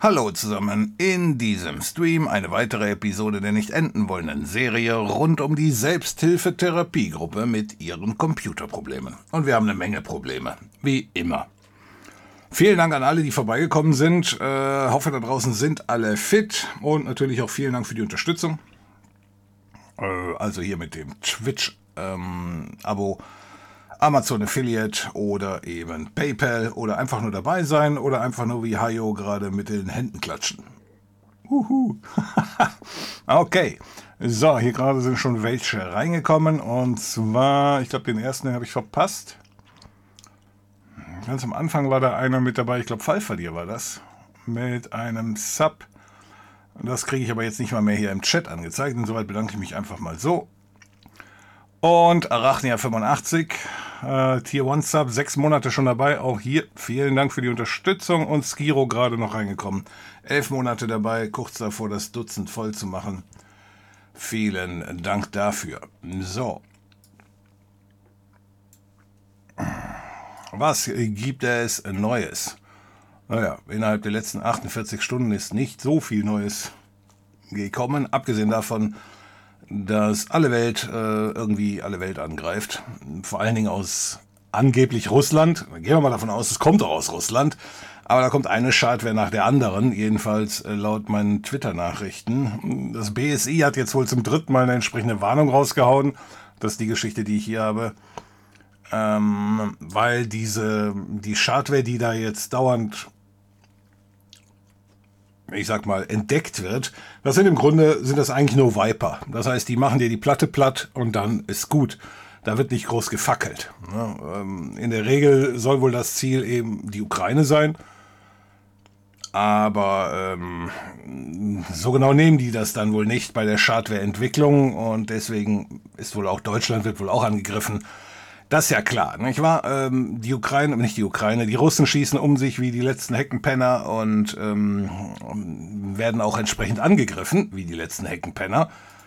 Hallo zusammen, in diesem Stream eine weitere Episode der nicht enden wollenden Serie rund um die Selbsthilfe-Therapiegruppe mit ihren Computerproblemen. Und wir haben eine Menge Probleme, wie immer. Vielen Dank an alle, die vorbeigekommen sind. Hoffe, da draußen sind alle fit und natürlich auch vielen Dank für die Unterstützung. Also hier mit dem Twitch-Abo, Amazon Affiliate oder eben PayPal oder einfach nur dabei sein oder einfach nur wie Hayo gerade mit den Händen klatschen. Okay, so, hier gerade sind schon welche reingekommen und zwar, ich glaube den ersten habe ich verpasst. Ganz am Anfang war da einer mit dabei, ich glaube Fallverlier war das, mit einem Sub. Das kriege ich aber jetzt nicht mal mehr hier im Chat angezeigt, insoweit bedanke ich mich einfach mal so. Und Arachnia85, Tier 1 Sub, 6 Monate schon dabei. Auch hier vielen Dank für die Unterstützung. Und Skiro gerade noch reingekommen. 11 Monate dabei, kurz davor das Dutzend voll zu machen. Vielen Dank dafür. So. Was gibt es Neues? Naja, innerhalb der letzten 48 Stunden ist nicht so viel Neues gekommen. Abgesehen davon, dass alle Welt irgendwie alle Welt angreift. Vor allen Dingen aus angeblich Russland. Gehen wir mal davon aus, es kommt auch aus Russland. Aber da kommt eine Schadware nach der anderen, jedenfalls laut meinen Twitter-Nachrichten. Das BSI hat jetzt wohl zum 3. Mal eine entsprechende Warnung rausgehauen. Das ist die Geschichte, die ich hier habe. Weil die Schadware, die da jetzt dauernd, ich sag mal, entdeckt wird, das sind im Grunde, sind das eigentlich nur Viper. Das heißt, die machen dir die Platte platt und dann ist gut. Da wird nicht groß gefackelt. In der Regel soll wohl das Ziel eben die Ukraine sein. Aber so genau nehmen die das dann wohl nicht bei der Schadware-Entwicklung und deswegen ist wohl auch Deutschland wird wohl auch angegriffen. Das ist ja klar, nicht wahr? Die Ukraine, nicht die Ukraine, die Russen schießen um sich wie die letzten Heckenpenner und werden auch entsprechend angegriffen, wie die letzten Heckenpenner.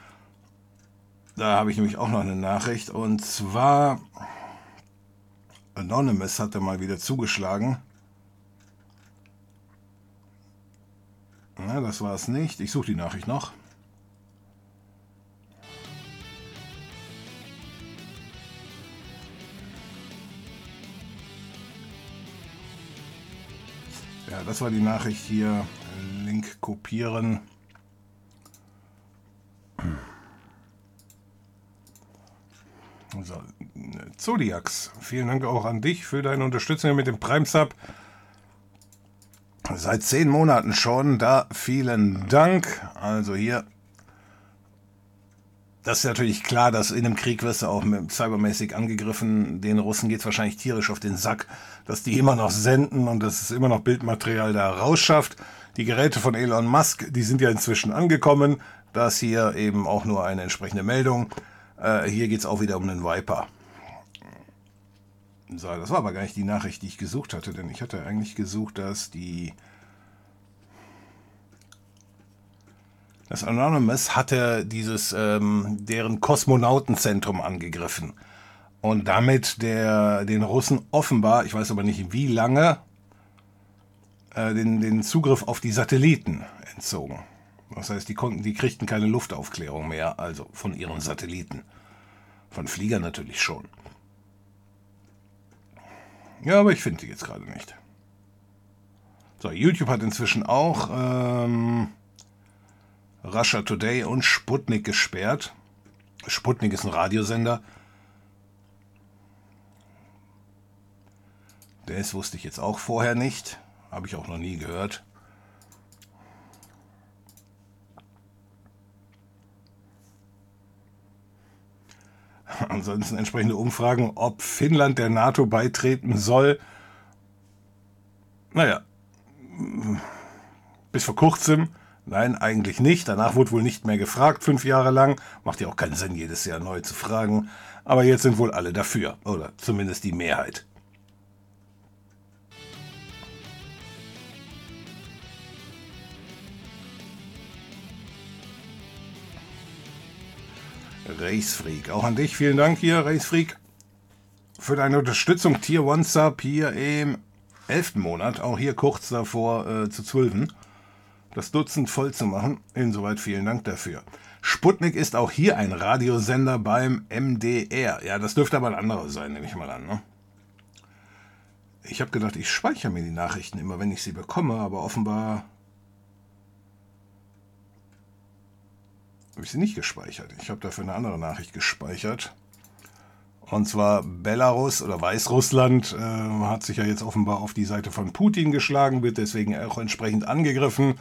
Da habe ich nämlich auch noch eine Nachricht und zwar Anonymous hat da mal wieder zugeschlagen. Na, das war es nicht. Ich suche die Nachricht noch. Ja, das war die Nachricht hier. Link kopieren. So, Zodiax, vielen Dank auch an dich für deine Unterstützung mit dem Prime Sub. Seit 10 Monaten schon, da vielen Dank. Also hier. Das ist natürlich klar, dass in einem Krieg wirst du auch cybermäßig angegriffen. Den Russen geht es wahrscheinlich tierisch auf den Sack, dass die immer noch senden und dass es immer noch Bildmaterial da rausschafft. Die Geräte von Elon Musk, die sind ja inzwischen angekommen. Das hier eben auch nur eine entsprechende Meldung. Hier geht es auch wieder um einen Viper. So, das war aber gar nicht die Nachricht, die ich gesucht hatte, denn ich hatte eigentlich gesucht, dass das Anonymous hatte deren Kosmonautenzentrum angegriffen und damit den Russen offenbar, ich weiß aber nicht wie lange, den Zugriff auf die Satelliten entzogen. Das heißt, die kriegten keine Luftaufklärung mehr, also von ihren Satelliten. Von Fliegern natürlich schon. Ja, aber ich finde die jetzt gerade nicht. So, YouTube hat inzwischen auch Russia Today und Sputnik gesperrt. Sputnik ist ein Radiosender. Das wusste ich jetzt auch vorher nicht. Habe ich auch noch nie gehört. Ansonsten entsprechende Umfragen, ob Finnland der NATO beitreten soll. Naja, bis vor kurzem, nein, eigentlich nicht. Danach wurde wohl nicht mehr gefragt, 5 Jahre lang. Macht ja auch keinen Sinn, jedes Jahr neu zu fragen. Aber jetzt sind wohl alle dafür, oder zumindest die Mehrheit. Racefreak, auch an dich, vielen Dank hier, Racefreak, für deine Unterstützung. Tier 1 Sub hier im 11. Monat, auch hier kurz davor zu 12. das Dutzend voll zu machen. Insoweit vielen Dank dafür. Sputnik ist auch hier ein Radiosender beim MDR. Ja, das dürfte aber ein anderer sein, nehme ich mal an. Ne? Ich habe gedacht, ich speichere mir die Nachrichten immer, wenn ich sie bekomme, aber offenbar habe ich sie nicht gespeichert. Ich habe dafür eine andere Nachricht gespeichert. Und zwar Belarus oder Weißrussland hat sich ja jetzt offenbar auf die Seite von Putin geschlagen, wird deswegen auch entsprechend angegriffen.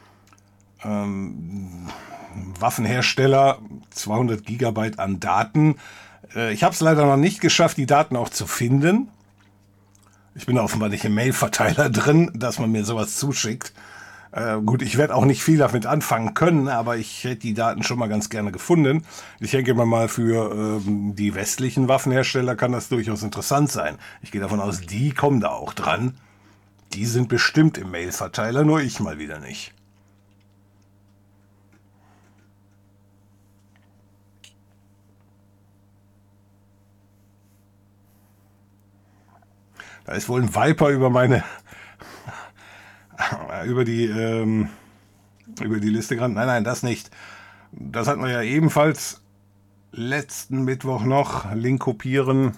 Waffenhersteller, 200 Gigabyte an Daten. Ich habe es leider noch nicht geschafft, die Daten auch zu finden. Ich bin da offenbar nicht im Mailverteiler drin, dass man mir sowas zuschickt. Gut, ich werde auch nicht viel damit anfangen können, aber ich hätte die Daten schon mal ganz gerne gefunden. Ich denke mal, für die westlichen Waffenhersteller kann das durchaus interessant sein. Ich gehe davon aus, die kommen da auch dran. Die sind bestimmt im Mailverteiler, nur ich mal wieder nicht. Da ist wohl ein Viper über die Liste gerannt. Nein, das nicht. Das hatten wir ja ebenfalls letzten Mittwoch noch. Link kopieren.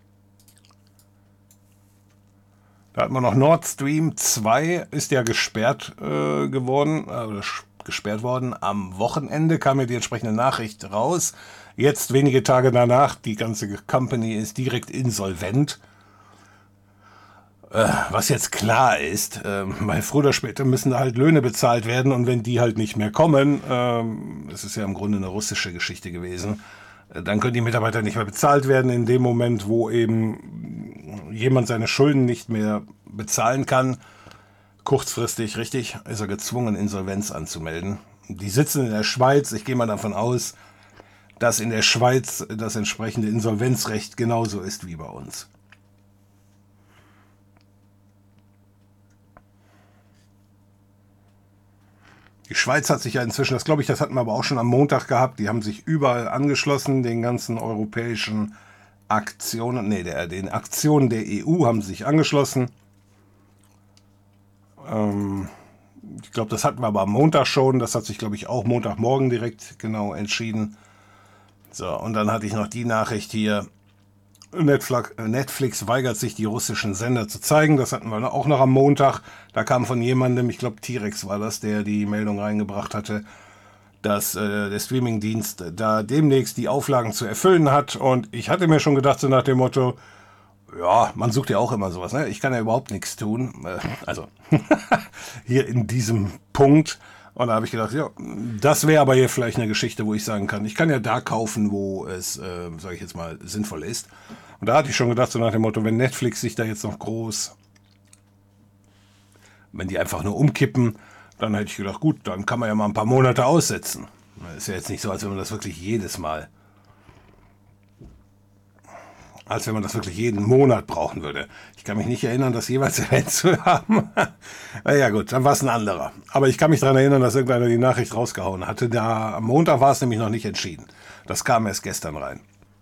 Da hatten wir noch Nord Stream 2, ist ja gesperrt geworden, oder gesperrt worden. Am Wochenende kam ja die entsprechende Nachricht raus. Jetzt, wenige Tage danach, die ganze Company ist direkt insolvent. Was jetzt klar ist, weil früher oder später müssen da halt Löhne bezahlt werden und wenn die halt nicht mehr kommen, das ist ja im Grunde eine russische Geschichte gewesen, dann können die Mitarbeiter nicht mehr bezahlt werden in dem Moment, wo eben jemand seine Schulden nicht mehr bezahlen kann. Kurzfristig, richtig, ist er gezwungen, Insolvenz anzumelden. Die sitzen in der Schweiz, ich gehe mal davon aus, dass in der Schweiz das entsprechende Insolvenzrecht genauso ist wie bei uns. Die Schweiz hat sich ja inzwischen, das glaube ich, das hatten wir aber auch schon am Montag gehabt, die haben sich überall angeschlossen, den ganzen europäischen Aktionen, den Aktionen der EU haben sie sich angeschlossen. Ich glaube, das hatten wir aber am Montag schon, das hat sich, glaube ich, auch Montagmorgen direkt genau entschieden. So, und dann hatte ich noch die Nachricht hier, Netflix weigert sich, die russischen Sender zu zeigen. Das hatten wir auch noch am Montag. Da kam von jemandem, ich glaube T-Rex war das, der die Meldung reingebracht hatte, dass der Streamingdienst da demnächst die Auflagen zu erfüllen hat. Und ich hatte mir schon gedacht, so nach dem Motto, ja, man sucht ja auch immer sowas. Ne? Ich kann ja überhaupt nichts tun. Also hier in diesem Punkt. Und da habe ich gedacht, ja, das wäre aber hier vielleicht eine Geschichte, wo ich sagen kann, ich kann ja da kaufen, wo es, sage ich jetzt mal, sinnvoll ist. Und da hatte ich schon gedacht, so nach dem Motto, wenn Netflix sich da jetzt noch groß, wenn die einfach nur umkippen, dann hätte ich gedacht, gut, dann kann man ja mal ein paar Monate aussetzen. Ist ja jetzt nicht so, als wenn man das wirklich jeden Monat brauchen würde. Ich kann mich nicht erinnern, das jeweils erwähnt zu haben. Naja gut, dann war es ein anderer. Aber ich kann mich daran erinnern, dass irgendeiner die Nachricht rausgehauen hatte. Am Montag war es nämlich noch nicht entschieden. Das kam erst gestern rein.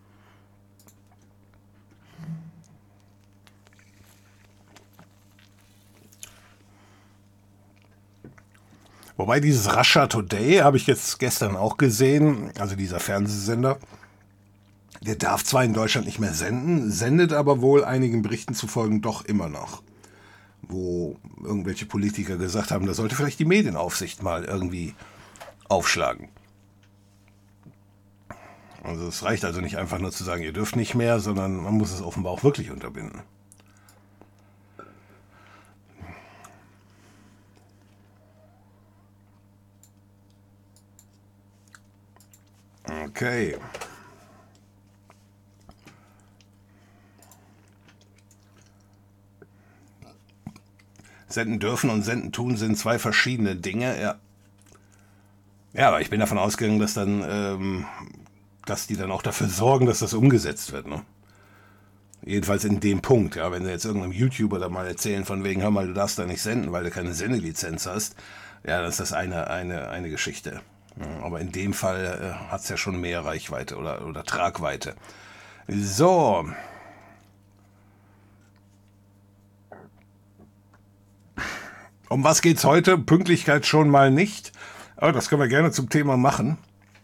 Wobei dieses Russia Today habe ich jetzt gestern auch gesehen, also dieser Fernsehsender. Der darf zwar in Deutschland nicht mehr senden, sendet aber wohl einigen Berichten zufolge doch immer noch. Wo irgendwelche Politiker gesagt haben, da sollte vielleicht die Medienaufsicht mal irgendwie aufschlagen. Also es reicht also nicht einfach nur zu sagen, ihr dürft nicht mehr, sondern man muss es offenbar auch wirklich unterbinden. Okay. Senden dürfen und senden tun sind zwei verschiedene Dinge. Ja, aber ich bin davon ausgegangen, dass die dann auch dafür sorgen, dass das umgesetzt wird. Ne? Jedenfalls in dem Punkt. Ja, wenn sie jetzt irgendeinem YouTuber da mal erzählen von wegen, hör mal, du darfst da nicht senden, weil du keine Sendelizenz hast. Ja, das ist eine Geschichte. Ja, aber in dem Fall hat es ja schon mehr Reichweite oder Tragweite. So. Um was geht's heute? Pünktlichkeit schon mal nicht. Aber das können wir gerne zum Thema machen.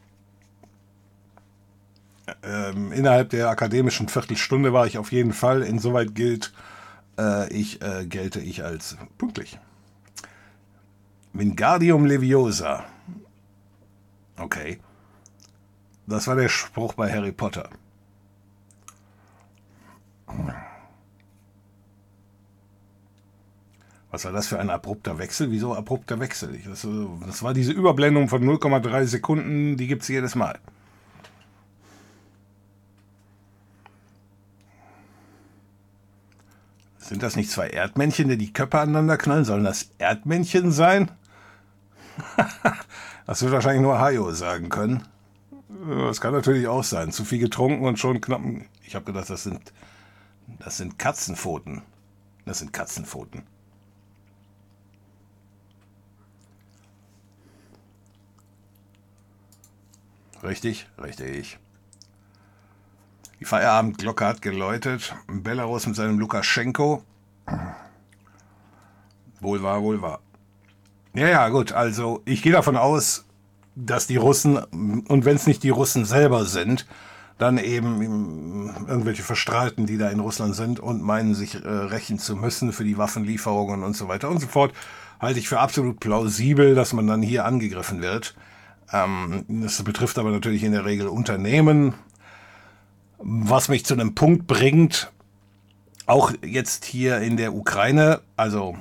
Innerhalb der akademischen Viertelstunde war ich auf jeden Fall. Insoweit gelte ich als pünktlich. Wingardium Leviosa. Okay. Das war der Spruch bei Harry Potter. Was war das für ein abrupter Wechsel? Wieso abrupter Wechsel? Das war diese Überblendung von 0,3 Sekunden, die gibt es jedes Mal. Sind das nicht zwei Erdmännchen, die die Köpfe aneinander knallen? Sollen das Erdmännchen sein? Das wird wahrscheinlich nur Hajo sagen können. Das kann natürlich auch sein. Zu viel getrunken und schon knapp. Ich habe gedacht, das sind Katzenpfoten. Das sind Katzenpfoten. Richtig, richtig. Die Feierabendglocke hat geläutet. Belarus mit seinem Lukaschenko. Wohl wahr, wohl wahr. Ja, gut, also ich gehe davon aus, dass die Russen, und wenn es nicht die Russen selber sind, dann eben irgendwelche Verstrahlten, die da in Russland sind und meinen, sich rächen zu müssen für die Waffenlieferungen und so weiter und so fort, halte ich für absolut plausibel, dass man dann hier angegriffen wird. Das betrifft aber natürlich in der Regel Unternehmen, was mich zu einem Punkt bringt, auch jetzt hier in der Ukraine, also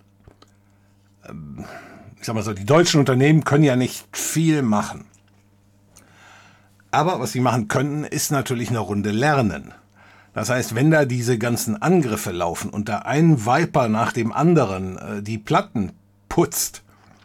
ich sag mal so, die deutschen Unternehmen können ja nicht viel machen. Aber was sie machen könnten, ist natürlich eine Runde lernen. Das heißt, wenn da diese ganzen Angriffe laufen und da ein Viper nach dem anderen die Platten putzt,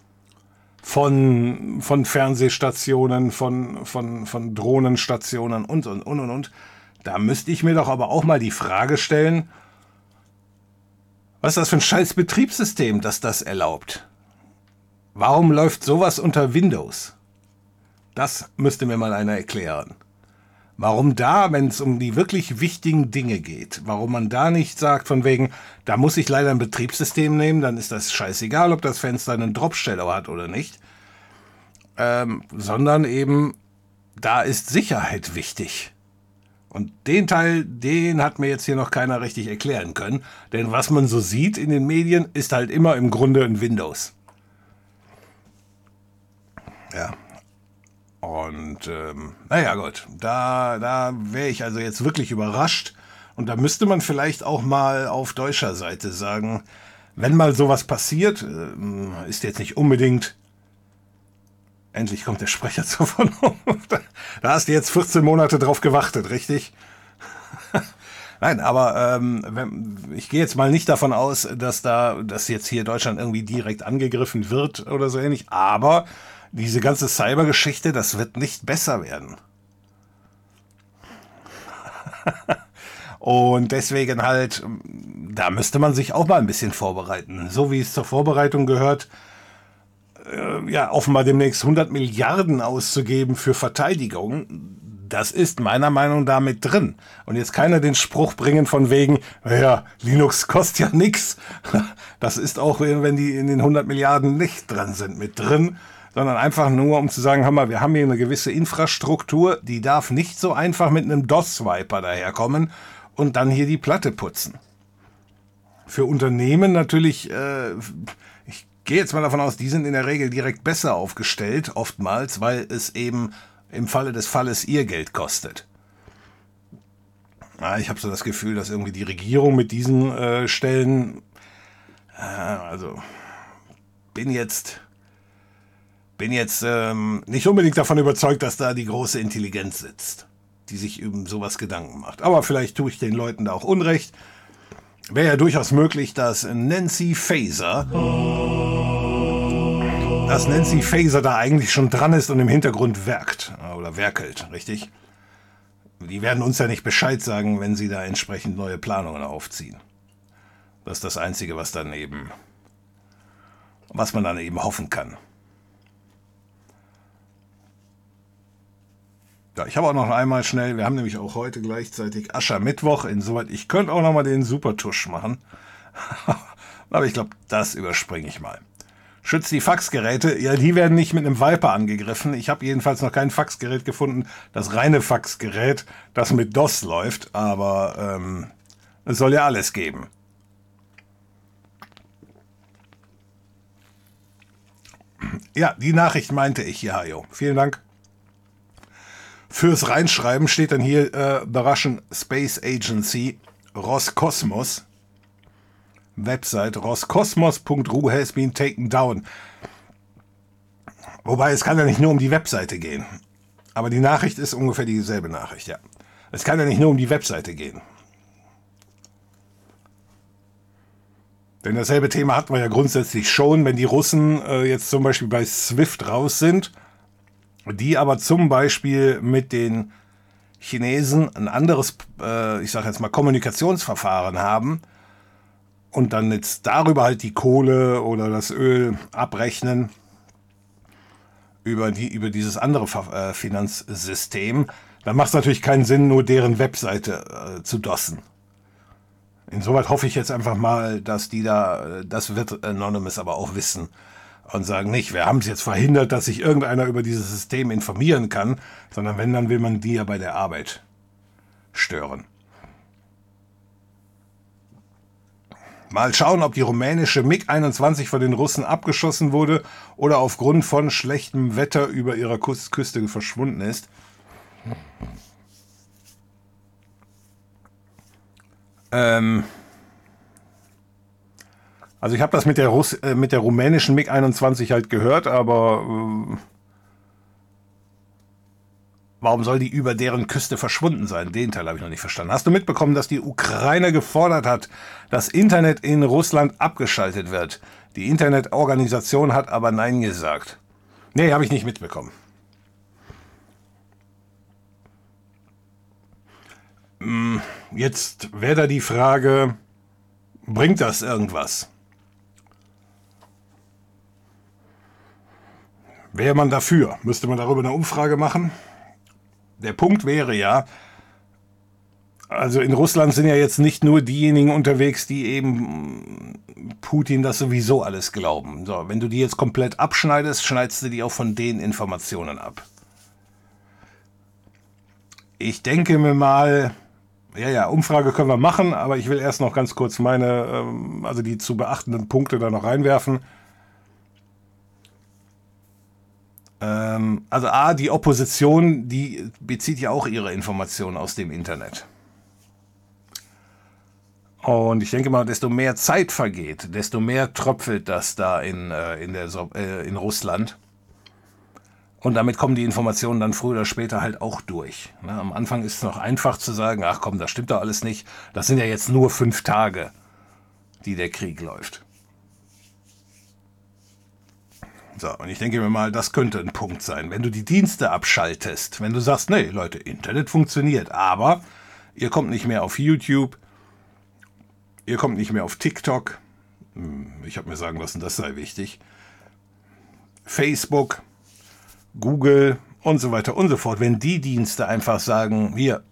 von Fernsehstationen, von Drohnenstationen und. Da müsste ich mir doch aber auch mal die Frage stellen, was ist das für ein scheiß Betriebssystem, das das erlaubt? Warum läuft sowas unter Windows? Das müsste mir mal einer erklären. Warum da, wenn es um die wirklich wichtigen Dinge geht, warum man da nicht sagt von wegen, da muss ich leider ein Betriebssystem nehmen, dann ist das scheißegal, ob das Fenster einen Dropsteller hat oder nicht, sondern eben, da ist Sicherheit wichtig. Und den Teil, den hat mir jetzt hier noch keiner richtig erklären können, denn was man so sieht in den Medien, ist halt immer im Grunde ein Windows. Ja. Und naja gut, da wäre ich also jetzt wirklich überrascht. Und da müsste man vielleicht auch mal auf deutscher Seite sagen, wenn mal sowas passiert, ist jetzt nicht unbedingt, endlich kommt der Sprecher zur Vernunft. Da hast du jetzt 14 Monate drauf gewartet, richtig? Nein, aber ich gehe jetzt mal nicht davon aus, dass jetzt hier Deutschland irgendwie direkt angegriffen wird oder so ähnlich, aber diese ganze Cyber-Geschichte, das wird nicht besser werden. Und deswegen halt, da müsste man sich auch mal ein bisschen vorbereiten. So wie es zur Vorbereitung gehört, ja, offenbar demnächst 100 Milliarden auszugeben für Verteidigung, das ist meiner Meinung nach mit drin. Und jetzt keiner den Spruch bringen von wegen, naja, Linux kostet ja nix. Das ist auch, wenn die in den 100 Milliarden nicht dran sind, mit drin. Sondern einfach nur, um zu sagen, hör mal, wir haben hier eine gewisse Infrastruktur, die darf nicht so einfach mit einem DOS-Wiper daherkommen und dann hier die Platte putzen. Für Unternehmen natürlich, ich gehe jetzt mal davon aus, die sind in der Regel direkt besser aufgestellt, oftmals, weil es eben im Falle des Falles ihr Geld kostet. Ich habe so das Gefühl, dass irgendwie die Regierung mit diesen Stellen, also bin jetzt nicht unbedingt davon überzeugt, dass da die große Intelligenz sitzt, die sich über sowas Gedanken macht. Aber vielleicht tue ich den Leuten da auch Unrecht. Wäre ja durchaus möglich, dass Nancy Faeser da eigentlich schon dran ist und im Hintergrund werkt oder werkelt, richtig? Die werden uns ja nicht Bescheid sagen, wenn sie da entsprechend neue Planungen aufziehen. Das ist das Einzige, was man dann eben hoffen kann. Ja, ich habe auch noch einmal schnell, wir haben nämlich auch heute gleichzeitig Aschermittwoch, insoweit ich könnte auch noch mal den Supertusch machen. Aber ich glaube, das überspringe ich mal. Schützt die Faxgeräte? Ja, die werden nicht mit einem Viper angegriffen. Ich habe jedenfalls noch kein Faxgerät gefunden, das reine Faxgerät, das mit DOS läuft. Aber es soll ja alles geben. Ja, die Nachricht meinte ich hier, Hajo. Vielen Dank. Fürs Reinschreiben steht dann hier The Russian Space Agency Roskosmos. Website roskosmos.ru has been taken down. Wobei, es kann ja nicht nur um die Webseite gehen. Aber die Nachricht ist ungefähr dieselbe Nachricht, ja. Es kann ja nicht nur um die Webseite gehen. Denn dasselbe Thema hatten wir ja grundsätzlich schon, wenn die Russen jetzt zum Beispiel bei SWIFT raus sind, die aber zum Beispiel mit den Chinesen ein anderes, ich sage jetzt mal, Kommunikationsverfahren haben und dann jetzt darüber halt die Kohle oder das Öl abrechnen über dieses andere Finanzsystem, dann macht es natürlich keinen Sinn, nur deren Webseite zu dossen. Insoweit hoffe ich jetzt einfach mal, dass die da, das wird Anonymous aber auch wissen und sagen nicht, wir haben es jetzt verhindert, dass sich irgendeiner über dieses System informieren kann, sondern wenn, dann will man die ja bei der Arbeit stören. Mal schauen, ob die rumänische MiG-21 von den Russen abgeschossen wurde oder aufgrund von schlechtem Wetter über ihrer Küste verschwunden ist. Also ich habe das mit der rumänischen MiG-21 halt gehört, aber warum soll die über deren Küste verschwunden sein? Den Teil habe ich noch nicht verstanden. Hast du mitbekommen, dass die Ukraine gefordert hat, dass Internet in Russland abgeschaltet wird? Die Internetorganisation hat aber Nein gesagt. Nee, habe ich nicht mitbekommen. Jetzt wäre da die Frage, bringt das irgendwas? Wäre man dafür? Müsste man darüber eine Umfrage machen? Der Punkt wäre ja, also in Russland sind ja jetzt nicht nur diejenigen unterwegs, die eben Putin das sowieso alles glauben. So, wenn du die jetzt komplett abschneidest, schneidest du die auch von den Informationen ab. Ich denke mir mal, ja, Umfrage können wir machen, aber ich will erst noch ganz kurz also die zu beachtenden Punkte da noch reinwerfen. Also A, die Opposition, die bezieht ja auch ihre Informationen aus dem Internet. Und ich denke mal, desto mehr Zeit vergeht, desto mehr tröpfelt das da in Russland. Und damit kommen die Informationen dann früher oder später halt auch durch. Ne? Am Anfang ist es noch einfach zu sagen, ach komm, das stimmt doch alles nicht. Das sind ja jetzt nur 5 Tage, die der Krieg läuft. So, und ich denke mir mal, das könnte ein Punkt sein. Wenn du die Dienste abschaltest, wenn du sagst, nee, Leute, Internet funktioniert, aber ihr kommt nicht mehr auf YouTube, ihr kommt nicht mehr auf TikTok, ich habe mir sagen lassen, das sei wichtig, Facebook, Google und so weiter und so fort. Wenn die Dienste einfach sagen, wir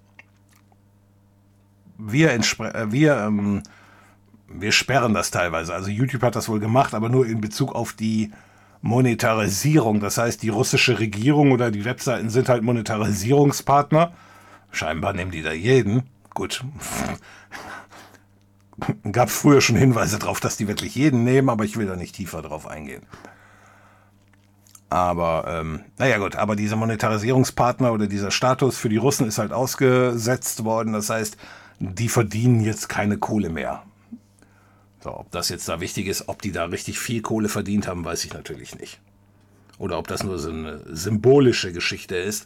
sperren das teilweise. Also YouTube hat das wohl gemacht, aber nur in Bezug auf die Monetarisierung. Das heißt, die russische Regierung oder die Webseiten sind halt Monetarisierungspartner. Scheinbar nehmen die da jeden. Gut. Gab früher schon Hinweise darauf, dass die wirklich jeden nehmen, aber ich will da nicht tiefer drauf eingehen. Aber, naja gut, aber dieser Monetarisierungspartner oder dieser Status für die Russen ist halt ausgesetzt worden. Das heißt, die verdienen jetzt keine Kohle mehr. So, ob das jetzt da wichtig ist, ob die da richtig viel Kohle verdient haben, weiß ich natürlich nicht. Oder ob das nur so eine symbolische Geschichte ist.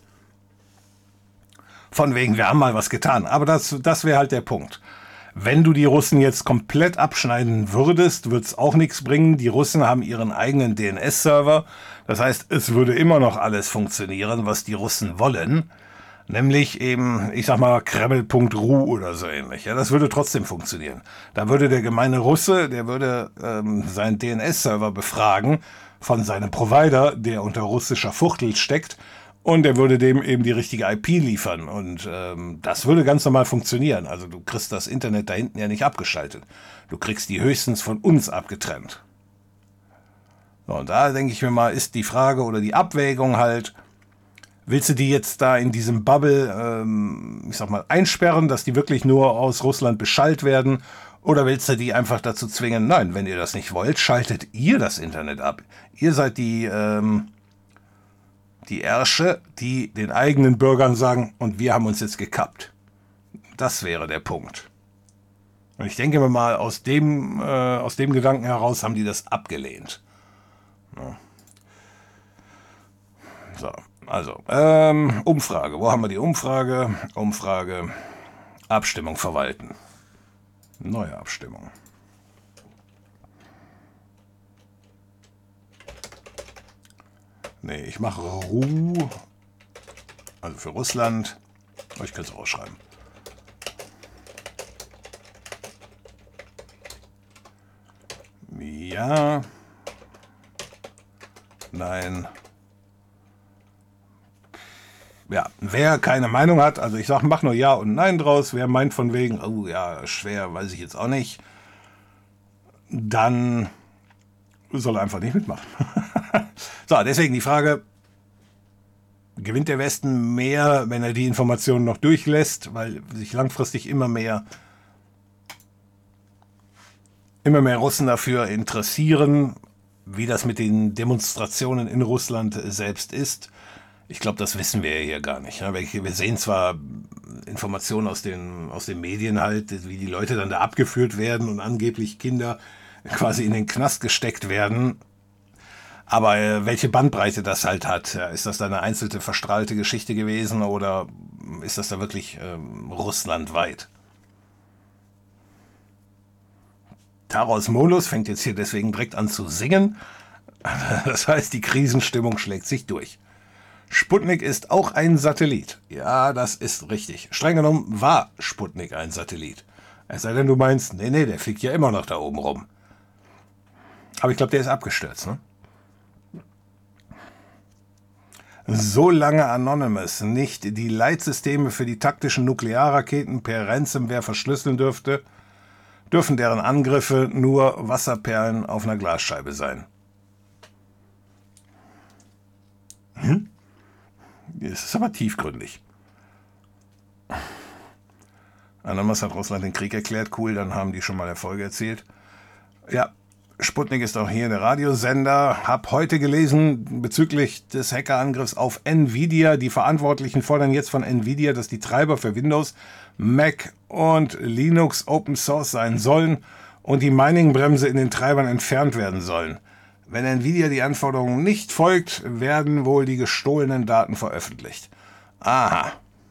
Von wegen, wir haben mal was getan. Aber das wäre halt der Punkt. Wenn du die Russen jetzt komplett abschneiden würdest, wird es auch nichts bringen. Die Russen haben ihren eigenen DNS-Server. Das heißt, es würde immer noch alles funktionieren, was die Russen wollen. Nämlich eben, ich sag mal, kreml.ru oder so ähnlich. Ja, das würde trotzdem funktionieren. Da würde der gemeine Russe, der würde seinen DNS-Server befragen von seinem Provider, der unter russischer Fuchtel steckt. Und er würde dem eben die richtige IP liefern. Und das würde ganz normal funktionieren. Also du kriegst das Internet da hinten ja nicht abgeschaltet. Du kriegst die höchstens von uns abgetrennt. So, und da denke ich mir mal, ist die Frage oder die Abwägung halt, willst du die jetzt da in diesem Bubble, ich sag mal, einsperren, dass die wirklich nur aus Russland beschallt werden? Oder willst du die einfach dazu zwingen, nein, wenn ihr das nicht wollt, schaltet ihr das Internet ab. Ihr seid die Ärsche, die den eigenen Bürgern sagen, und wir haben uns jetzt gekappt. Das wäre der Punkt. Und ich denke mir mal, aus dem Gedanken heraus haben die das abgelehnt. Ja. So, also, Umfrage. Wo haben wir die Umfrage? Umfrage, Abstimmung verwalten. Neue Abstimmung. Nee, ich mache Ru, also für Russland. Oh, ich könnte es rausschreiben. Ja. Nein. Ja, wer keine Meinung hat, also ich sage, mach nur Ja und Nein draus. Wer meint von wegen, oh ja, schwer, weiß ich jetzt auch nicht, dann soll er einfach nicht mitmachen. So, deswegen die Frage, gewinnt der Westen mehr, wenn er die Informationen noch durchlässt, weil sich langfristig immer mehr Russen dafür interessieren, wie das mit den Demonstrationen in Russland selbst ist. Ich glaube, das wissen wir ja hier gar nicht. Wir sehen zwar Informationen aus den Medien halt, wie die Leute dann da abgeführt werden und angeblich Kinder quasi in den Knast gesteckt werden. Aber welche Bandbreite das halt hat, ist das da eine einzelne verstrahlte Geschichte gewesen oder ist das da wirklich russlandweit? Taros Molus fängt jetzt hier deswegen direkt an zu singen. Das heißt, die Krisenstimmung schlägt sich durch. Sputnik ist auch ein Satellit. Ja, das ist richtig. Streng genommen war Sputnik ein Satellit. Es sei denn, du meinst, nee, der fliegt ja immer noch da oben rum. Aber ich glaube, der ist abgestürzt, ne? Solange Anonymous nicht die Leitsysteme für die taktischen Nuklearraketen per Ransomware verschlüsseln dürfen deren Angriffe nur Wasserperlen auf einer Glasscheibe sein. Das ist aber tiefgründig. Anonymous hat Russland den Krieg erklärt. Cool, dann haben die schon mal Erfolge erzielt. Ja, Sputnik ist auch hier der Radiosender. Hab heute gelesen bezüglich des Hackerangriffs auf Nvidia. Die Verantwortlichen fordern jetzt von Nvidia, dass die Treiber für Windows, Mac und Linux Open Source sein sollen und die Mining-Bremse in den Treibern entfernt werden sollen. Wenn Nvidia die Anforderungen nicht folgt, werden wohl die gestohlenen Daten veröffentlicht. Aha.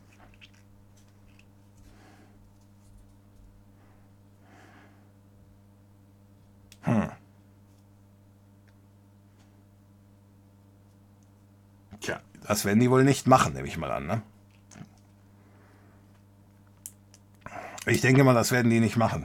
Tja, das werden die wohl nicht machen, nehme ich mal an, ne? Ich denke mal, das werden die nicht machen.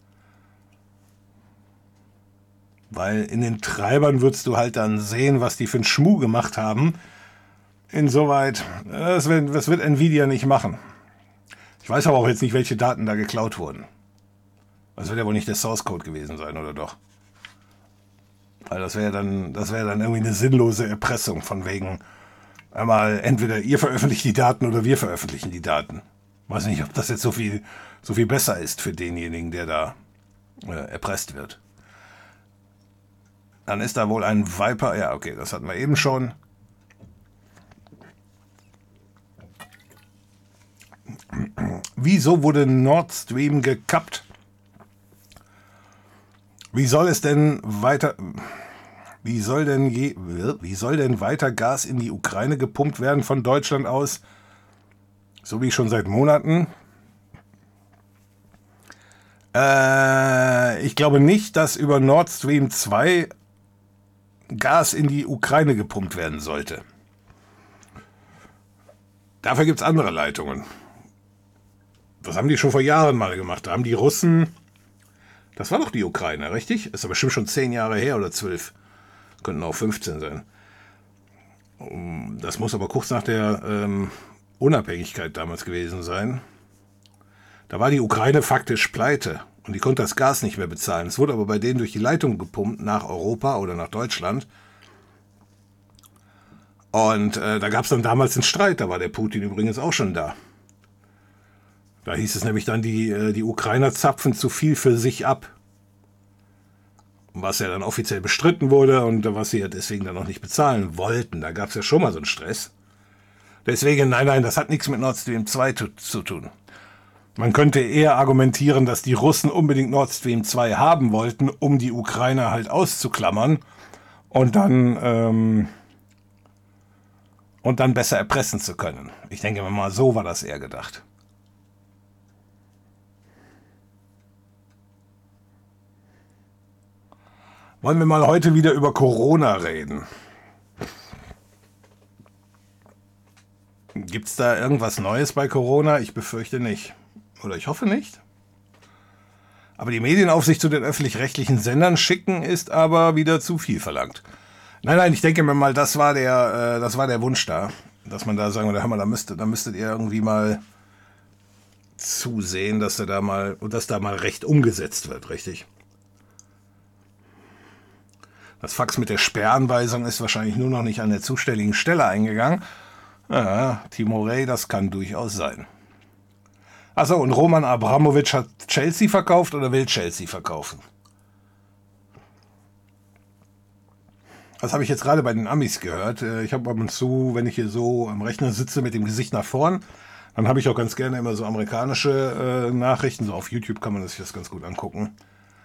Weil in den Treibern würdest du halt dann sehen, was die für einen Schmuh gemacht haben. Insoweit, das wird Nvidia nicht machen. Ich weiß aber auch jetzt nicht, welche Daten da geklaut wurden. Das wird ja wohl nicht der Source Code gewesen sein, oder doch? Weil das wäre dann irgendwie eine sinnlose Erpressung von wegen, einmal entweder ihr veröffentlicht die Daten oder wir veröffentlichen die Daten. Weiß nicht, ob das jetzt so viel besser ist für denjenigen, der da erpresst wird. Dann ist da wohl ein Viper. Ja, okay, das hatten wir eben schon. Wieso wurde Nord Stream gekappt? Wie soll denn weiter Gas in die Ukraine gepumpt werden von Deutschland aus? So wie schon seit Monaten. Ich glaube nicht, dass über Nord Stream 2 Gas in die Ukraine gepumpt werden sollte. Dafür gibt es andere Leitungen. Das haben die schon vor Jahren mal gemacht. Da haben die Russen, das war doch die Ukraine, richtig? Ist aber bestimmt schon 10 Jahre her oder 12. Könnten auch 15 sein. Das muss aber kurz nach der Unabhängigkeit damals gewesen sein. Da war die Ukraine faktisch pleite und die konnte das Gas nicht mehr bezahlen. Es wurde aber bei denen durch die Leitung gepumpt nach Europa oder nach Deutschland. Und da gab es dann damals einen Streit, da war der Putin übrigens auch schon da. Da hieß es nämlich dann, die Ukrainer zapfen zu viel für sich ab. Was ja dann offiziell bestritten wurde und was sie ja deswegen dann auch nicht bezahlen wollten. Da gab es ja schon mal so einen Stress. Deswegen, nein, das hat nichts mit Nord Stream 2 zu tun. Man könnte eher argumentieren, dass die Russen unbedingt Nord Stream 2 haben wollten, um die Ukrainer halt auszuklammern und dann besser erpressen zu können. Ich denke mal, so war das eher gedacht. Wollen wir mal heute wieder über Corona reden? Gibt es da irgendwas Neues bei Corona? Ich befürchte nicht. Oder ich hoffe nicht. Aber die Medienaufsicht zu den öffentlich-rechtlichen Sendern schicken ist aber wieder zu viel verlangt. Nein, ich denke mir mal, das war der Wunsch da. Dass man da sagen würde, hör mal, da müsstet ihr irgendwie mal zusehen, dass da mal Recht umgesetzt wird, richtig? Das Fax mit der Sperranweisung ist wahrscheinlich nur noch nicht an der zuständigen Stelle eingegangen. Ja, Timorey, das kann durchaus sein. Achso, und Roman Abramovich hat Chelsea verkauft oder will Chelsea verkaufen? Das habe ich jetzt gerade bei den Amis gehört. Ich habe ab und zu, wenn ich hier so am Rechner sitze mit dem Gesicht nach vorn, dann habe ich auch ganz gerne immer so amerikanische Nachrichten. So auf YouTube kann man sich das ganz gut angucken.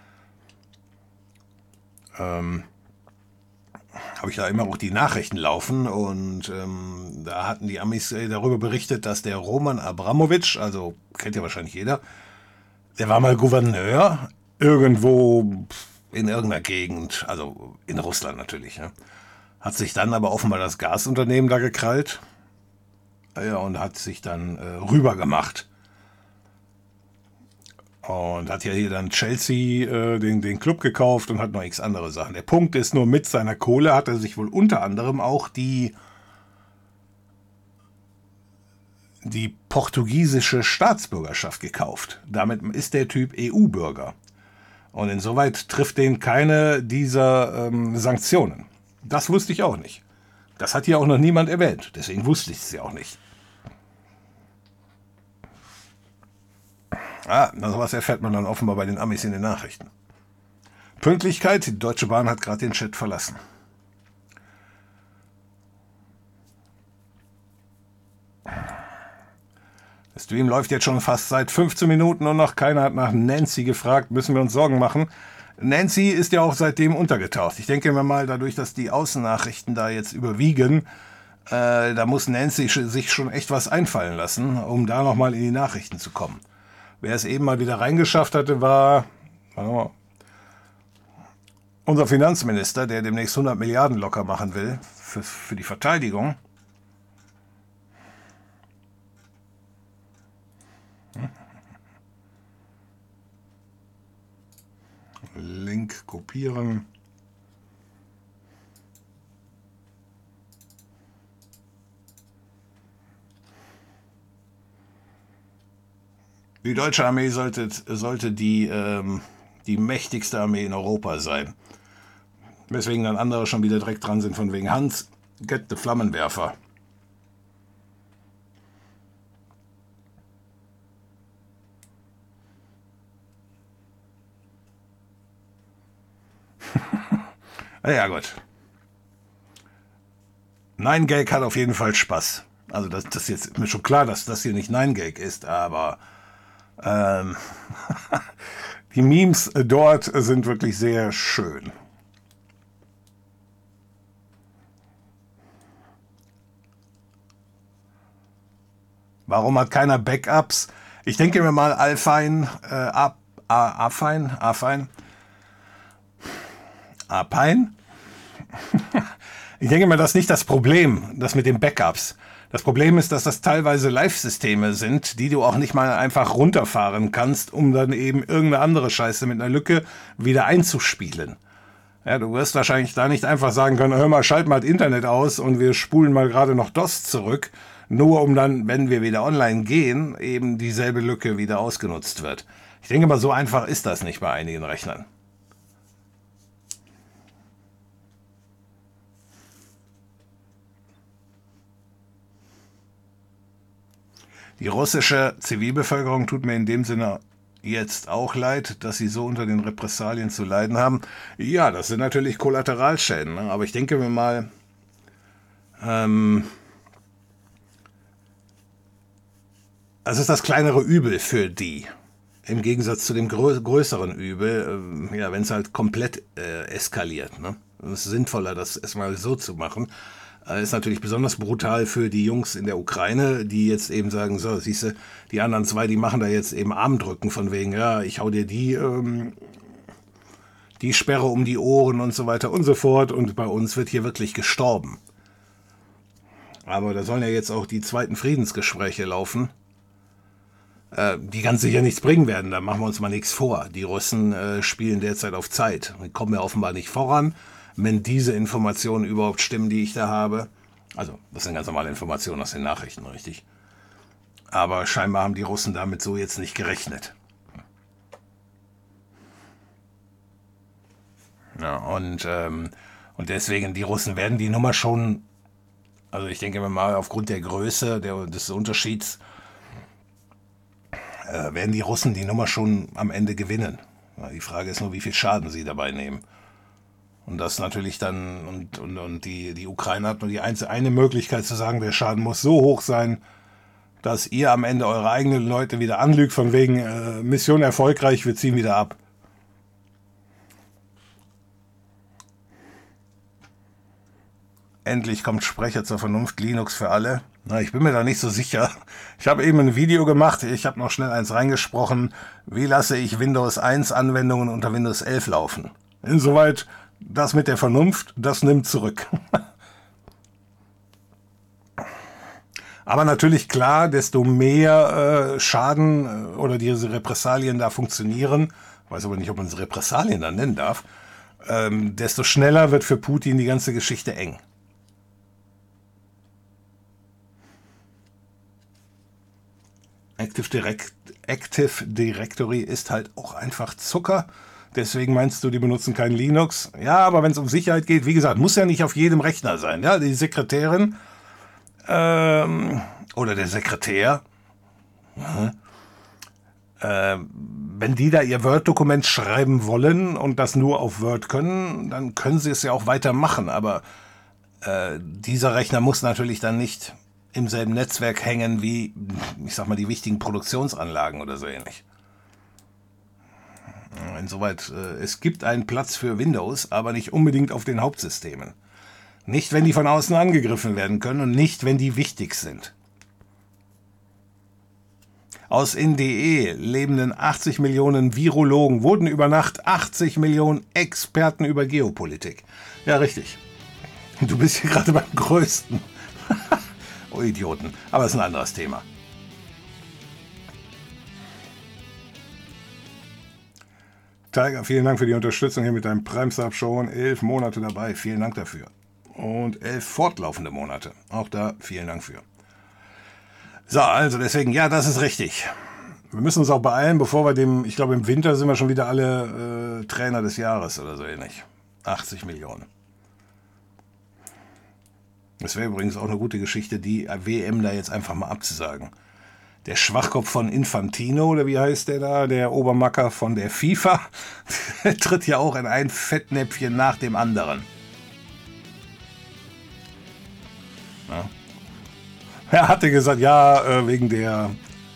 Habe ich da immer auch die Nachrichten laufen und da hatten die Amis darüber berichtet, dass der Roman Abramovich, also kennt ja wahrscheinlich jeder, der war mal Gouverneur irgendwo in irgendeiner Gegend, also in Russland natürlich, ja. Hat sich dann aber offenbar das Gasunternehmen da gekrallt, ja, und hat sich dann rüber gemacht. Und hat ja hier dann Chelsea den Club gekauft und hat noch x andere Sachen. Der Punkt ist nur, mit seiner Kohle hat er sich wohl unter anderem auch die portugiesische Staatsbürgerschaft gekauft. Damit ist der Typ EU-Bürger. Und insoweit trifft den keine dieser Sanktionen. Das wusste ich auch nicht. Das hat hier auch noch niemand erwähnt. Deswegen wusste ich es ja auch nicht. Sowas erfährt man dann offenbar bei den Amis in den Nachrichten. Pünktlichkeit, die Deutsche Bahn hat gerade den Chat verlassen. Der Stream läuft jetzt schon fast seit 15 Minuten und noch keiner hat nach Nancy gefragt. Müssen wir uns Sorgen machen. Nancy ist ja auch seitdem untergetaucht. Ich denke mir mal, dadurch, dass die Außennachrichten da jetzt überwiegen, da muss Nancy sich schon echt was einfallen lassen, um da nochmal in die Nachrichten zu kommen. Wer es eben mal wieder reingeschafft hatte, war unser Finanzminister, der demnächst 100 Milliarden locker machen will für die Verteidigung. Link kopieren. Die deutsche Armee sollte die mächtigste Armee in Europa sein. Weswegen dann andere schon wieder direkt dran sind, von wegen Hans, get the Flammenwerfer. Ja gut. Nine Gag hat auf jeden Fall Spaß. Also das ist jetzt mir schon klar, dass das hier nicht Nine Gag ist, aber die Memes dort sind wirklich sehr schön. Warum hat keiner Backups? Ich denke mir mal, Alpine. Ich denke mal, das ist nicht das Problem, das mit den Backups. Das Problem ist, dass das teilweise Live-Systeme sind, die du auch nicht mal einfach runterfahren kannst, um dann eben irgendeine andere Scheiße mit einer Lücke wieder einzuspielen. Ja, du wirst wahrscheinlich da nicht einfach sagen können, hör mal, schalt mal das Internet aus und wir spulen mal gerade noch DOS zurück, nur um dann, wenn wir wieder online gehen, eben dieselbe Lücke wieder ausgenutzt wird. Ich denke mal, so einfach ist das nicht bei einigen Rechnern. Die russische Zivilbevölkerung tut mir in dem Sinne jetzt auch leid, dass sie so unter den Repressalien zu leiden haben. Ja, das sind natürlich Kollateralschäden, ne? Aber ich denke mir mal, es ist das kleinere Übel für die. Im Gegensatz zu dem größeren Übel, ja, wenn es halt komplett eskaliert. Ne? Es ist sinnvoller, das erstmal so zu machen. Ist natürlich besonders brutal für die Jungs in der Ukraine, die jetzt eben sagen, so, siehst du, die anderen zwei, die machen da jetzt eben Armdrücken von wegen, ja, ich hau dir die Sperre um die Ohren und so weiter und so fort und bei uns wird hier wirklich gestorben. Aber da sollen ja jetzt auch die zweiten Friedensgespräche laufen, die ganz sicher nichts bringen werden, da machen wir uns mal nichts vor. Die Russen spielen derzeit auf Zeit, die kommen ja offenbar nicht voran. Wenn diese Informationen überhaupt stimmen, die ich da habe, also das sind ganz normale Informationen aus den Nachrichten, richtig. Aber scheinbar haben die Russen damit so jetzt nicht gerechnet. Ja, und deswegen, die Russen werden die Nummer schon, also ich denke mal aufgrund der Größe des Unterschieds, werden die Russen die Nummer schon am Ende gewinnen. Ja, die Frage ist nur, wie viel Schaden sie dabei nehmen. Und das natürlich dann, und die Ukraine hat nur die eine Möglichkeit zu sagen, der Schaden muss so hoch sein, dass ihr am Ende eure eigenen Leute wieder anlügt, von wegen Mission erfolgreich, wir ziehen wieder ab. Endlich kommt Sprecher zur Vernunft, Linux für alle. Na, ich bin mir da nicht so sicher. Ich habe eben ein Video gemacht, ich habe noch schnell eins reingesprochen. Wie lasse ich Windows 1 Anwendungen unter Windows 11 laufen? Insoweit, das mit der Vernunft, das nimmt zurück. Aber natürlich klar, desto mehr Schaden oder diese Repressalien da funktionieren, weiß aber nicht, ob man es Repressalien dann nennen darf, desto schneller wird für Putin die ganze Geschichte eng. Active Directory ist halt auch einfach Zucker. Deswegen meinst du, die benutzen kein Linux? Ja, aber wenn es um Sicherheit geht, wie gesagt, muss ja nicht auf jedem Rechner sein. Ja, die Sekretärin oder der Sekretär, wenn die da ihr Word-Dokument schreiben wollen und das nur auf Word können, dann können sie es ja auch weitermachen. Aber dieser Rechner muss natürlich dann nicht im selben Netzwerk hängen wie, ich sag mal, die wichtigen Produktionsanlagen oder so ähnlich. Insoweit, es gibt einen Platz für Windows, aber nicht unbedingt auf den Hauptsystemen. Nicht, wenn die von außen angegriffen werden können und nicht, wenn die wichtig sind. Aus NDE lebenden 80 Millionen Virologen wurden über Nacht 80 Millionen Experten über Geopolitik. Ja, richtig. Du bist hier gerade beim Größten. Oh, Idioten. Aber das ist ein anderes Thema. Tiger, vielen Dank für die Unterstützung hier mit deinem Prime-Sub schon. 11 Monate dabei. Vielen Dank dafür. Und 11 fortlaufende Monate. Auch da vielen Dank für. So, also deswegen, ja, das ist richtig. Wir müssen uns auch beeilen, bevor wir ich glaube im Winter sind wir schon wieder alle Trainer des Jahres oder so ähnlich. 80 Millionen. Das wäre übrigens auch eine gute Geschichte, die WM da jetzt einfach mal abzusagen. Der Schwachkopf von Infantino, oder wie heißt der da, der Obermacker von der FIFA, der tritt ja auch in ein Fettnäpfchen nach dem anderen. Ja. Er hatte gesagt, ja, wegen der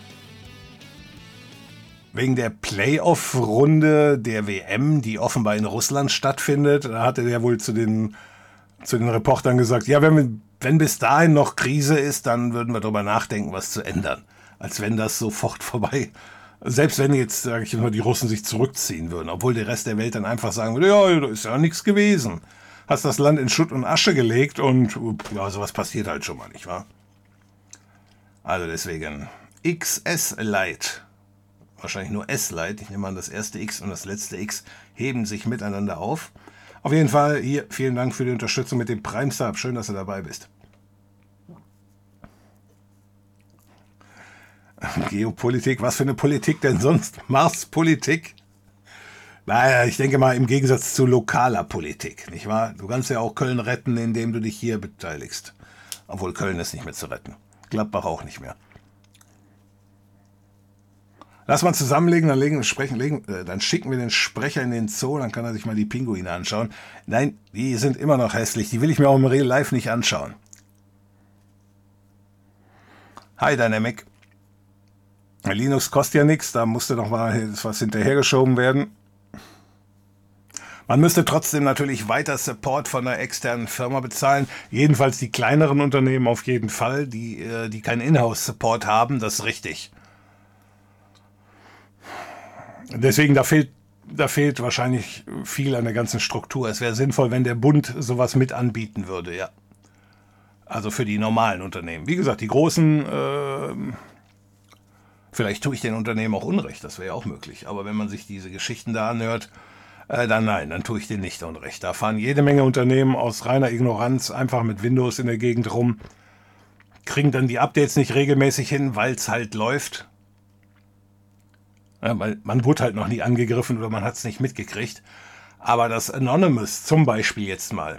Playoff-Runde der WM, die offenbar in Russland stattfindet, da hatte der wohl zu den Reportern gesagt, ja, wenn bis dahin noch Krise ist, dann würden wir darüber nachdenken, was zu ändern. Als wenn das sofort vorbei, selbst wenn jetzt, sage ich mal, die Russen sich zurückziehen würden, obwohl der Rest der Welt dann einfach sagen würde, ja, da ist ja nichts gewesen. Hast das Land in Schutt und Asche gelegt und ja, sowas passiert halt schon mal, nicht wahr? Also deswegen XS Lite, wahrscheinlich nur S Lite, ich nehme an, das erste X und das letzte X heben sich miteinander auf. Auf jeden Fall hier vielen Dank für die Unterstützung mit dem Prime Sub. Schön, dass du dabei bist. Geopolitik, was für eine Politik denn sonst? Marspolitik? Naja, ich denke mal im Gegensatz zu lokaler Politik, nicht wahr? Du kannst ja auch Köln retten, indem du dich hier beteiligst. Obwohl Köln ist nicht mehr zu retten. Gladbach auch nicht mehr. Lass mal zusammenlegen, dann schicken wir den Sprecher in den Zoo, dann kann er sich mal die Pinguine anschauen. Nein, die sind immer noch hässlich, die will ich mir auch im Real Life nicht anschauen. Hi Dynamic. Linux kostet ja nichts, da musste noch mal was hinterhergeschoben werden. Man müsste trotzdem natürlich weiter Support von einer externen Firma bezahlen. Jedenfalls die kleineren Unternehmen auf jeden Fall, die keinen Inhouse-Support haben, das ist richtig. Deswegen, da fehlt wahrscheinlich viel an der ganzen Struktur. Es wäre sinnvoll, wenn der Bund sowas mit anbieten würde, ja. Also für die normalen Unternehmen. Wie gesagt, die großen, vielleicht tue ich den Unternehmen auch Unrecht, das wäre ja auch möglich. Aber wenn man sich diese Geschichten da anhört, dann tue ich denen nicht Unrecht. Da fahren jede Menge Unternehmen aus reiner Ignoranz einfach mit Windows in der Gegend rum, kriegen dann die Updates nicht regelmäßig hin, weil es halt läuft. Ja, weil man wurde halt noch nie angegriffen oder man hat es nicht mitgekriegt. Aber das Anonymous zum Beispiel jetzt mal,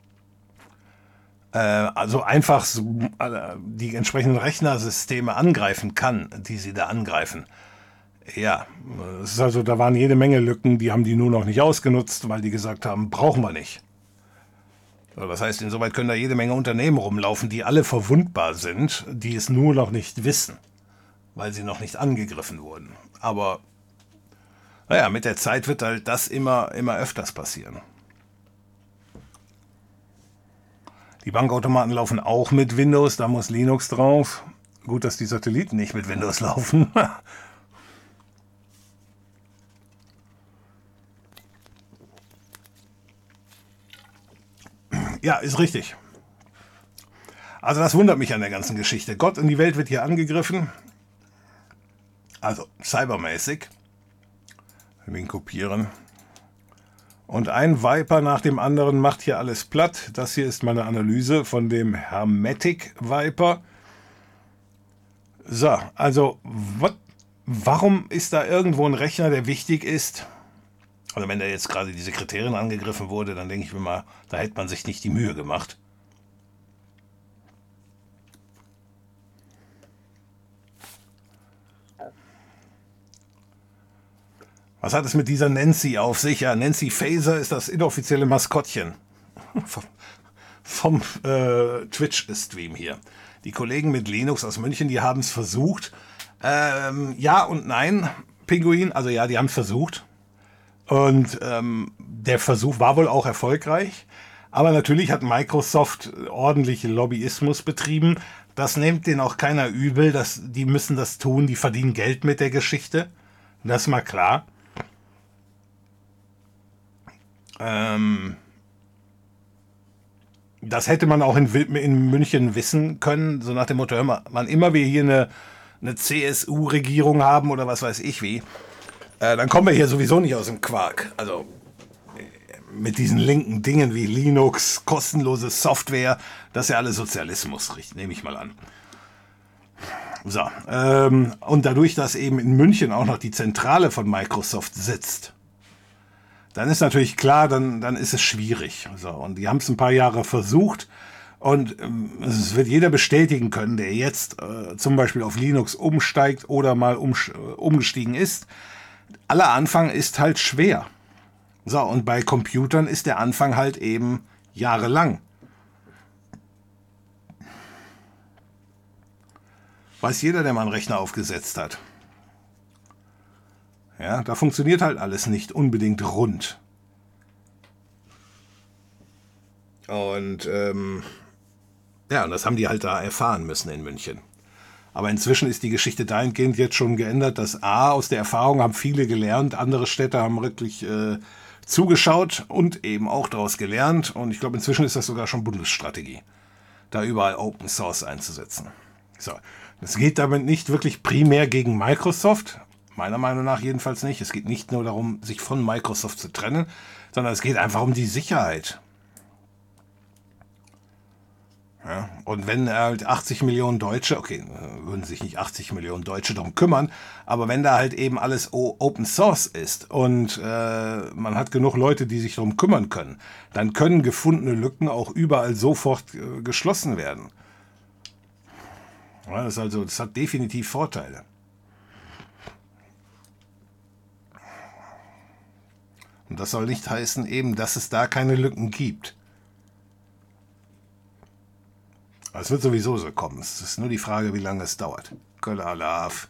also einfach die entsprechenden Rechnersysteme angreifen kann, die sie da angreifen. Ja, es ist also, da waren jede Menge Lücken, die haben die nur noch nicht ausgenutzt, weil die gesagt haben, brauchen wir nicht. Das heißt, insoweit können da jede Menge Unternehmen rumlaufen, die alle verwundbar sind, die es nur noch nicht wissen, weil sie noch nicht angegriffen wurden. Aber naja, mit der Zeit wird halt das immer öfters passieren. Die Bankautomaten laufen auch mit Windows, da muss Linux drauf. Gut, dass die Satelliten nicht mit Windows laufen. Ja, ist richtig. Also das wundert mich an der ganzen Geschichte. Gott und die Welt wird hier angegriffen. Also cybermäßig. Wegen Kopieren. Und ein Viper nach dem anderen macht hier alles platt. Das hier ist meine Analyse von dem Hermetic Viper. So, also warum ist da irgendwo ein Rechner, der wichtig ist? Also wenn da jetzt gerade die Sekretärin angegriffen wurde, dann denke ich mir mal, da hätte man sich nicht die Mühe gemacht. Was hat es mit dieser Nancy auf sich? Ja, Nancy Faeser ist das inoffizielle Maskottchen vom Twitch-Stream hier. Die Kollegen mit Linux aus München, die haben es versucht. Ja und nein, Pinguin, also ja, die haben es versucht. Und der Versuch war wohl auch erfolgreich. Aber natürlich hat Microsoft ordentlich Lobbyismus betrieben. Das nimmt denen auch keiner übel. Die müssen das tun, die verdienen Geld mit der Geschichte. Das ist mal klar. Das hätte man auch in München wissen können, so nach dem Motto, hör mal, wann immer wir hier eine CSU-Regierung haben oder was weiß ich wie, dann kommen wir hier sowieso nicht aus dem Quark. Also mit diesen linken Dingen wie Linux, kostenlose Software, das ist ja alles Sozialismus, nehme ich mal an. So, und dadurch, dass eben in München auch noch die Zentrale von Microsoft sitzt, dann ist natürlich klar, dann ist es schwierig. So, und die haben es ein paar Jahre versucht und es wird jeder bestätigen können, der jetzt zum Beispiel auf Linux umsteigt oder mal umgestiegen ist. Aller Anfang ist halt schwer. So, und bei Computern ist der Anfang halt eben jahrelang. Weiß jeder, der mal einen Rechner aufgesetzt hat. Ja, da funktioniert halt alles nicht unbedingt rund. Und ja, das haben die halt da erfahren müssen in München. Aber inzwischen ist die Geschichte dahingehend jetzt schon geändert, dass aus der Erfahrung haben viele gelernt, andere Städte haben wirklich zugeschaut und eben auch daraus gelernt. Und ich glaube, inzwischen ist das sogar schon Bundesstrategie, da überall Open Source einzusetzen. So, das geht damit nicht wirklich primär gegen Microsoft. Meiner Meinung nach jedenfalls nicht. Es geht nicht nur darum, sich von Microsoft zu trennen, sondern es geht einfach um die Sicherheit. Ja, und wenn halt 80 Millionen Deutsche, okay, würden sich nicht 80 Millionen Deutsche darum kümmern, aber wenn da halt eben alles Open Source ist und man hat genug Leute, die sich darum kümmern können, dann können gefundene Lücken auch überall sofort geschlossen werden. Ja, das hat definitiv Vorteile. Und das soll nicht heißen eben, dass es da keine Lücken gibt. Es wird sowieso so kommen. Es ist nur die Frage, wie lange es dauert. Köller Love.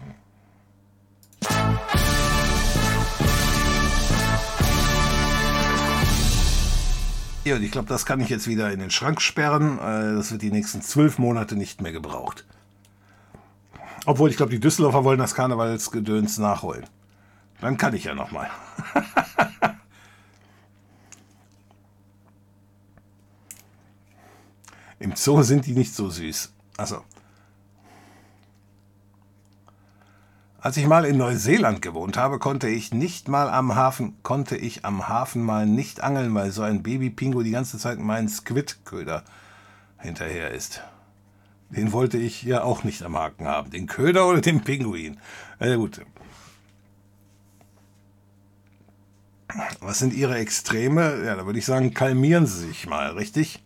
Ja, und ich glaube, das kann ich jetzt wieder in den Schrank sperren. Das wird die nächsten 12 Monate nicht mehr gebraucht. Obwohl, ich glaube, die Düsseldorfer wollen das Karnevalsgedöns nachholen. Dann kann ich ja nochmal. Im Zoo sind die nicht so süß. Also, als ich mal in Neuseeland gewohnt habe, konnte ich am Hafen mal nicht angeln, weil so ein Baby-Pingo die ganze Zeit meinen Squid-Köder hinterher ist. Den wollte ich ja auch nicht am Haken haben. Den Köder oder den Pinguin? Na gut. Was sind Ihre Extreme? Ja, da würde ich sagen, kalmieren Sie sich mal, richtig?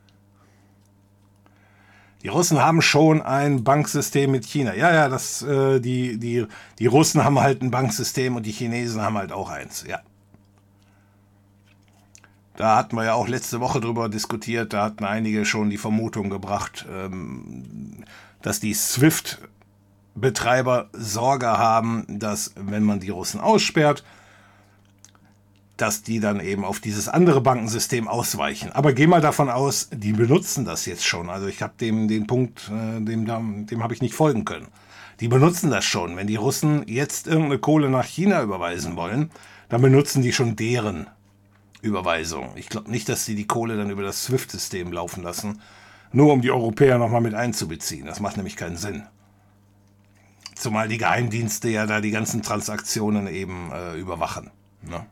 Die Russen haben schon ein Banksystem mit China. Ja, die Russen haben halt ein Banksystem und die Chinesen haben halt auch eins, ja. Da hatten wir ja auch letzte Woche drüber diskutiert, da hatten einige schon die Vermutung gebracht, dass die SWIFT-Betreiber Sorge haben, dass, wenn man die Russen aussperrt, dass die dann eben auf dieses andere Bankensystem ausweichen. Aber geh mal davon aus, die benutzen das jetzt schon. Also ich habe den Punkt, dem habe ich nicht folgen können. Die benutzen das schon. Wenn die Russen jetzt irgendeine Kohle nach China überweisen wollen, dann benutzen die schon deren Überweisung. Ich glaube nicht, dass sie die Kohle dann über das SWIFT-System laufen lassen, nur um die Europäer nochmal mit einzubeziehen. Das macht nämlich keinen Sinn. Zumal die Geheimdienste ja da die ganzen Transaktionen eben überwachen. Ne?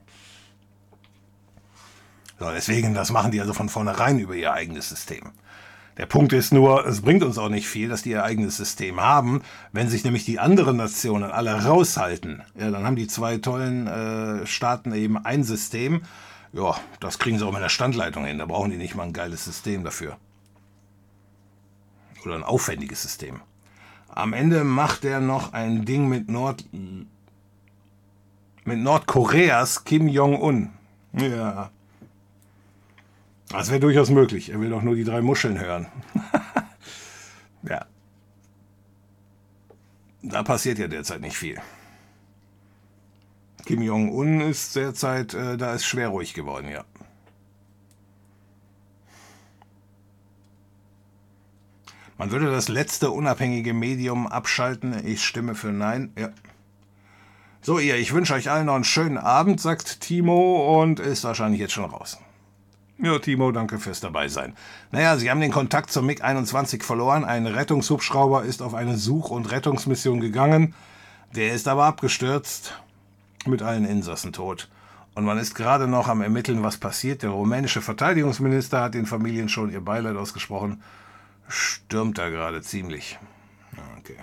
So, deswegen, das machen die also von vornherein über ihr eigenes System. Der Punkt ist nur, es bringt uns auch nicht viel, dass die ihr eigenes System haben. Wenn sich nämlich die anderen Nationen alle raushalten, ja, dann haben die zwei tollen Staaten eben ein System. Ja, das kriegen sie auch mit der Standleitung hin. Da brauchen die nicht mal ein geiles System dafür. Oder ein aufwendiges System. Am Ende macht er noch ein Ding mit Nordkoreas Kim Jong-un. Ja. Das wäre durchaus möglich. Er will doch nur die 3 Muscheln hören. Ja. Da passiert ja derzeit nicht viel. Kim Jong-un ist derzeit, da ist schwer ruhig geworden, ja. Man würde das letzte unabhängige Medium abschalten. Ich stimme für Nein. Ja. So, ich wünsche euch allen noch einen schönen Abend, sagt Timo und ist wahrscheinlich jetzt schon raus. Ja, Timo, danke fürs Dabeisein. Naja, Sie haben den Kontakt zum MiG-21 verloren. Ein Rettungshubschrauber ist auf eine Such- und Rettungsmission gegangen. Der ist aber abgestürzt, mit allen Insassen tot. Und man ist gerade noch am Ermitteln, was passiert. Der rumänische Verteidigungsminister hat den Familien schon ihr Beileid ausgesprochen. Stürmt da gerade ziemlich. Okay.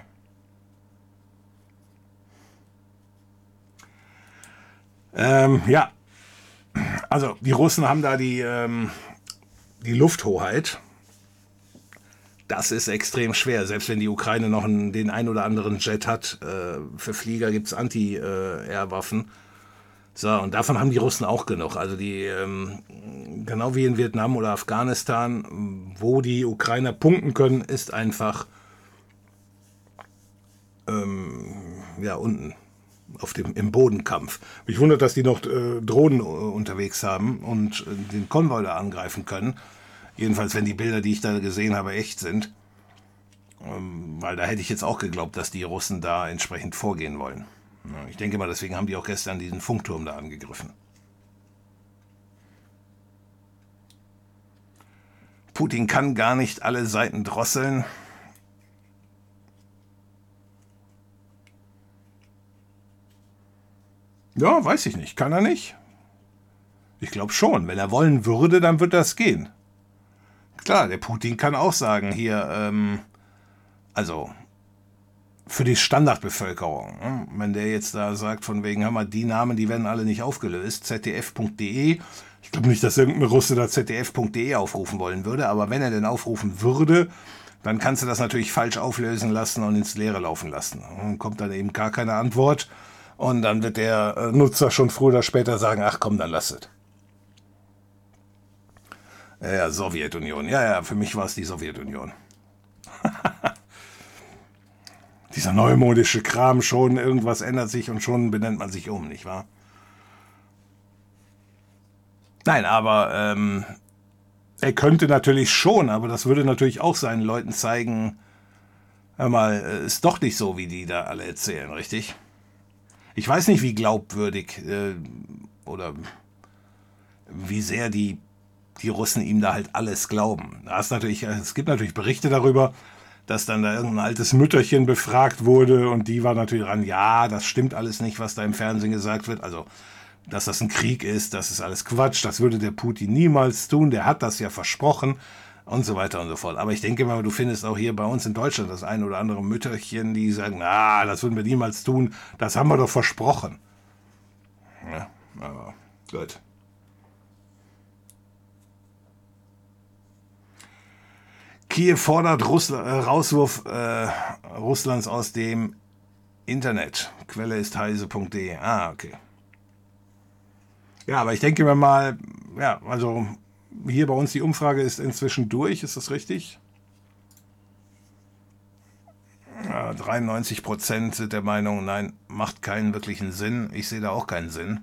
Ja. Also, die Russen haben da die Lufthoheit. Das ist extrem schwer, selbst wenn die Ukraine noch den ein oder anderen Jet hat. Für Flieger gibt es Anti-Air-Waffen. So, und davon haben die Russen auch genug. Also genau wie in Vietnam oder Afghanistan, wo die Ukrainer punkten können, ist einfach unten. Im Bodenkampf. Mich wundert, dass die noch Drohnen unterwegs haben und den Konvoi da angreifen können. Jedenfalls, wenn die Bilder, die ich da gesehen habe, echt sind. Weil da hätte ich jetzt auch geglaubt, dass die Russen da entsprechend vorgehen wollen. Ich denke mal, deswegen haben die auch gestern diesen Funkturm da angegriffen. Putin kann gar nicht alle Seiten drosseln. Ja, weiß ich nicht. Kann er nicht? Ich glaube schon. Wenn er wollen würde, dann wird das gehen. Klar, der Putin kann auch sagen, hier, also für die Standardbevölkerung. Wenn der jetzt da sagt, von wegen, hör mal, die Namen, die werden alle nicht aufgelöst, zdf.de. Ich glaube nicht, dass irgendein Russe da zdf.de aufrufen wollen würde, aber wenn er denn aufrufen würde, dann kannst du das natürlich falsch auflösen lassen und ins Leere laufen lassen. Dann kommt dann eben gar keine Antwort und dann wird der Nutzer schon früher oder später sagen, ach komm, dann lass es. Ja, Sowjetunion. Ja, für mich war es die Sowjetunion. Dieser neumodische Kram schon, irgendwas ändert sich und schon benennt man sich um, nicht wahr? Nein, aber er könnte natürlich schon, aber das würde natürlich auch seinen Leuten zeigen, hör mal, ist doch nicht so, wie die da alle erzählen, richtig? Ich weiß nicht, wie glaubwürdig oder wie sehr die Russen ihm da halt alles glauben. Es gibt natürlich Berichte darüber, dass dann da irgendein altes Mütterchen befragt wurde und die war natürlich dran, ja, das stimmt alles nicht, was da im Fernsehen gesagt wird. Also, dass das ein Krieg ist, das ist alles Quatsch, das würde der Putin niemals tun, der hat das ja versprochen und so weiter und so fort. Aber ich denke mal, du findest auch hier bei uns in Deutschland das ein oder andere Mütterchen, die sagen, das würden wir niemals tun, das haben wir doch versprochen. Ja, aber gut. Kiew fordert Rauswurf Russlands aus dem Internet. Quelle ist heise.de. Okay. Ja, aber ich denke mir mal, ja, also hier bei uns die Umfrage ist inzwischen durch, ist das richtig? Ja, 93% sind der Meinung, nein, macht keinen wirklichen Sinn. Ich sehe da auch keinen Sinn.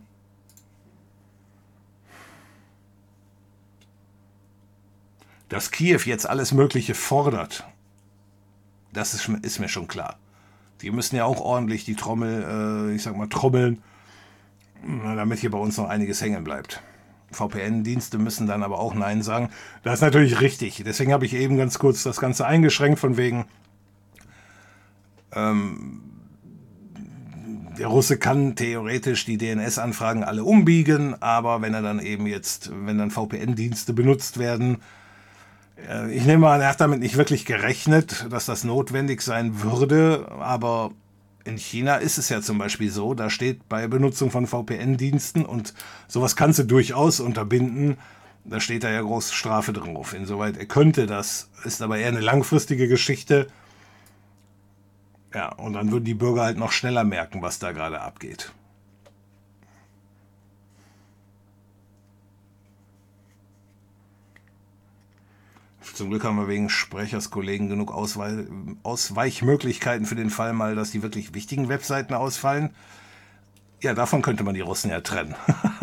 Dass Kiew jetzt alles Mögliche fordert, das ist mir schon klar. Die müssen ja auch ordentlich die Trommel, trommeln, damit hier bei uns noch einiges hängen bleibt. VPN-Dienste müssen dann aber auch Nein sagen. Das ist natürlich richtig. Deswegen habe ich eben ganz kurz das Ganze eingeschränkt, von wegen, der Russe kann theoretisch die DNS-Anfragen alle umbiegen, aber wenn dann VPN-Dienste benutzt werden, ich nehme an, er hat damit nicht wirklich gerechnet, dass das notwendig sein würde, aber in China ist es ja zum Beispiel so, da steht bei Benutzung von VPN-Diensten und sowas kannst du durchaus unterbinden, da steht da ja große Strafe drauf. Insoweit er könnte das, ist aber eher eine langfristige Geschichte. Ja, und dann würden die Bürger halt noch schneller merken, was da gerade abgeht. Zum Glück haben wir wegen Sprecherskollegen genug Ausweichmöglichkeiten für den Fall mal, dass die wirklich wichtigen Webseiten ausfallen. Ja, davon könnte man die Russen ja trennen.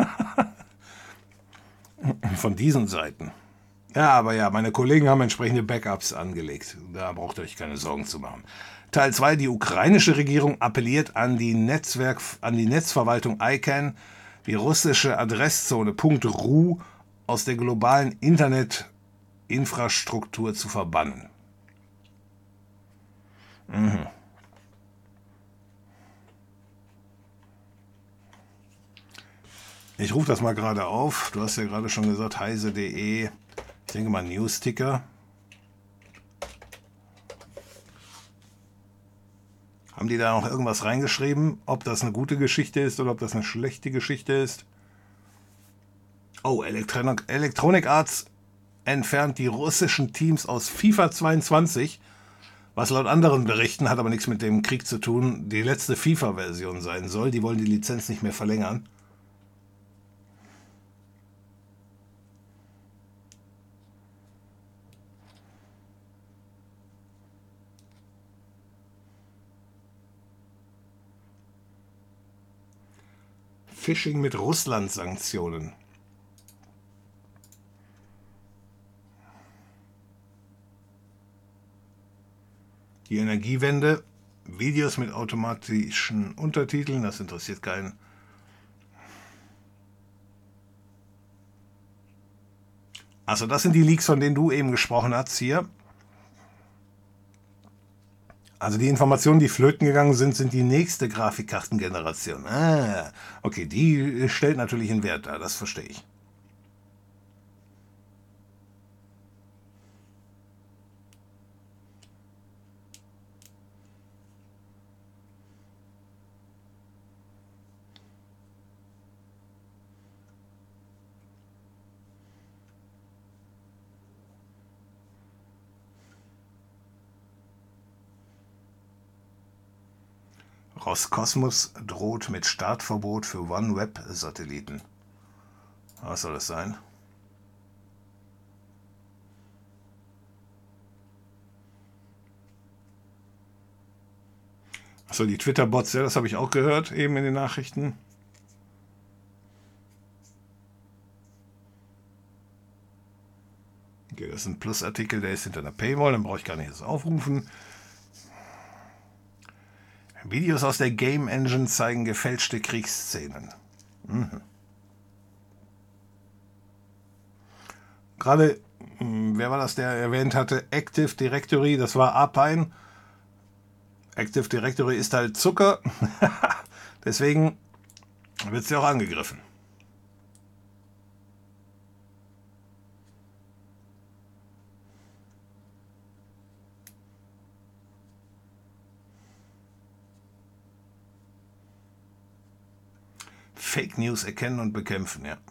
Von diesen Seiten. Ja, aber ja, meine Kollegen haben entsprechende Backups angelegt. Da braucht ihr euch keine Sorgen zu machen. Teil 2: Die ukrainische Regierung appelliert an die Netzverwaltung ICANN, die russische Adresszone .ru aus der globalen Internetinfrastruktur zu verbannen. Ich rufe das mal gerade auf. Du hast ja gerade schon gesagt, heise.de. Ich denke mal Newsticker. Haben die da noch irgendwas reingeschrieben? Ob das eine gute Geschichte ist oder ob das eine schlechte Geschichte ist? Oh, Electronic Arts entfernt die russischen Teams aus FIFA 22, was laut anderen Berichten, hat aber nichts mit dem Krieg zu tun, die letzte FIFA-Version sein soll. Die wollen die Lizenz nicht mehr verlängern. Phishing mit Russland-Sanktionen. Die Energiewende, Videos mit automatischen Untertiteln, das interessiert keinen. Also das sind die Leaks, von denen du eben gesprochen hast hier. Also die Informationen, die flöten gegangen sind, sind die nächste Grafikkartengeneration. Ah, okay, die stellt natürlich einen Wert dar, das verstehe ich. Roskosmos droht mit Startverbot für OneWeb-Satelliten. Was soll das sein? Achso, die Twitter-Bots, ja, das habe ich auch gehört, eben in den Nachrichten. Okay, das ist ein Plusartikel, der ist hinter einer Paywall, dann brauche ich gar nicht das aufrufen. Videos aus der Game Engine zeigen gefälschte Kriegsszenen. Gerade, wer war das, der erwähnt hatte? Active Directory, das war Apine. Active Directory ist halt Zucker. Deswegen wird sie auch angegriffen. Fake News erkennen und bekämpfen, ja.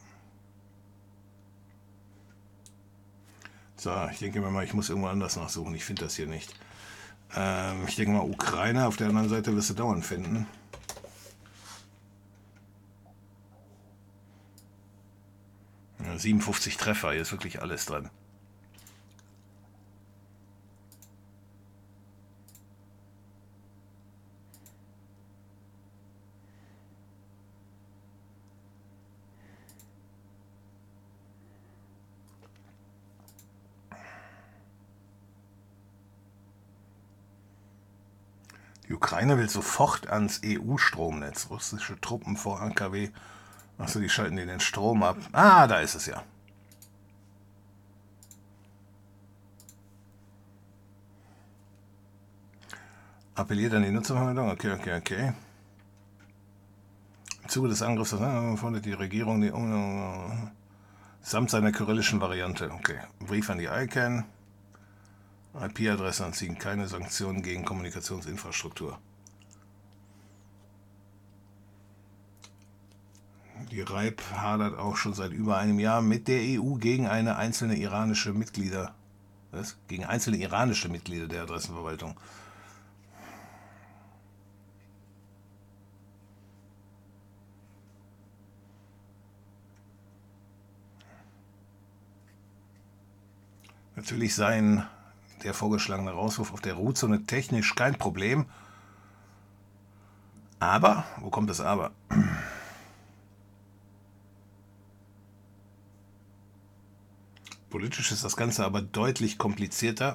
So, ich denke mir mal, ich muss irgendwo anders nachsuchen. Ich finde das hier nicht. Ich denke mal, Ukraine, auf der anderen Seite wirst du dauernd finden. Ja, 57 Treffer, hier ist wirklich alles dran. Die Ukraine will sofort ans EU-Stromnetz. Russische Truppen vor AKW. Achso, die schalten den Strom ab. Ah, da ist es ja. Appelliert an die Nutzervermeidung. Okay. Im Zuge des Angriffs fordert die Regierung die samt seiner kyrillischen Variante. Okay. Brief an die ICANN. IP-Adresse anziehen. Keine Sanktionen gegen Kommunikationsinfrastruktur. Die RAIP hadert auch schon seit über einem Jahr mit der EU gegen einzelne iranische Mitglieder der Adressenverwaltung. Natürlich seien der vorgeschlagene Rauswurf auf der Root-Zone technisch kein Problem. Aber, wo kommt das Aber? Politisch ist das Ganze aber deutlich komplizierter.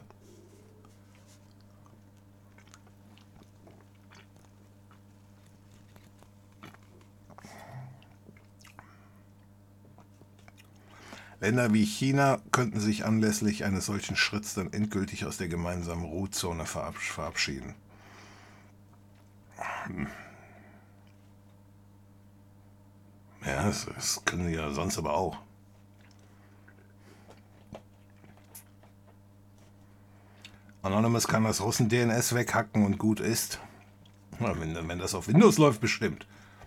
Länder wie China könnten sich anlässlich eines solchen Schritts dann endgültig aus der gemeinsamen Root-Zone verabschieden. Ja, das können sie ja sonst aber auch. Anonymous kann das Russen-DNS weghacken und gut ist. Ja, wenn das auf Windows läuft, bestimmt.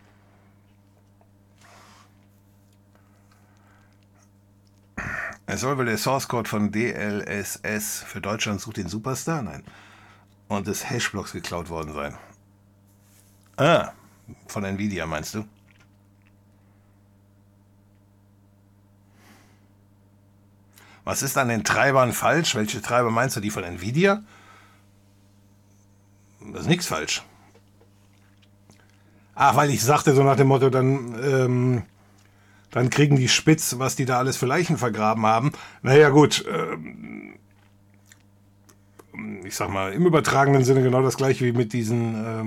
Es soll wohl der Source-Code von DLSS für Deutschland sucht den Superstar? Nein. Und des Hashblocks geklaut worden sein. Ah, von Nvidia meinst du? Was ist an den Treibern falsch? Welche Treiber meinst du? Die von Nvidia? Da ist nichts falsch. Ach, weil ich sagte so nach dem Motto, dann kriegen die spitz, was die da alles für Leichen vergraben haben. Naja gut, ich sag mal, im übertragenen Sinne genau das gleiche wie mit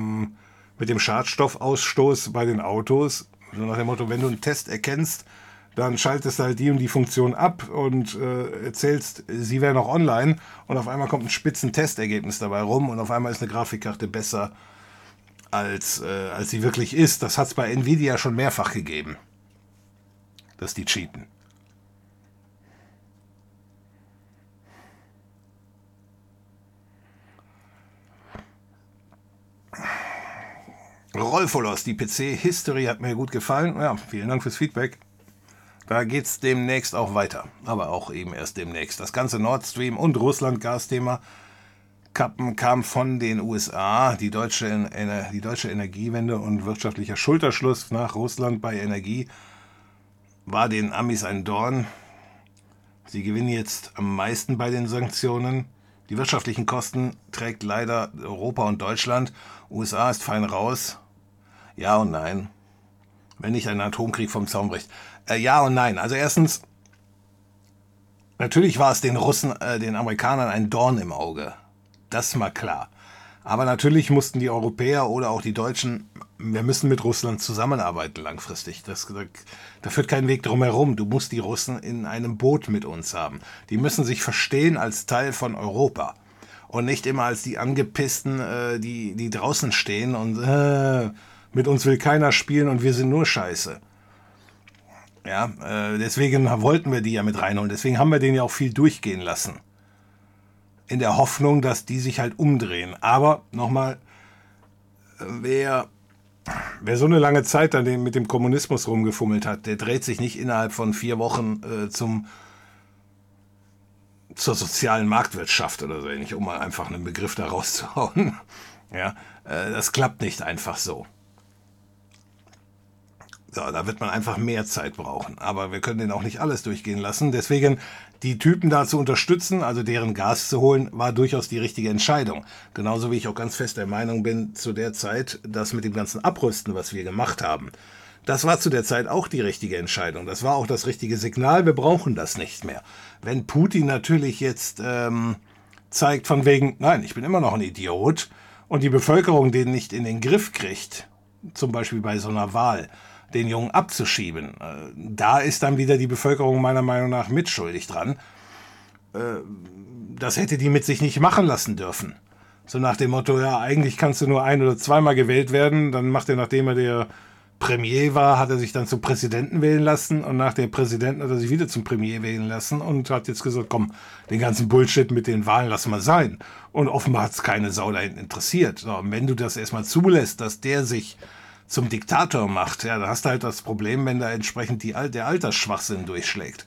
mit dem Schadstoffausstoß bei den Autos. So nach dem Motto, wenn du einen Test erkennst, dann schaltest du halt die und die Funktion ab und erzählst, sie wäre noch online und auf einmal kommt ein spitzen Testergebnis dabei rum und auf einmal ist eine Grafikkarte besser als sie wirklich ist. Das hat es bei Nvidia schon mehrfach gegeben, dass die cheaten. Rolfolos, die PC-History hat mir gut gefallen. Ja, vielen Dank fürs Feedback. Da geht es demnächst auch weiter, aber auch eben erst demnächst. Das ganze Nord Stream und Russland-Gas-Thema kam von den USA. Die deutsche Energiewende und wirtschaftlicher Schulterschluss nach Russland bei Energie war den Amis ein Dorn. Sie gewinnen jetzt am meisten bei den Sanktionen. Die wirtschaftlichen Kosten trägt leider Europa und Deutschland. USA ist fein raus. Ja und nein. Wenn nicht ein Atomkrieg vom Zaun bricht. Ja und nein. Also erstens, natürlich war es den Russen, den Amerikanern ein Dorn im Auge. Das ist mal klar. Aber natürlich mussten die Europäer oder auch die Deutschen, wir müssen mit Russland zusammenarbeiten langfristig. Da führt kein Weg drum herum. Du musst die Russen in einem Boot mit uns haben. Die müssen sich verstehen als Teil von Europa. Und nicht immer als die Angepissten, die draußen stehen und mit uns will keiner spielen und wir sind nur Scheiße. Ja, deswegen wollten wir die ja mit reinholen. Deswegen haben wir den ja auch viel durchgehen lassen. In der Hoffnung, dass die sich halt umdrehen. Aber nochmal, wer so eine lange Zeit dann mit dem Kommunismus rumgefummelt hat, der dreht sich nicht innerhalb von 4 Wochen zur sozialen Marktwirtschaft oder so ähnlich, um mal einfach einen Begriff da rauszuhauen. Ja, das klappt nicht einfach so. So, da wird man einfach mehr Zeit brauchen. Aber wir können denen auch nicht alles durchgehen lassen. Deswegen die Typen da zu unterstützen, also deren Gas zu holen, war durchaus die richtige Entscheidung. Genauso wie ich auch ganz fest der Meinung bin, zu der Zeit, das mit dem ganzen Abrüsten, was wir gemacht haben, das war zu der Zeit auch die richtige Entscheidung. Das war auch das richtige Signal, wir brauchen das nicht mehr. Wenn Putin natürlich jetzt zeigt von wegen, nein, ich bin immer noch ein Idiot und die Bevölkerung den nicht in den Griff kriegt, zum Beispiel bei so einer Wahl, den Jungen abzuschieben. Da ist dann wieder die Bevölkerung meiner Meinung nach mitschuldig dran. Das hätte die mit sich nicht machen lassen dürfen. So nach dem Motto, ja, eigentlich kannst du nur 1- oder 2-mal gewählt werden. Dann macht er, nachdem er der Premier war, hat er sich dann zum Präsidenten wählen lassen und nach dem Präsidenten hat er sich wieder zum Premier wählen lassen und hat jetzt gesagt, komm, den ganzen Bullshit mit den Wahlen lassen wir sein. Und offenbar hat es keine Sau da hinten interessiert. So, und wenn du das erstmal zulässt, dass der sich zum Diktator macht, ja, da hast du halt das Problem, wenn da entsprechend der Altersschwachsinn durchschlägt.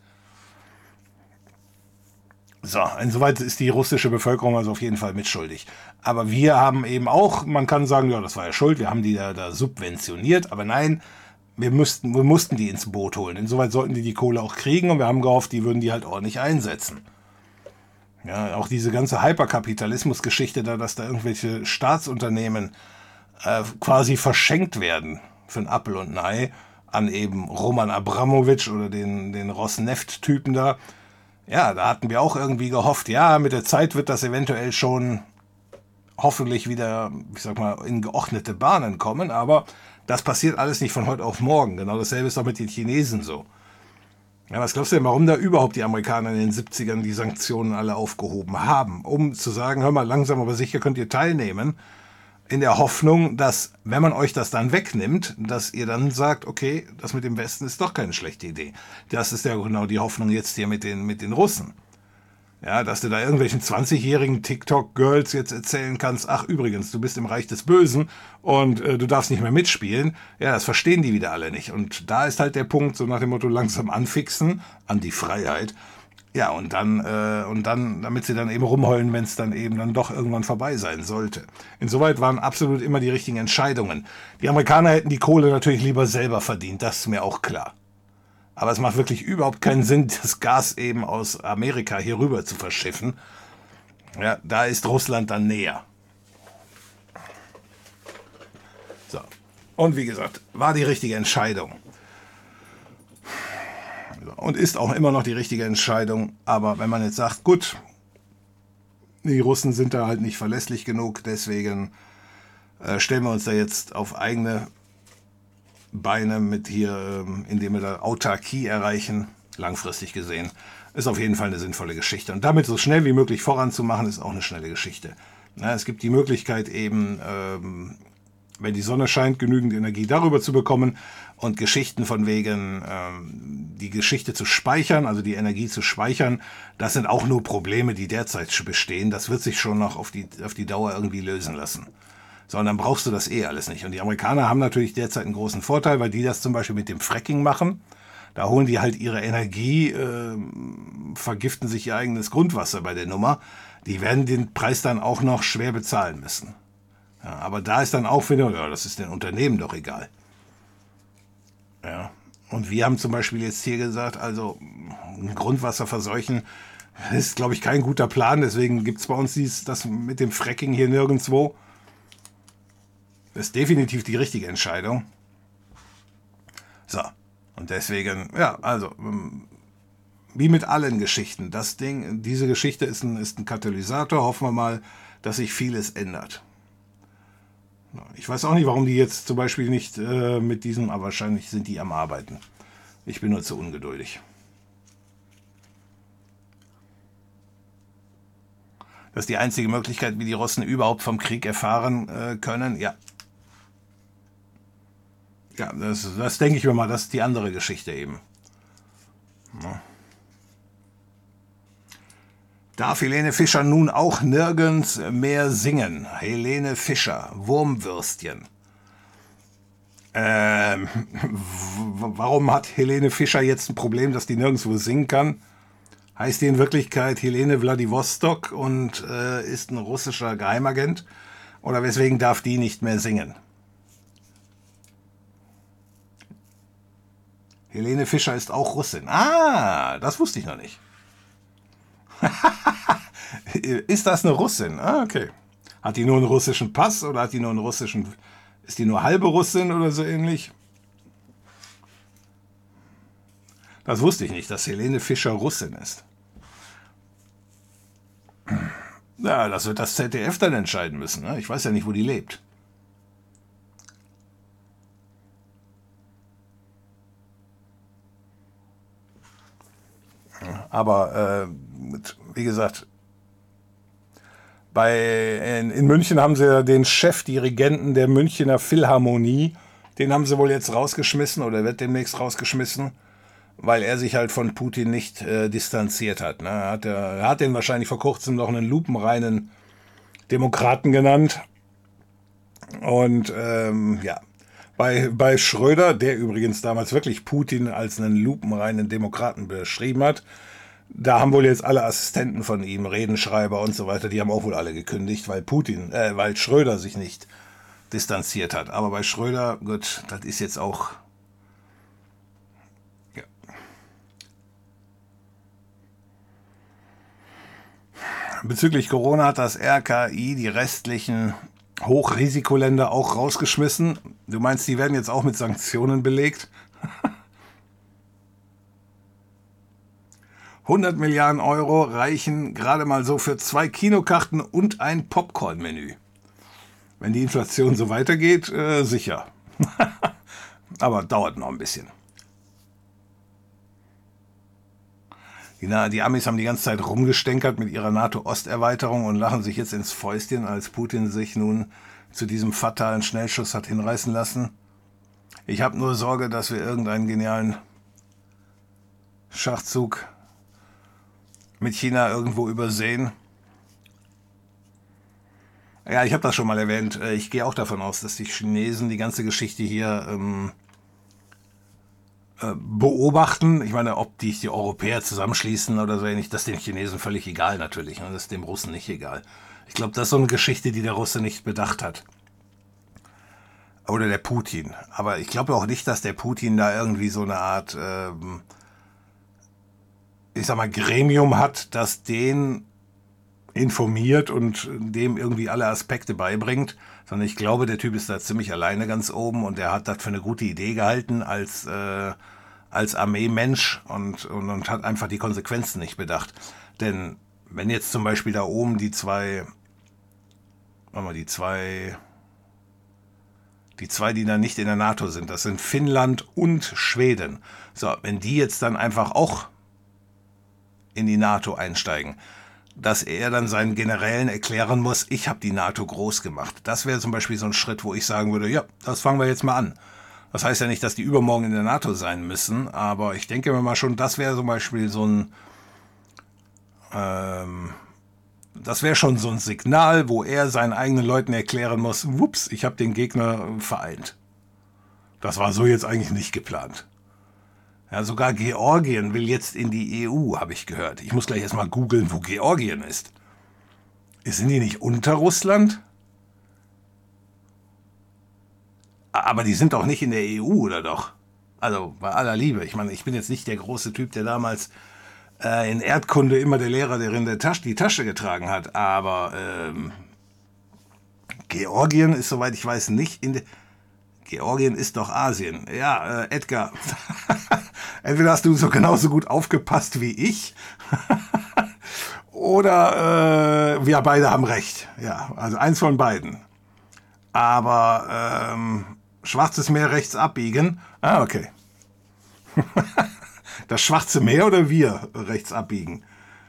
So, insoweit ist die russische Bevölkerung also auf jeden Fall mitschuldig. Aber wir haben eben auch, man kann sagen, ja, das war ja schuld, wir haben die da subventioniert, aber nein, wir mussten die ins Boot holen. Insoweit sollten die Kohle auch kriegen und wir haben gehofft, die würden die halt ordentlich einsetzen. Ja, auch diese ganze Hyperkapitalismus-Geschichte da, dass da irgendwelche Staatsunternehmen quasi verschenkt werden für ein Apfel und ein Ei an eben Roman Abramowitsch oder den Rosneft-Typen da. Ja, da hatten wir auch irgendwie gehofft, ja, mit der Zeit wird das eventuell schon hoffentlich wieder, ich sag mal, in geordnete Bahnen kommen, aber das passiert alles nicht von heute auf morgen. Genau dasselbe ist auch mit den Chinesen so. Ja, was glaubst du denn, warum da überhaupt die Amerikaner in den 70ern die Sanktionen alle aufgehoben haben? Um zu sagen, hör mal, langsam aber sicher könnt ihr teilnehmen, in der Hoffnung, dass, wenn man euch das dann wegnimmt, dass ihr dann sagt, okay, das mit dem Westen ist doch keine schlechte Idee. Das ist ja genau die Hoffnung jetzt hier mit den Russen. Ja, dass du da irgendwelchen 20-jährigen TikTok-Girls jetzt erzählen kannst, ach übrigens, du bist im Reich des Bösen und du darfst nicht mehr mitspielen. Ja, das verstehen die wieder alle nicht. Und da ist halt der Punkt, so nach dem Motto, langsam anfixen an die Freiheit. Ja, und dann, damit sie dann eben rumheulen, wenn es dann eben dann doch irgendwann vorbei sein sollte. Insoweit waren absolut immer die richtigen Entscheidungen. Die Amerikaner hätten die Kohle natürlich lieber selber verdient, das ist mir auch klar. Aber es macht wirklich überhaupt keinen Sinn, das Gas eben aus Amerika hier rüber zu verschiffen. Ja, da ist Russland dann näher. So. Und wie gesagt, war die richtige Entscheidung. Und ist auch immer noch die richtige Entscheidung. Aber wenn man jetzt sagt, gut, die Russen sind da halt nicht verlässlich genug, deswegen stellen wir uns da jetzt auf eigene Beine mit hier, indem wir da Autarkie erreichen, langfristig gesehen, ist auf jeden Fall eine sinnvolle Geschichte. Und damit so schnell wie möglich voranzumachen, ist auch eine schnelle Geschichte. Na, es gibt die Möglichkeit eben, wenn die Sonne scheint, genügend Energie darüber zu bekommen und Geschichten von wegen die Geschichte zu speichern, also die Energie zu speichern, das sind auch nur Probleme, die derzeit bestehen. Das wird sich schon noch auf die Dauer irgendwie lösen lassen. So, und dann brauchst du das alles nicht. Und die Amerikaner haben natürlich derzeit einen großen Vorteil, weil die das zum Beispiel mit dem Fracking machen. Da holen die halt ihre Energie, vergiften sich ihr eigenes Grundwasser bei der Nummer. Die werden den Preis dann auch noch schwer bezahlen müssen. Ja, aber da ist dann auch wieder, ja, das ist den Unternehmen doch egal. Ja. Und wir haben zum Beispiel jetzt hier gesagt, also Grundwasser verseuchen ist, glaube ich, kein guter Plan. Deswegen gibt es bei uns das mit dem Fracking hier nirgendwo. Das ist definitiv die richtige Entscheidung. So, und deswegen, ja, also, wie mit allen Geschichten, diese Geschichte ist ein Katalysator. Hoffen wir mal, dass sich vieles ändert. Ich weiß auch nicht, warum die jetzt zum Beispiel nicht mit diesem, aber wahrscheinlich sind die am Arbeiten. Ich bin nur zu ungeduldig. Das ist die einzige Möglichkeit, wie die Russen überhaupt vom Krieg erfahren können, ja. Ja, das denke ich mir mal, das ist die andere Geschichte eben. Ja. Darf Helene Fischer nun auch nirgends mehr singen? Helene Fischer, Wurmwürstchen. Warum hat Helene Fischer jetzt ein Problem, dass die nirgendwo singen kann? Heißt die in Wirklichkeit Helene Vladivostok und ist ein russischer Geheimagent? Oder weswegen darf die nicht mehr singen? Helene Fischer ist auch Russin. Ah, das wusste ich noch nicht. Ist das eine Russin? Ah, okay. Hat die nur einen russischen Pass oder hat die nur einen russischen... Ist die nur halbe Russin oder so ähnlich? Das wusste ich nicht, dass Helene Fischer Russin ist. Ja, das wird das ZDF dann entscheiden müssen. Ne? Ich weiß ja nicht, wo die lebt. Aber wie gesagt, in München haben sie ja den Chefdirigenten der Münchner Philharmonie, den haben sie wohl jetzt rausgeschmissen oder wird demnächst rausgeschmissen, weil er sich halt von Putin nicht distanziert hat. Ne? Er hat den wahrscheinlich vor kurzem noch einen lupenreinen Demokraten genannt. Und ja, bei Schröder, der übrigens damals wirklich Putin als einen lupenreinen Demokraten beschrieben hat, da haben wohl jetzt alle Assistenten von ihm, Redenschreiber und so weiter, die haben auch wohl alle gekündigt, weil Schröder sich nicht distanziert hat. Aber bei Schröder, gut, das ist jetzt auch... Ja. Bezüglich Corona hat das RKI die restlichen Hochrisikoländer auch rausgeschmissen. Du meinst, die werden jetzt auch mit Sanktionen belegt? 100 Milliarden Euro reichen gerade mal so für 2 Kinokarten und ein Popcorn-Menü. Wenn die Inflation so weitergeht, sicher. Aber dauert noch ein bisschen. Die Amis haben die ganze Zeit rumgestänkert mit ihrer NATO-Osterweiterung und lachen sich jetzt ins Fäustchen, als Putin sich nun zu diesem fatalen Schnellschuss hat hinreißen lassen. Ich habe nur Sorge, dass wir irgendeinen genialen Schachzug mit China irgendwo übersehen. Ja, ich habe das schon mal erwähnt. Ich gehe auch davon aus, dass die Chinesen die ganze Geschichte hier beobachten. Ich meine, ob die Europäer zusammenschließen oder so ähnlich, das ist den Chinesen völlig egal natürlich. Und das ist dem Russen nicht egal. Ich glaube, das ist so eine Geschichte, die der Russe nicht bedacht hat. Oder der Putin. Aber ich glaube auch nicht, dass der Putin da irgendwie so eine Art... ich sag mal, Gremium hat, das den informiert und dem irgendwie alle Aspekte beibringt, sondern ich glaube, der Typ ist da ziemlich alleine ganz oben und der hat das für eine gute Idee gehalten als Armeemensch und hat einfach die Konsequenzen nicht bedacht. Denn wenn jetzt zum Beispiel da oben die zwei Die zwei, die dann nicht in der NATO sind, das sind Finnland und Schweden. So, wenn die jetzt dann einfach auch in die NATO einsteigen, dass er dann seinen Generälen erklären muss, ich habe die NATO groß gemacht. Das wäre zum Beispiel so ein Schritt, wo ich sagen würde, ja, das fangen wir jetzt mal an. Das heißt ja nicht, dass die übermorgen in der NATO sein müssen, aber ich denke mir mal schon, das wäre zum Beispiel so ein, das wäre schon so ein Signal, wo er seinen eigenen Leuten erklären muss, wups, ich habe den Gegner vereint. Das war so jetzt eigentlich nicht geplant. Ja, sogar Georgien will jetzt in die EU, habe ich gehört. Ich muss gleich erstmal googeln, wo Georgien ist. Sind die nicht unter Russland? Aber die sind doch nicht in der EU, oder doch? Also bei aller Liebe. Ich meine, ich bin jetzt nicht der große Typ, der damals in Erdkunde immer der Lehrer, der in der Tasche die Tasche getragen hat. Aber Georgien ist, soweit ich weiß, nicht in der... Georgien ist doch Asien. Ja, Edgar, entweder hast du so genauso gut aufgepasst wie ich oder wir beide haben recht. Ja, also eins von beiden. Aber Schwarzes Meer rechts abbiegen. Ah, okay. Das Schwarze Meer oder wir rechts abbiegen?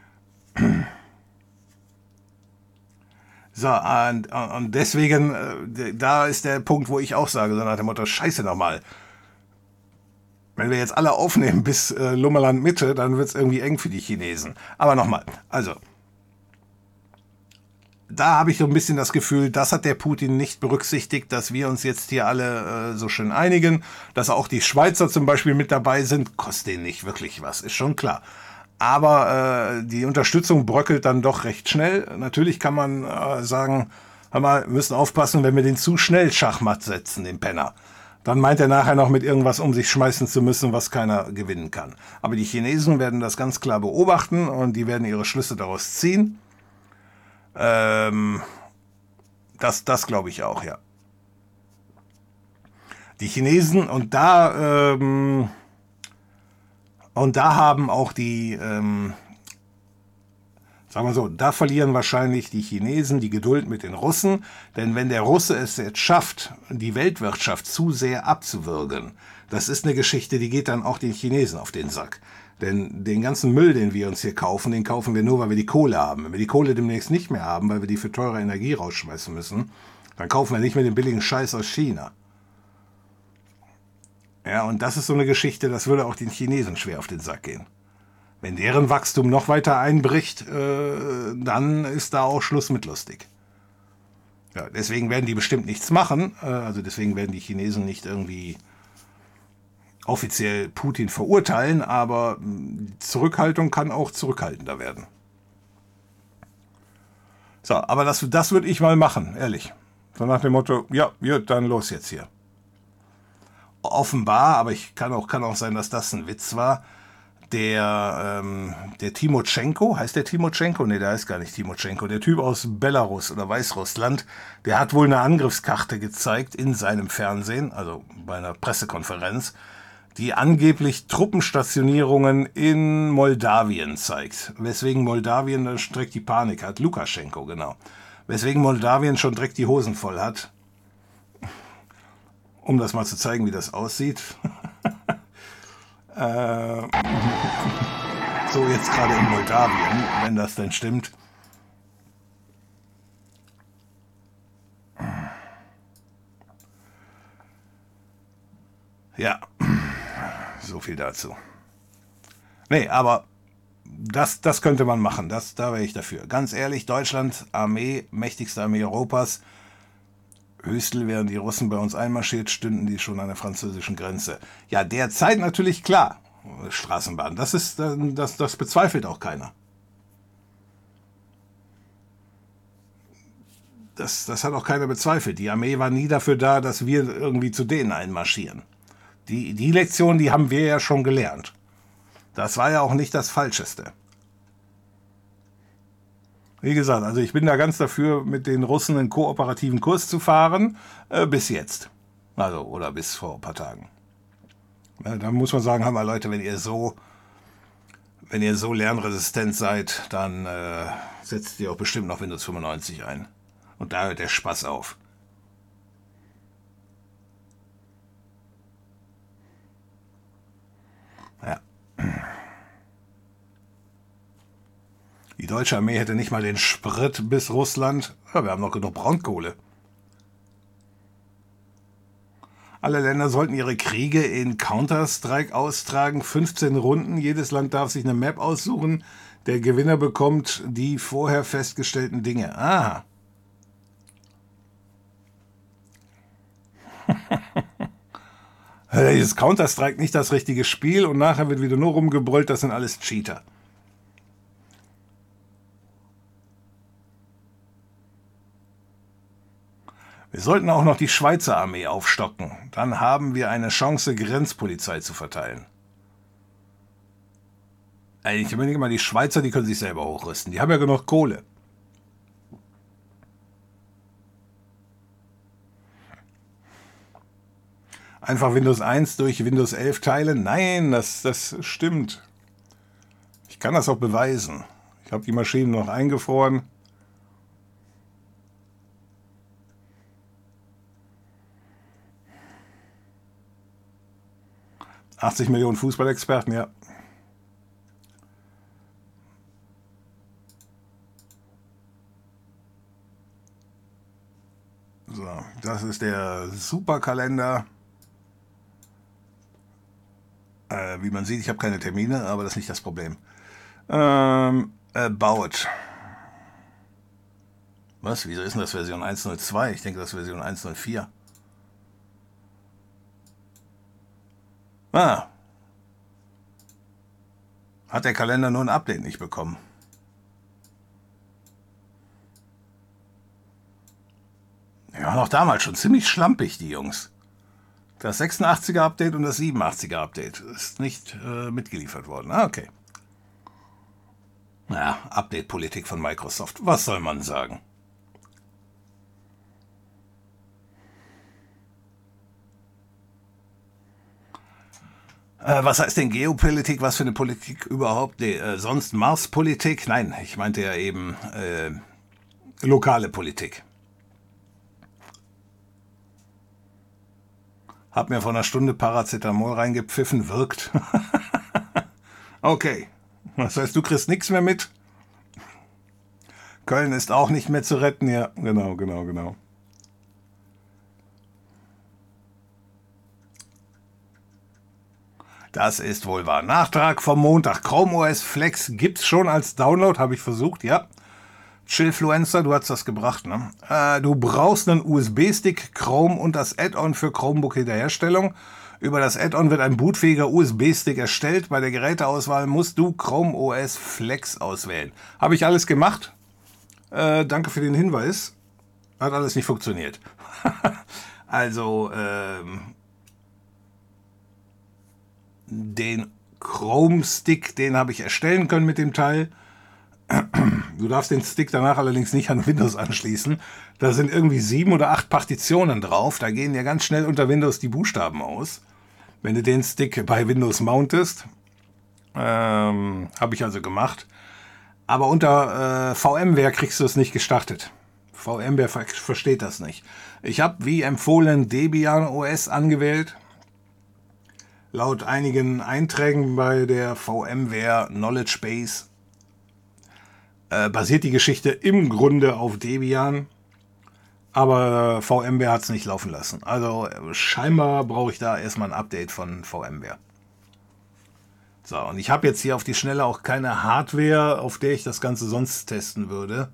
So, und deswegen, da ist der Punkt, wo ich auch sage, so nach dem Motto, scheiße nochmal. Wenn wir jetzt alle aufnehmen bis Lummerland Mitte, dann wird es irgendwie eng für die Chinesen. Aber nochmal, also, da habe ich so ein bisschen das Gefühl, das hat der Putin nicht berücksichtigt, dass wir uns jetzt hier alle so schön einigen, dass auch die Schweizer zum Beispiel mit dabei sind, kostet denen nicht wirklich was, ist schon klar. Aber die Unterstützung bröckelt dann doch recht schnell. Natürlich kann man sagen, wir müssen aufpassen, wenn wir den zu schnell Schachmatt setzen, den Penner. Dann meint er nachher noch mit irgendwas um sich schmeißen zu müssen, was keiner gewinnen kann. Aber die Chinesen werden das ganz klar beobachten und die werden ihre Schlüsse daraus ziehen. Das glaube ich auch, ja. Die Chinesen, und da haben auch die, sagen wir so, da verlieren wahrscheinlich die Chinesen die Geduld mit den Russen, denn wenn der Russe es jetzt schafft, die Weltwirtschaft zu sehr abzuwürgen, das ist eine Geschichte, die geht dann auch den Chinesen auf den Sack. Denn den ganzen Müll, den wir uns hier kaufen, den kaufen wir nur, weil wir die Kohle haben. Wenn wir die Kohle demnächst nicht mehr haben, weil wir die für teure Energie rausschmeißen müssen, dann kaufen wir nicht mehr den billigen Scheiß aus China. Ja, und das ist so eine Geschichte, das würde auch den Chinesen schwer auf den Sack gehen. Wenn deren Wachstum noch weiter einbricht, dann ist da auch Schluss mit lustig. Ja, deswegen werden die bestimmt nichts machen. Also deswegen werden die Chinesen nicht irgendwie offiziell Putin verurteilen, aber Zurückhaltung kann auch zurückhaltender werden. So, aber das würde ich mal machen, ehrlich. So nach dem Motto, ja, dann los jetzt hier. Offenbar, aber kann auch sein, dass das ein Witz war, der Timotschenko, heißt der Timotschenko? Ne, der heißt gar nicht Timotschenko. Der Typ aus Belarus oder Weißrussland, der hat wohl eine Angriffskarte gezeigt in seinem Fernsehen, also bei einer Pressekonferenz, die angeblich Truppenstationierungen in Moldawien zeigt. Weswegen Moldawien dann direkt die Panik hat. Lukaschenko, genau. Weswegen Moldawien schon direkt die Hosen voll hat. Um das mal zu zeigen, wie das aussieht. So, jetzt gerade in Moldawien, wenn das denn stimmt. Ja, so viel dazu. Nee, aber das könnte man machen, da wäre ich dafür. Ganz ehrlich, Deutschland, Armee, mächtigste Armee Europas. Höchstl, während die Russen bei uns einmarschiert, stünden die schon an der französischen Grenze. Ja, derzeit natürlich klar, Straßenbahn, das bezweifelt auch keiner. Das hat auch keiner bezweifelt. Die Armee war nie dafür da, dass wir irgendwie zu denen einmarschieren. Die Lektion, die haben wir ja schon gelernt. Das war ja auch nicht das Falscheste. Wie gesagt, also ich bin da ganz dafür, mit den Russen einen kooperativen Kurs zu fahren, bis jetzt. Also, oder bis vor ein paar Tagen. Ja, da muss man sagen, hör mal Leute, wenn ihr so lernresistent seid, dann setzt ihr auch bestimmt noch Windows 95 ein. Und da hört der Spaß auf. Die deutsche Armee hätte nicht mal den Sprit bis Russland. Ja, wir haben noch genug Braunkohle. Alle Länder sollten ihre Kriege in Counter-Strike austragen. 15 Runden. Jedes Land darf sich eine Map aussuchen. Der Gewinner bekommt die vorher festgestellten Dinge. Aha. Ist Counter-Strike nicht das richtige Spiel und nachher wird wieder nur rumgebrüllt, das sind alles Cheater. Wir sollten auch noch die Schweizer Armee aufstocken. Dann haben wir eine Chance, Grenzpolizei zu verteilen. Ich überlege mal, die Schweizer, die können sich selber hochrüsten. Die haben ja genug Kohle. Einfach Windows 1 durch Windows 11 teilen? Nein, das stimmt. Ich kann das auch beweisen. Ich habe die Maschinen noch eingefroren. ...80 Millionen Fußballexperten, ja. So, das ist der Superkalender. Wie man sieht, ich habe keine Termine, aber das ist nicht das Problem. About. Was? Wieso ist denn das Version 1.02? Ich denke, das ist Version 1.04. Ah. Hat der Kalender nur ein Update nicht bekommen? Ja, noch damals schon ziemlich schlampig, die Jungs. Das 86er Update und das 87er Update ist nicht mitgeliefert worden. Ah, okay. Naja, Update-Politik von Microsoft. Was soll man sagen? Was heißt denn Geopolitik? Was für eine Politik überhaupt? Nee, sonst Marspolitik? Nein, ich meinte ja eben lokale Politik. Hab mir vor einer Stunde Paracetamol reingepfiffen, wirkt. Okay, das heißt, du kriegst nichts mehr mit? Köln ist auch nicht mehr zu retten, ja, genau. Das ist wohl wahr. Nachtrag vom Montag. Chrome OS Flex gibt's schon als Download, habe ich versucht, ja. Chillfluencer, du hast das gebracht, ne? Du brauchst einen USB-Stick, Chrome und das Add-on für Chromebook Wiederherstellung. Über das Add-on wird ein bootfähiger USB-Stick erstellt. Bei der Geräteauswahl musst du Chrome OS Flex auswählen. Habe ich alles gemacht. Danke für den Hinweis. Hat alles nicht funktioniert. Also, den Chrome-Stick, den habe ich erstellen können mit dem Teil. Du darfst den Stick danach allerdings nicht an Windows anschließen. Da sind irgendwie 7 oder 8 Partitionen drauf. Da gehen ja ganz schnell unter Windows die Buchstaben aus. Wenn du den Stick bei Windows mountest, habe ich also gemacht. Aber unter VMware kriegst du es nicht gestartet. VMware versteht das nicht. Ich habe, wie empfohlen, Debian OS angewählt. Laut einigen Einträgen bei der VMware Knowledge Base basiert die Geschichte im Grunde auf Debian, aber VMware hat es nicht laufen lassen. Also scheinbar brauche ich da erstmal ein Update von VMware. So, und ich habe jetzt hier auf die Schnelle auch keine Hardware, auf der ich das Ganze sonst testen würde.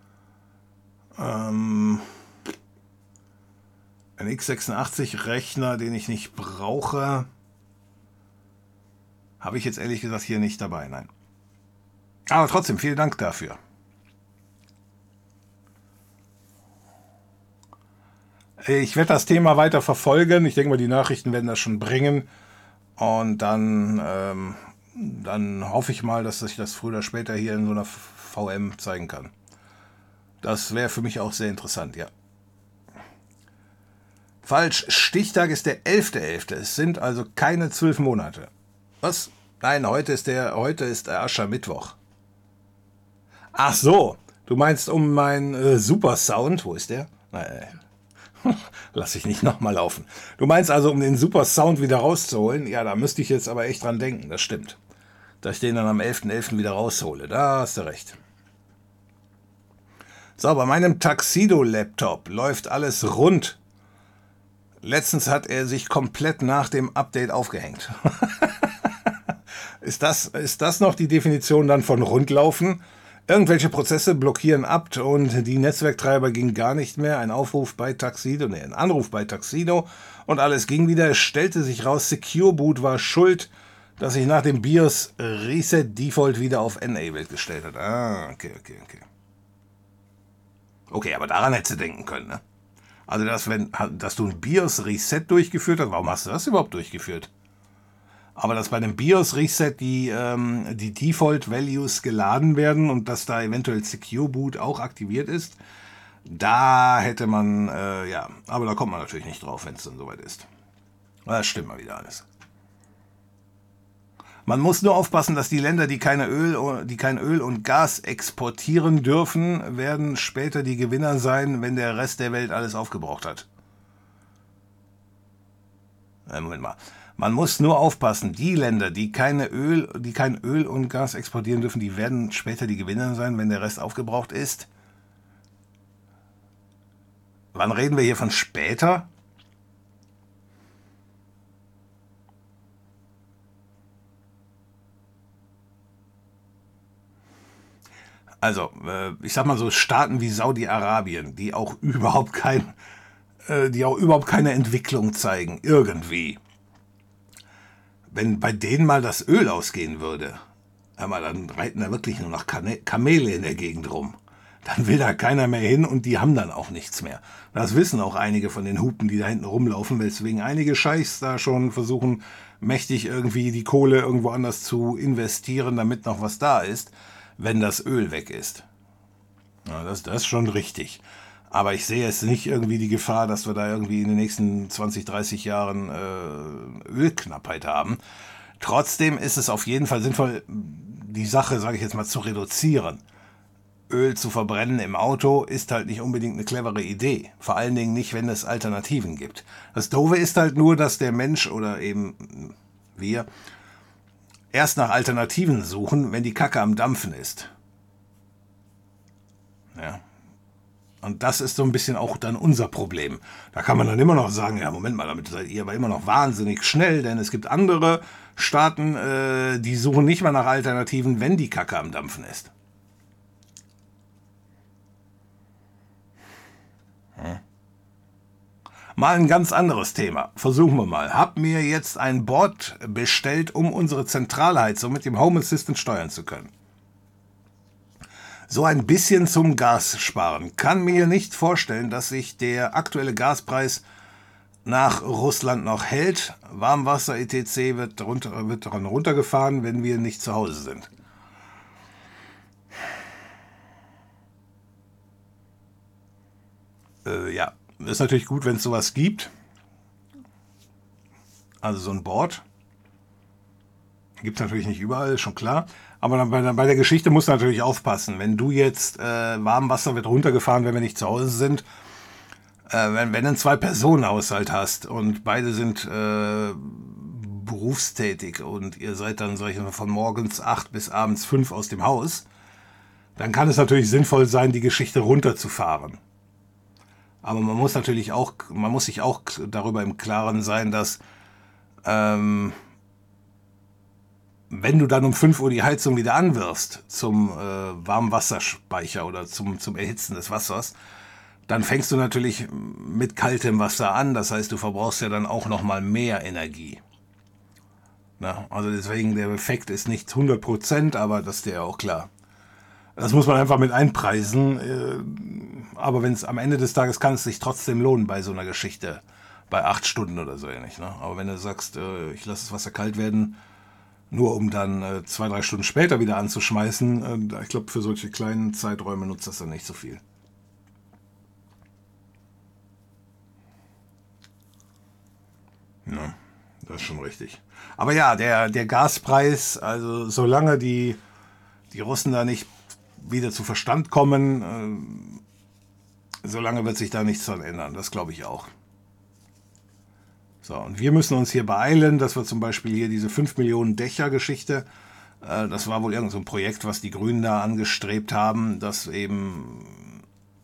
Ein x86-Rechner, den ich nicht brauche, habe ich jetzt ehrlich gesagt hier nicht dabei, nein. Aber trotzdem, vielen Dank dafür. Ich werde das Thema weiter verfolgen. Ich denke mal, die Nachrichten werden das schon bringen. Und dann hoffe ich mal, dass ich das früher oder später hier in so einer VM zeigen kann. Das wäre für mich auch sehr interessant, ja. Falsch, Stichtag ist der 11.11. Es sind also keine 12 Monate. Was? Nein, heute ist Aschermittwoch. Ach so, du meinst um meinen Super Sound, wo ist der? Nein, lass ich nicht nochmal laufen. Du meinst also, um den Super Sound wieder rauszuholen? Ja, da müsste ich jetzt aber echt dran denken, das stimmt. Dass ich den dann am 11.11. wieder raushole, da hast du recht. So, bei meinem Tuxedo-Laptop läuft alles rund. Letztens hat er sich komplett nach dem Update aufgehängt. Ist das noch die Definition dann von rundlaufen? Irgendwelche Prozesse blockieren ab und die Netzwerktreiber ging gar nicht mehr. Ein Anruf bei Tuxedo und alles ging wieder. Es stellte sich raus, Secure Boot war schuld, dass sich nach dem BIOS Reset Default wieder auf Enabled gestellt hat. Okay. Okay, aber daran hättest du denken können, ne? Also, dass du ein BIOS Reset durchgeführt hast, warum hast du das überhaupt durchgeführt? Aber dass bei einem BIOS Reset die Default Values geladen werden und dass da eventuell Secure Boot auch aktiviert ist, da hätte man, aber da kommt man natürlich nicht drauf, wenn es dann soweit ist. Das stimmt mal wieder alles. Man muss nur aufpassen, dass die Länder, die kein Öl und Gas exportieren dürfen, werden später die Gewinner sein, wenn der Rest der Welt alles aufgebraucht hat. Moment mal. Man muss nur aufpassen, die Länder, die kein Öl und Gas exportieren dürfen, die werden später die Gewinner sein, wenn der Rest aufgebraucht ist. Wann reden wir hier von später? Also, ich sag mal so, Staaten wie Saudi-Arabien, die auch überhaupt keine Entwicklung zeigen, irgendwie. Wenn bei denen mal das Öl ausgehen würde, dann reiten da wirklich nur noch Kamele in der Gegend rum. Dann will da keiner mehr hin und die haben dann auch nichts mehr. Das wissen auch einige von den Hupen, die da hinten rumlaufen, weswegen einige Scheichs da schon versuchen, mächtig irgendwie die Kohle irgendwo anders zu investieren, damit noch was da ist, wenn das Öl weg ist. Ja, das ist schon richtig. Aber ich sehe jetzt nicht irgendwie die Gefahr, dass wir da irgendwie in den nächsten 20, 30 Jahren Ölknappheit haben. Trotzdem ist es auf jeden Fall sinnvoll, die Sache, sage ich jetzt mal, zu reduzieren. Öl zu verbrennen im Auto ist halt nicht unbedingt eine clevere Idee. Vor allen Dingen nicht, wenn es Alternativen gibt. Das Doofe ist halt nur, dass der Mensch oder eben wir erst nach Alternativen suchen, wenn die Kacke am Dampfen ist. Ja. Und das ist so ein bisschen auch dann unser Problem. Da kann man dann immer noch sagen, ja, Moment mal, damit seid ihr aber immer noch wahnsinnig schnell, denn es gibt andere Staaten, die suchen nicht mal nach Alternativen, wenn die Kacke am Dampfen ist. Mal ein ganz anderes Thema. Versuchen wir mal. Hab mir jetzt ein Board bestellt, um unsere Zentralheizung mit dem Home Assistant steuern zu können. So ein bisschen zum Gas sparen. Kann mir nicht vorstellen, dass sich der aktuelle Gaspreis nach Russland noch hält. Warmwasser etc. wird daran runtergefahren, wenn wir nicht zu Hause sind. Ja, ist natürlich gut, wenn es sowas gibt. Also so ein Board. Gibt es natürlich nicht überall, ist schon klar. Aber dann bei der Geschichte musst du natürlich aufpassen. Wenn du jetzt Warmwasser wird runtergefahren, wenn wir nicht zu Hause sind, wenn du einen Zwei-Personen-Haushalt hast und beide sind berufstätig und ihr seid dann von morgens 8 bis abends 5 aus dem Haus, dann kann es natürlich sinnvoll sein, die Geschichte runterzufahren. Aber man muss sich auch darüber im Klaren sein, dass wenn du dann um 5 Uhr die Heizung wieder anwirfst zum Warmwasserspeicher oder zum Erhitzen des Wassers, dann fängst du natürlich mit kaltem Wasser an. Das heißt, du verbrauchst ja dann auch nochmal mehr Energie. Na, also deswegen, der Effekt ist nicht 100%, aber das ist dir ja auch klar. Das muss man einfach mit einpreisen. Aber wenn es am Ende des Tages kann es sich trotzdem lohnen bei so einer Geschichte. Bei 8 Stunden oder so ähnlich. Ne? Aber wenn du sagst, ich lasse das Wasser kalt werden, nur um dann 2-3 Stunden später wieder anzuschmeißen, ich glaube, für solche kleinen Zeiträume nutzt das dann nicht so viel. Ja, das ist schon richtig. Aber ja, der Gaspreis, also solange die Russen da nicht wieder zu Verstand kommen, solange wird sich da nichts dran ändern. Das glaube ich auch. So, und wir müssen uns hier beeilen, dass wir zum Beispiel hier diese 5 Millionen Dächer-Geschichte, das war wohl irgend so ein Projekt, was die Grünen da angestrebt haben, dass eben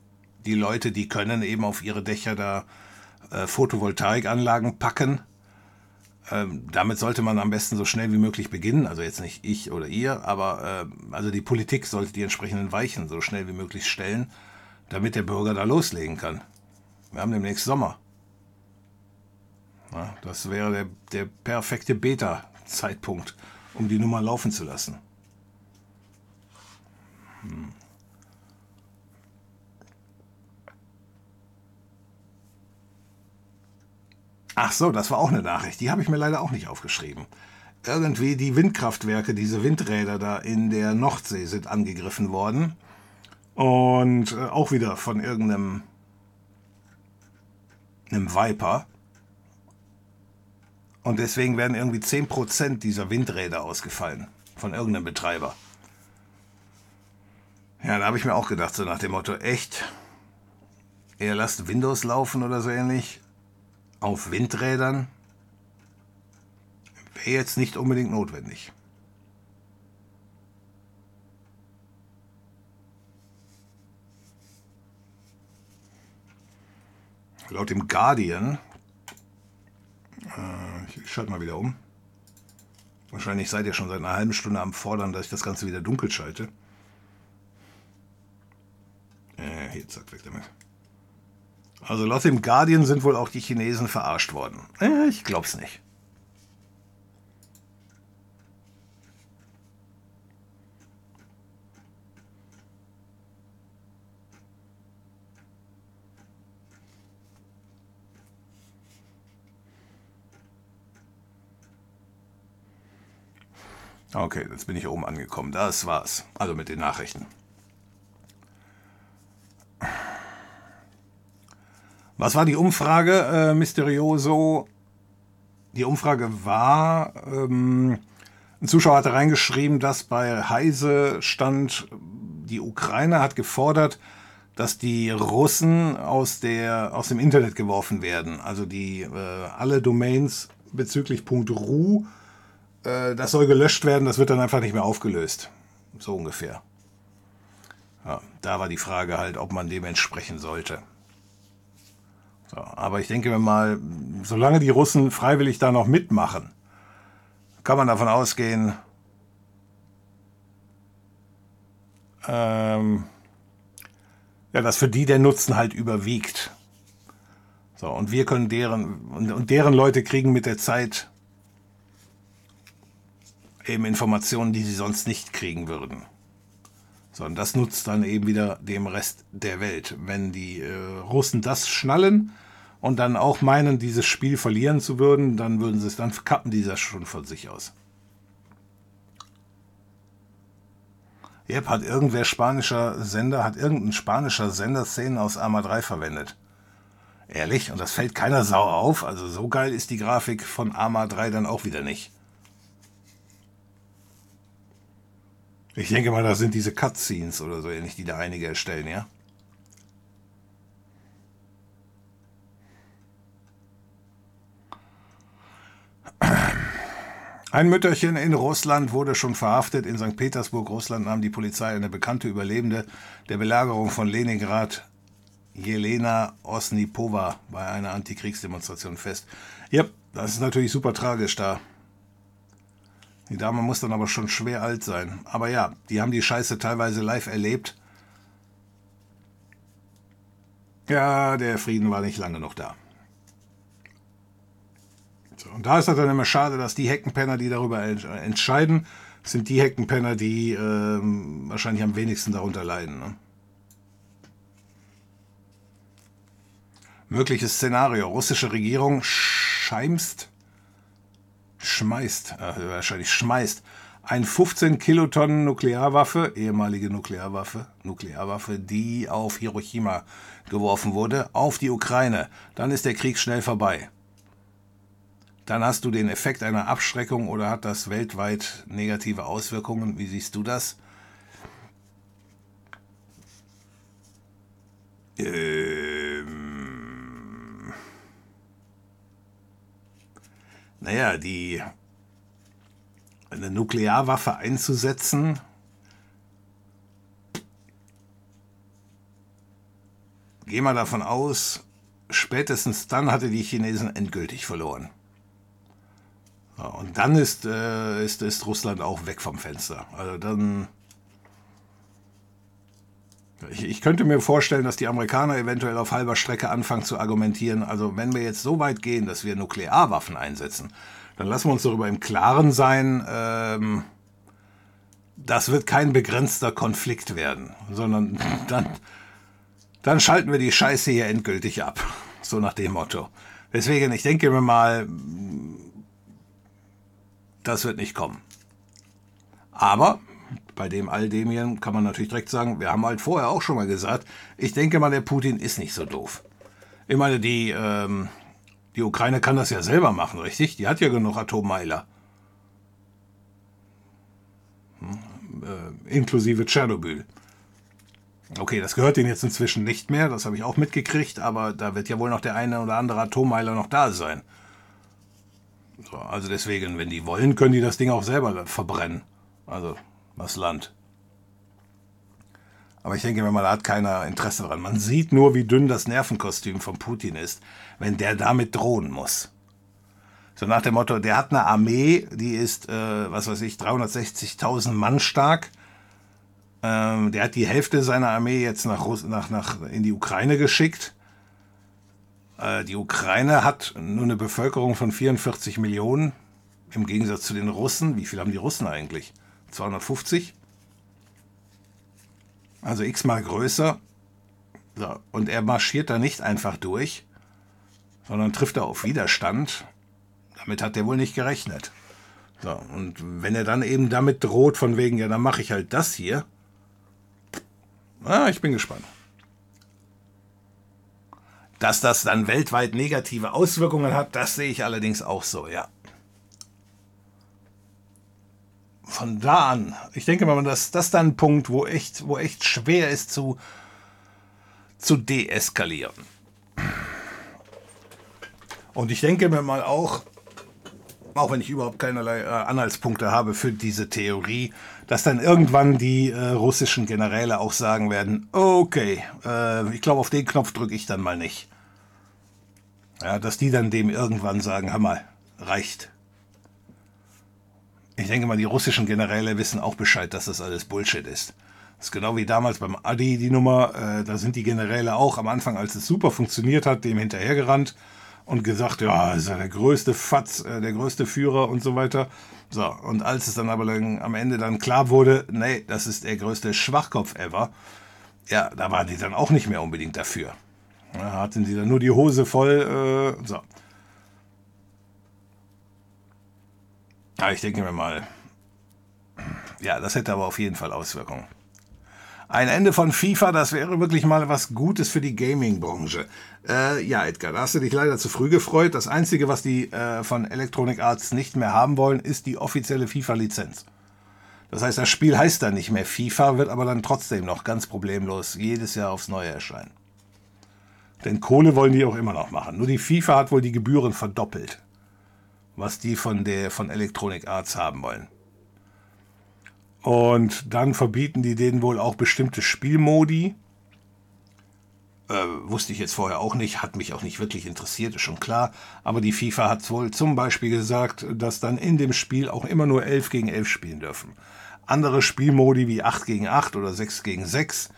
die Leute, die können eben auf ihre Dächer da Photovoltaikanlagen packen. Damit sollte man am besten so schnell wie möglich beginnen. Also jetzt nicht ich oder ihr, aber also die Politik sollte die entsprechenden Weichen so schnell wie möglich stellen, damit der Bürger da loslegen kann. Wir haben demnächst Sommer. Ja, das wäre der perfekte Beta-Zeitpunkt, um die Nummer laufen zu lassen. Ach so, das war auch eine Nachricht. Die habe ich mir leider auch nicht aufgeschrieben. Irgendwie die Windkraftwerke, diese Windräder da in der Nordsee sind angegriffen worden. Und auch wieder von irgendeinem Viper. Und deswegen werden irgendwie 10% dieser Windräder ausgefallen. Von irgendeinem Betreiber. Ja, da habe ich mir auch gedacht, so nach dem Motto, echt? Ihr lasst Windows laufen oder so ähnlich? Auf Windrädern? Wäre jetzt nicht unbedingt notwendig. Laut dem Guardian, ich schalte mal wieder um. Wahrscheinlich seid ihr schon seit einer halben Stunde am Fordern, dass ich das Ganze wieder dunkel schalte. Hier, zack, weg damit. Also laut dem Guardian sind wohl auch die Chinesen verarscht worden. Ich glaub's nicht. Okay, jetzt bin ich oben angekommen. Das war's. Also mit den Nachrichten. Was war die Umfrage, Mysterioso? Die Umfrage war, ein Zuschauer hatte reingeschrieben, dass bei Heise stand, die Ukraine hat gefordert, dass die Russen aus dem Internet geworfen werden. Also alle Domains bezüglich .ru, das soll gelöscht werden, das wird dann einfach nicht mehr aufgelöst. So ungefähr. Ja, da war die Frage halt, ob man dem entsprechen sollte. So, aber ich denke mir mal, solange die Russen freiwillig da noch mitmachen, kann man davon ausgehen, ja, dass für die der Nutzen halt überwiegt. So, und wir können deren Leute kriegen mit der Zeit eben Informationen, die sie sonst nicht kriegen würden. So, und das nutzt dann eben wieder dem Rest der Welt. Wenn die Russen das schnallen und dann auch meinen, dieses Spiel verlieren zu würden, dann kappen die das schon von sich aus. Yep, hat irgendein spanischer Sender Szenen aus Arma 3 verwendet. Ehrlich? Und das fällt keiner Sau auf? Also so geil ist die Grafik von Arma 3 dann auch wieder nicht. Ich denke mal, das sind diese Cutscenes oder so ähnlich, die da einige erstellen, ja? Ein Mütterchen in Russland wurde schon verhaftet. In St. Petersburg, Russland, nahm die Polizei eine bekannte Überlebende der Belagerung von Leningrad, Jelena Osnipova, bei einer Antikriegsdemonstration fest. Ja, das ist natürlich super tragisch da. Die Dame muss dann aber schon schwer alt sein. Aber ja, die haben die Scheiße teilweise live erlebt. Ja, der Frieden war nicht lange noch da. So, und da ist es dann immer schade, dass die Heckenpenner, die darüber entscheiden, sind die Heckenpenner, die wahrscheinlich am wenigsten darunter leiden. Ne? Mögliches Szenario. Russische Regierung schmeißt ein 15 Kilotonnen Nuklearwaffe, ehemalige Nuklearwaffe, die auf Hiroshima geworfen wurde, auf die Ukraine. Dann ist der Krieg schnell vorbei. Dann hast du den Effekt einer Abschreckung oder hat das weltweit negative Auswirkungen? Wie siehst du das? Naja, eine Nuklearwaffe einzusetzen, gehe mal davon aus, spätestens dann hatte die Chinesen endgültig verloren. Ja, und dann ist Russland auch weg vom Fenster. Also dann... Ich könnte mir vorstellen, dass die Amerikaner eventuell auf halber Strecke anfangen zu argumentieren, also wenn wir jetzt so weit gehen, dass wir Nuklearwaffen einsetzen, dann lassen wir uns darüber im Klaren sein, das wird kein begrenzter Konflikt werden, sondern dann schalten wir die Scheiße hier endgültig ab. So nach dem Motto. Deswegen, ich denke mir mal, das wird nicht kommen. Aber bei all dem hier kann man natürlich direkt sagen, wir haben halt vorher auch schon mal gesagt, ich denke mal, der Putin ist nicht so doof. Ich meine, die Ukraine kann das ja selber machen, richtig? Die hat ja genug Atommeiler. Inklusive Tschernobyl. Okay, das gehört denen jetzt inzwischen nicht mehr, das habe ich auch mitgekriegt, aber da wird ja wohl noch der eine oder andere Atommeiler noch da sein. So, also deswegen, wenn die wollen, können die das Ding auch selber verbrennen. Also das Land. Aber ich denke mir, da hat keiner Interesse dran. Man sieht nur, wie dünn das Nervenkostüm von Putin ist, wenn der damit drohen muss. So nach dem Motto, der hat eine Armee, die ist, 360.000 Mann stark. Der hat die Hälfte seiner Armee jetzt in die Ukraine geschickt. Die Ukraine hat nur eine Bevölkerung von 44 Millionen, im Gegensatz zu den Russen. Wie viel haben die Russen eigentlich? 250? Also x-mal größer. So, und er marschiert da nicht einfach durch, sondern trifft da auf Widerstand. Damit hat er wohl nicht gerechnet. So, und wenn er dann eben damit droht, von wegen, ja, dann mache ich halt das hier. Ich bin gespannt. Dass das dann weltweit negative Auswirkungen hat, das sehe ich allerdings auch so, ja. Von da an, ich denke mal, das ist dann ein Punkt, wo echt schwer ist zu deeskalieren. Und ich denke mir mal auch wenn ich überhaupt keinerlei Anhaltspunkte habe für diese Theorie, dass dann irgendwann die russischen Generäle auch sagen werden, okay, ich glaube, auf den Knopf drücke ich dann mal nicht. Ja, dass die dann dem irgendwann sagen, hör mal, reicht. Ich denke mal, die russischen Generäle wissen auch Bescheid, dass das alles Bullshit ist. Das ist genau wie damals beim Adi die Nummer, da sind die Generäle auch am Anfang, als es super funktioniert hat, dem hinterhergerannt und gesagt, ja, ist ja der größte Fatz, der größte Führer und so weiter. So, und als es dann aber am Ende dann klar wurde, nee, das ist der größte Schwachkopf ever, ja, da waren die dann auch nicht mehr unbedingt dafür. Da hatten sie dann nur die Hose voll, so. Aber ich denke mir mal, ja, das hätte aber auf jeden Fall Auswirkungen. Ein Ende von FIFA, das wäre wirklich mal was Gutes für die Gaming-Branche. Ja, Edgar, da hast du dich leider zu früh gefreut. Das Einzige, was die von Electronic Arts nicht mehr haben wollen, ist die offizielle FIFA-Lizenz. Das heißt, das Spiel heißt dann nicht mehr FIFA, wird aber dann trotzdem noch ganz problemlos jedes Jahr aufs Neue erscheinen. Denn Kohle wollen die auch immer noch machen. Nur die FIFA hat wohl die Gebühren verdoppelt, was die von Electronic Arts haben wollen. Und dann verbieten die denen wohl auch bestimmte Spielmodi. Wusste ich jetzt vorher auch nicht, hat mich auch nicht wirklich interessiert, ist schon klar. Aber die FIFA hat wohl zum Beispiel gesagt, dass dann in dem Spiel auch immer nur 11 gegen 11 spielen dürfen. Andere Spielmodi wie 8 gegen 8 oder 6 gegen 6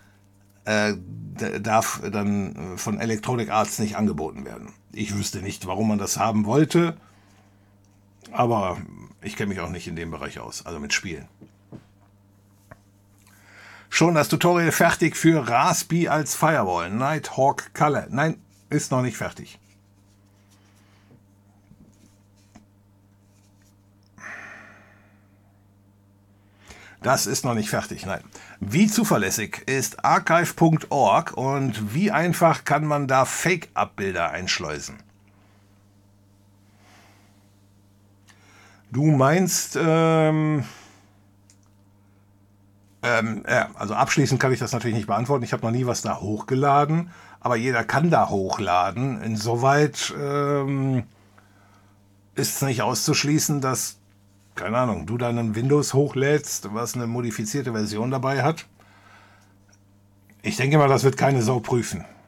darf dann von Electronic Arts nicht angeboten werden. Ich wüsste nicht, warum man das haben wollte, aber ich kenne mich auch nicht in dem Bereich aus, also mit Spielen. Schon das Tutorial fertig für Raspi als Firewall. Nighthawk Color. Nein, ist noch nicht fertig. Das ist noch nicht fertig, nein. Wie zuverlässig ist archive.org und wie einfach kann man da Fake-Abbilder einschleusen? Du meinst, also abschließend kann ich das natürlich nicht beantworten. Ich habe noch nie was da hochgeladen, aber jeder kann da hochladen. Insoweit ist es nicht auszuschließen, dass, keine Ahnung, du dann ein Windows hochlädst, was eine modifizierte Version dabei hat. Ich denke mal, das wird keine Sau prüfen.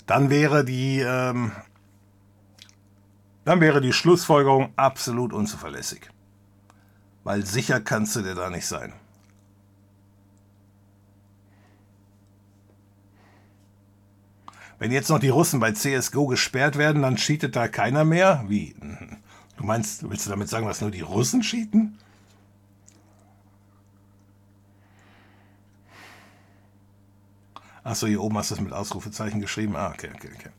dann wäre die Schlussfolgerung absolut unzuverlässig. Weil sicher kannst du dir da nicht sein. Wenn jetzt noch die Russen bei CSGO gesperrt werden, dann cheatet da keiner mehr? Wie? Willst du damit sagen, dass nur die Russen cheaten? Achso, hier oben hast du es mit Ausrufezeichen geschrieben. Okay.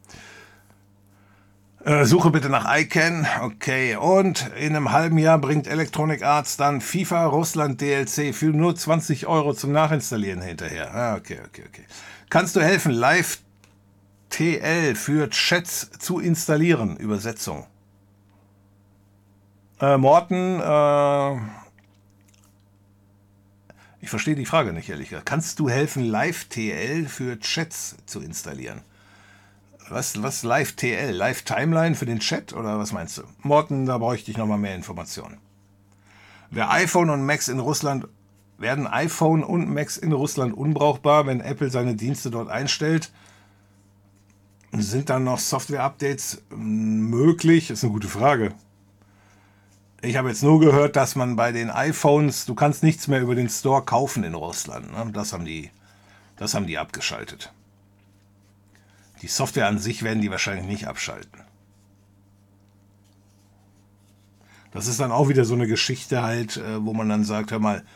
Suche bitte nach ICANN. Okay, und in einem halben Jahr bringt Electronic Arts dann FIFA Russland DLC für nur 20 € zum Nachinstallieren hinterher. Okay. Kannst du helfen, Live TL für Chats zu installieren? Übersetzung. Morten, ich verstehe die Frage nicht, ehrlich gesagt. Kannst du helfen, Live-TL für Chats zu installieren? Was Live-TL? Live-Timeline für den Chat oder was meinst du? Morten, da bräuchte ich nochmal mehr Informationen. Werden iPhone und Macs in Russland unbrauchbar, wenn Apple seine Dienste dort einstellt? Sind dann noch Software-Updates möglich? Das ist eine gute Frage. Ich habe jetzt nur gehört, dass man bei den iPhones, du kannst nichts mehr über den Store kaufen in Russland. Ne? Das haben die abgeschaltet. Die Software an sich werden die wahrscheinlich nicht abschalten. Das ist dann auch wieder so eine Geschichte halt, wo man dann sagt, hör mal,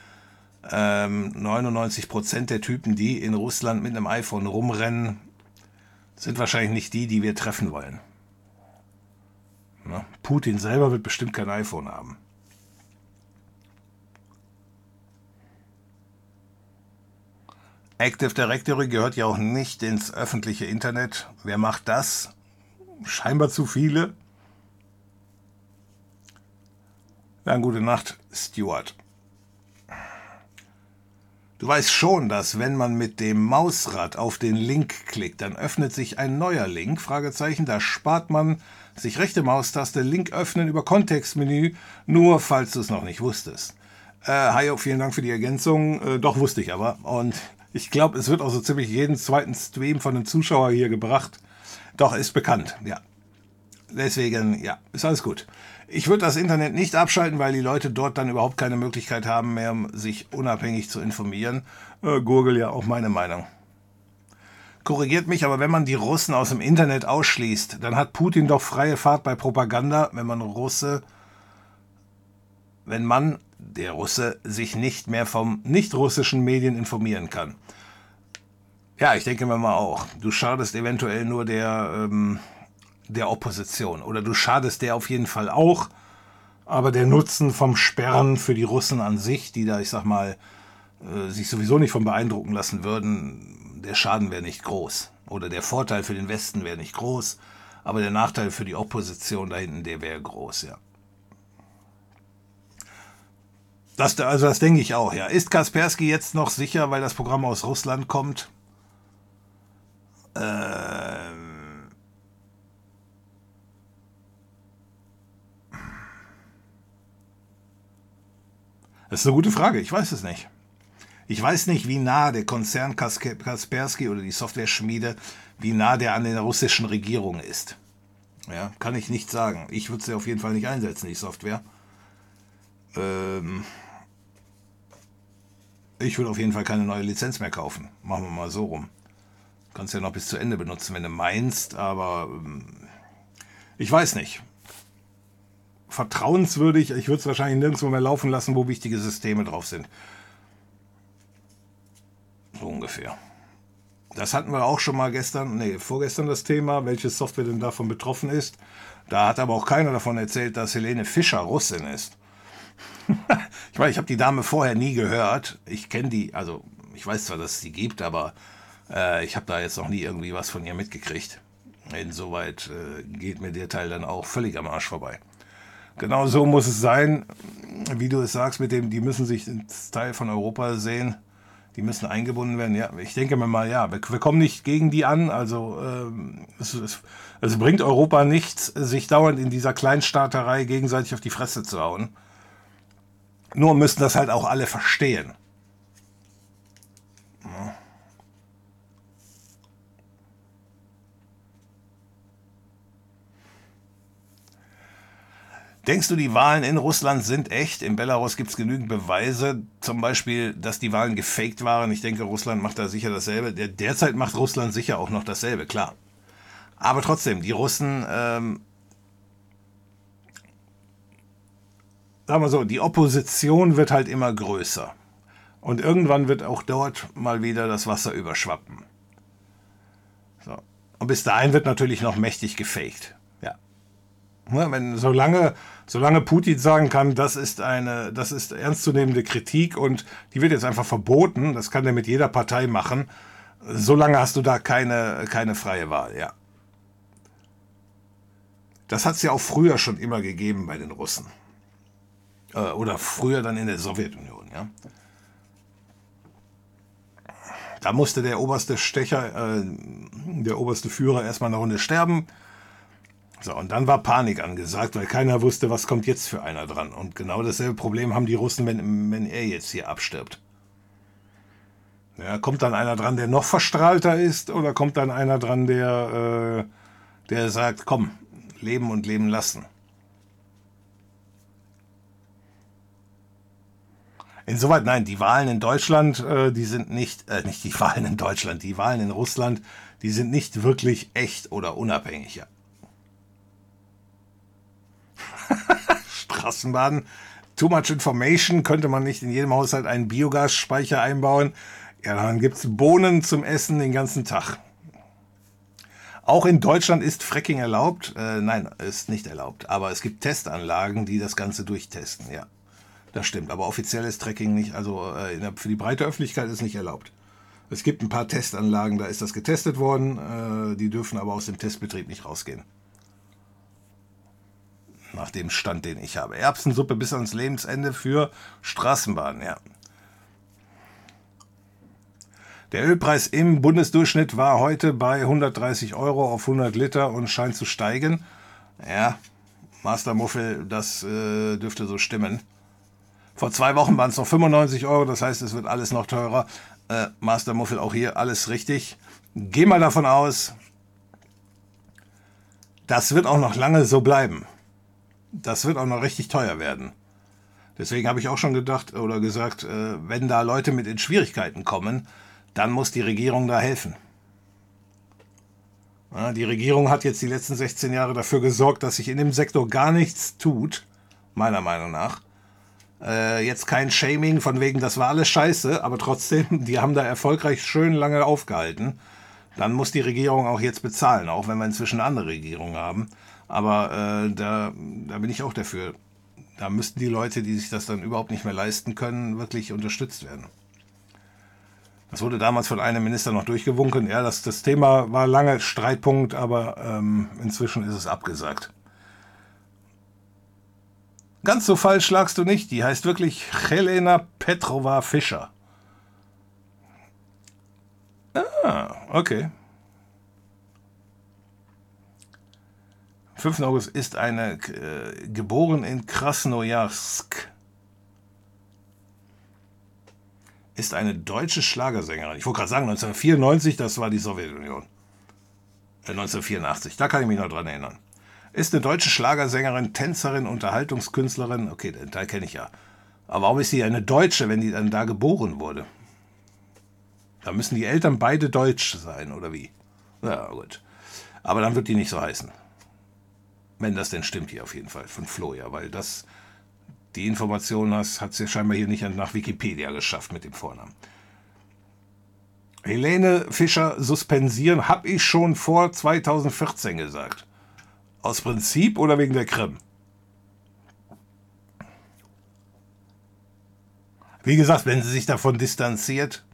99% der Typen, die in Russland mit einem iPhone rumrennen, sind wahrscheinlich nicht die wir treffen wollen. Na, Putin selber wird bestimmt kein iPhone haben. Active Directory gehört ja auch nicht ins öffentliche Internet. Wer macht das? Scheinbar zu viele. Ja, gute Nacht, Stuart. Du weißt schon, dass wenn man mit dem Mausrad auf den Link klickt, dann öffnet sich ein neuer Link, Fragezeichen, da spart man sich rechte Maustaste, Link öffnen über Kontextmenü, nur falls du es noch nicht wusstest. Hajo, vielen Dank für die Ergänzung, doch wusste ich aber und ich glaube, es wird auch so ziemlich jeden zweiten Stream von einem Zuschauer hier gebracht. Doch, ist bekannt, ja. Deswegen, ja, ist alles gut. Ich würde das Internet nicht abschalten, weil die Leute dort dann überhaupt keine Möglichkeit haben mehr, sich unabhängig zu informieren. Gurgel ja auch meine Meinung. Korrigiert mich, aber wenn man die Russen aus dem Internet ausschließt, dann hat Putin doch freie Fahrt bei Propaganda, wenn der Russe, sich nicht mehr vom nicht-russischen Medien informieren kann. Ja, ich denke mir mal auch. Du schadest eventuell nur der Opposition. Oder du schadest der auf jeden Fall auch. Aber der Nutzen vom Sperren für die Russen an sich, die da, ich sag mal, sich sowieso nicht von beeindrucken lassen würden, der Schaden wäre nicht groß. Oder der Vorteil für den Westen wäre nicht groß. Aber der Nachteil für die Opposition da hinten, der wäre groß, ja. Das denke ich auch, ja. Ist Kaspersky jetzt noch sicher, weil das Programm aus Russland kommt? Das ist eine gute Frage, ich weiß es nicht. Ich weiß nicht, wie nah der Konzern Kaspersky oder die Software-Schmiede, wie nah der an der russischen Regierung ist. Ja, kann ich nicht sagen. Ich würde sie auf jeden Fall nicht einsetzen, die Software. Ich würde auf jeden Fall keine neue Lizenz mehr kaufen. Machen wir mal so rum. Du kannst ja noch bis zu Ende benutzen, wenn du meinst, aber ich weiß nicht. Vertrauenswürdig, ich würde es wahrscheinlich nirgendwo mehr laufen lassen, wo wichtige Systeme drauf sind. So ungefähr. Das hatten wir auch schon mal vorgestern das Thema, welche Software denn davon betroffen ist. Da hat aber auch keiner davon erzählt, dass Helene Fischer Russin ist. Ich meine, ich habe die Dame vorher nie gehört. Ich kenne die, also ich weiß zwar, dass es die gibt, aber ich habe da jetzt noch nie irgendwie was von ihr mitgekriegt. Insoweit geht mir der Teil dann auch völlig am Arsch vorbei. Genau so muss es sein, wie du es sagst, mit dem, die müssen sich ins Teil von Europa sehen. Die müssen eingebunden werden. Ja, ich denke mir mal, ja, wir kommen nicht gegen die an. Also es bringt Europa nichts, sich dauernd in dieser Kleinstaaterei gegenseitig auf die Fresse zu hauen. Nur müssen das halt auch alle verstehen. Ja. Denkst du, die Wahlen in Russland sind echt? In Belarus gibt es genügend Beweise, zum Beispiel, dass die Wahlen gefaked waren. Ich denke, Russland macht da sicher dasselbe. Derzeit macht Russland sicher auch noch dasselbe, klar. Aber trotzdem, die Russen, sagen wir so, die Opposition wird halt immer größer. Und irgendwann wird auch dort mal wieder das Wasser überschwappen. So. Und bis dahin wird natürlich noch mächtig gefaked. Ja. Solange Putin sagen kann, das ist ernstzunehmende Kritik und die wird jetzt einfach verboten, das kann er mit jeder Partei machen, solange hast du da keine freie Wahl, ja. Das hat es ja auch früher schon immer gegeben bei den Russen. Oder früher dann in der Sowjetunion, ja. Da musste der oberste Stecher, der oberste Führer erstmal eine Runde sterben. So, und dann war Panik angesagt, weil keiner wusste, was kommt jetzt für einer dran. Und genau dasselbe Problem haben die Russen, wenn er jetzt hier abstirbt. Ja, kommt dann einer dran, der noch verstrahlter ist, oder kommt dann einer dran, der sagt, komm, leben und leben lassen. Insoweit, nein, die Wahlen in Deutschland, die sind nicht die Wahlen in Deutschland, die Wahlen in Russland, die sind nicht wirklich echt oder unabhängig, ja. Straßenbahn, too much information, könnte man nicht in jedem Haushalt einen Biogasspeicher einbauen? Ja, dann gibt es Bohnen zum Essen den ganzen Tag. Auch in Deutschland ist Fracking erlaubt. Nein, ist nicht erlaubt. Aber es gibt Testanlagen, die das Ganze durchtesten, ja. Das stimmt, aber offiziell ist Fracking nicht, also für die breite Öffentlichkeit ist nicht erlaubt. Es gibt ein paar Testanlagen, da ist das getestet worden, die dürfen aber aus dem Testbetrieb nicht rausgehen. Nach dem Stand, den ich habe. Erbsensuppe bis ans Lebensende für Straßenbahnen, ja. Der Ölpreis im Bundesdurchschnitt war heute bei 130 Euro auf 100 Liter und scheint zu steigen. Ja, Mastermuffel, das dürfte so stimmen. Vor 2 Wochen waren es noch 95 Euro, das heißt, es wird alles noch teurer. Mastermuffel auch hier, alles richtig. Geh mal davon aus, das wird auch noch lange so bleiben. Das wird auch noch richtig teuer werden. Deswegen habe ich auch schon gedacht oder gesagt, wenn da Leute mit in Schwierigkeiten kommen, dann muss die Regierung da helfen. Ja, die Regierung hat jetzt die letzten 16 Jahre dafür gesorgt, dass sich in dem Sektor gar nichts tut, meiner Meinung nach. Jetzt kein Shaming von wegen, das war alles scheiße, aber trotzdem, die haben da erfolgreich schön lange aufgehalten. Dann muss die Regierung auch jetzt bezahlen, auch wenn wir inzwischen eine andere Regierung haben. Aber da bin ich auch dafür. Da müssten die Leute, die sich das dann überhaupt nicht mehr leisten können, wirklich unterstützt werden. Das wurde damals von einem Minister noch durchgewunken. Ja, das Thema war lange Streitpunkt, aber inzwischen ist es abgesagt. Ganz so falsch lagst du nicht. Die heißt wirklich Helena Petrova Fischer. Ah, okay. 5. August ist eine, geboren in Krasnojarsk. Ist eine deutsche Schlagersängerin. Ich wollte gerade sagen, 1994, das war die Sowjetunion. 1984, da kann ich mich noch dran erinnern. Ist eine deutsche Schlagersängerin, Tänzerin, Unterhaltungskünstlerin. Okay, den Teil kenne ich ja. Aber warum ist sie eine Deutsche, wenn die dann da geboren wurde? Da müssen die Eltern beide deutsch sein, oder wie? Ja, gut. Aber dann wird die nicht so heißen. Wenn das denn stimmt hier auf jeden Fall, von Flo, ja, weil die Information hat es ja scheinbar hier nicht nach Wikipedia geschafft mit dem Vornamen. Helene Fischer suspensieren, habe ich schon vor 2014 gesagt. Aus Prinzip oder wegen der Krim? Wie gesagt, wenn sie sich davon distanziert.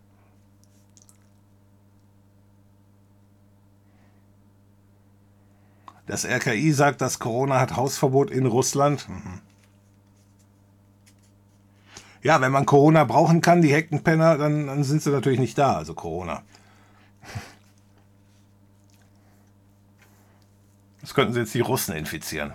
Das RKI sagt, dass Corona hat Hausverbot in Russland. Ja, wenn man Corona brauchen kann, die Heckenpenner, dann sind sie natürlich nicht da, also Corona. Das könnten sie jetzt die Russen infizieren.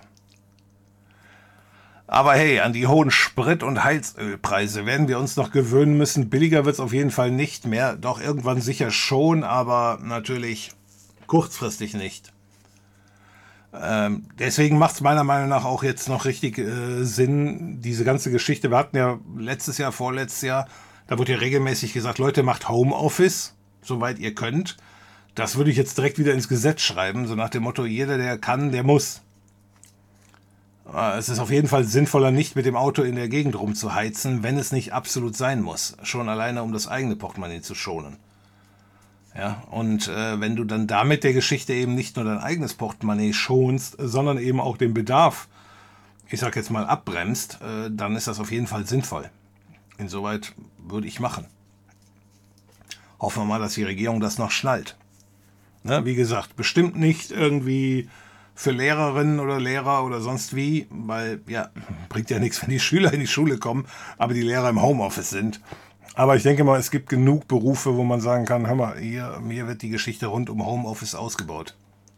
Aber hey, an die hohen Sprit- und Heizölpreise werden wir uns noch gewöhnen müssen. Billiger wird es auf jeden Fall nicht mehr. Doch irgendwann sicher schon, aber natürlich kurzfristig nicht. Deswegen macht es meiner Meinung nach auch jetzt noch richtig Sinn, diese ganze Geschichte. Wir hatten ja letztes Jahr, vorletztes Jahr, da wurde ja regelmäßig gesagt, Leute, macht Homeoffice, soweit ihr könnt. Das würde ich jetzt direkt wieder ins Gesetz schreiben, so nach dem Motto, jeder, der kann, der muss. Es ist auf jeden Fall sinnvoller, nicht mit dem Auto in der Gegend rumzuheizen, wenn es nicht absolut sein muss. Schon alleine, um das eigene Portemonnaie zu schonen. Ja, und wenn du dann damit der Geschichte eben nicht nur dein eigenes Portemonnaie schonst, sondern eben auch den Bedarf, ich sag jetzt mal, abbremst, dann ist das auf jeden Fall sinnvoll. Insoweit würde ich machen. Hoffen wir mal, dass die Regierung das noch schnallt. Ne, wie gesagt, bestimmt nicht irgendwie für Lehrerinnen oder Lehrer oder sonst wie, weil ja, bringt ja nichts, wenn die Schüler in die Schule kommen, aber die Lehrer im Homeoffice sind. Aber ich denke mal, es gibt genug Berufe, wo man sagen kann, hör mal, hier wird die Geschichte rund um Homeoffice ausgebaut.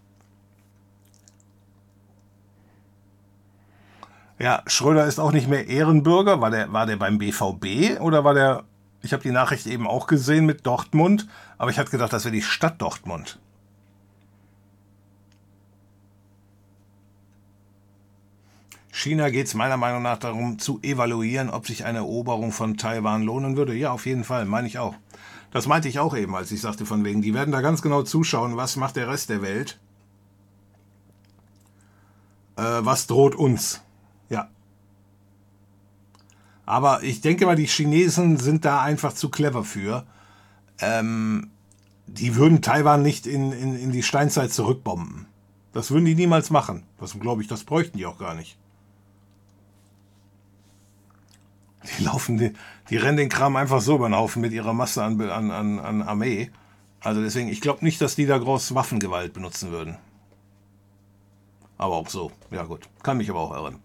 Ja, Schröder ist auch nicht mehr Ehrenbürger. War der beim BVB oder war der, ich habe die Nachricht eben auch gesehen mit Dortmund, aber ich hatte gedacht, das wäre die Stadt Dortmund. China geht es meiner Meinung nach darum zu evaluieren, ob sich eine Eroberung von Taiwan lohnen würde. Ja, auf jeden Fall, meine ich auch. Das meinte ich auch eben, als ich sagte von wegen, die werden da ganz genau zuschauen, was macht der Rest der Welt, was droht uns. Ja, aber ich denke mal, die Chinesen sind da einfach zu clever für. Die würden Taiwan nicht in die Steinzeit zurückbomben. Das würden die niemals machen. Das glaube ich, das bräuchten die auch gar nicht. Die rennen den Kram einfach so über den Haufen mit ihrer Masse an Armee. Also deswegen, ich glaube nicht, dass die da groß Waffengewalt benutzen würden. Aber auch so, ja gut, kann mich aber auch irren.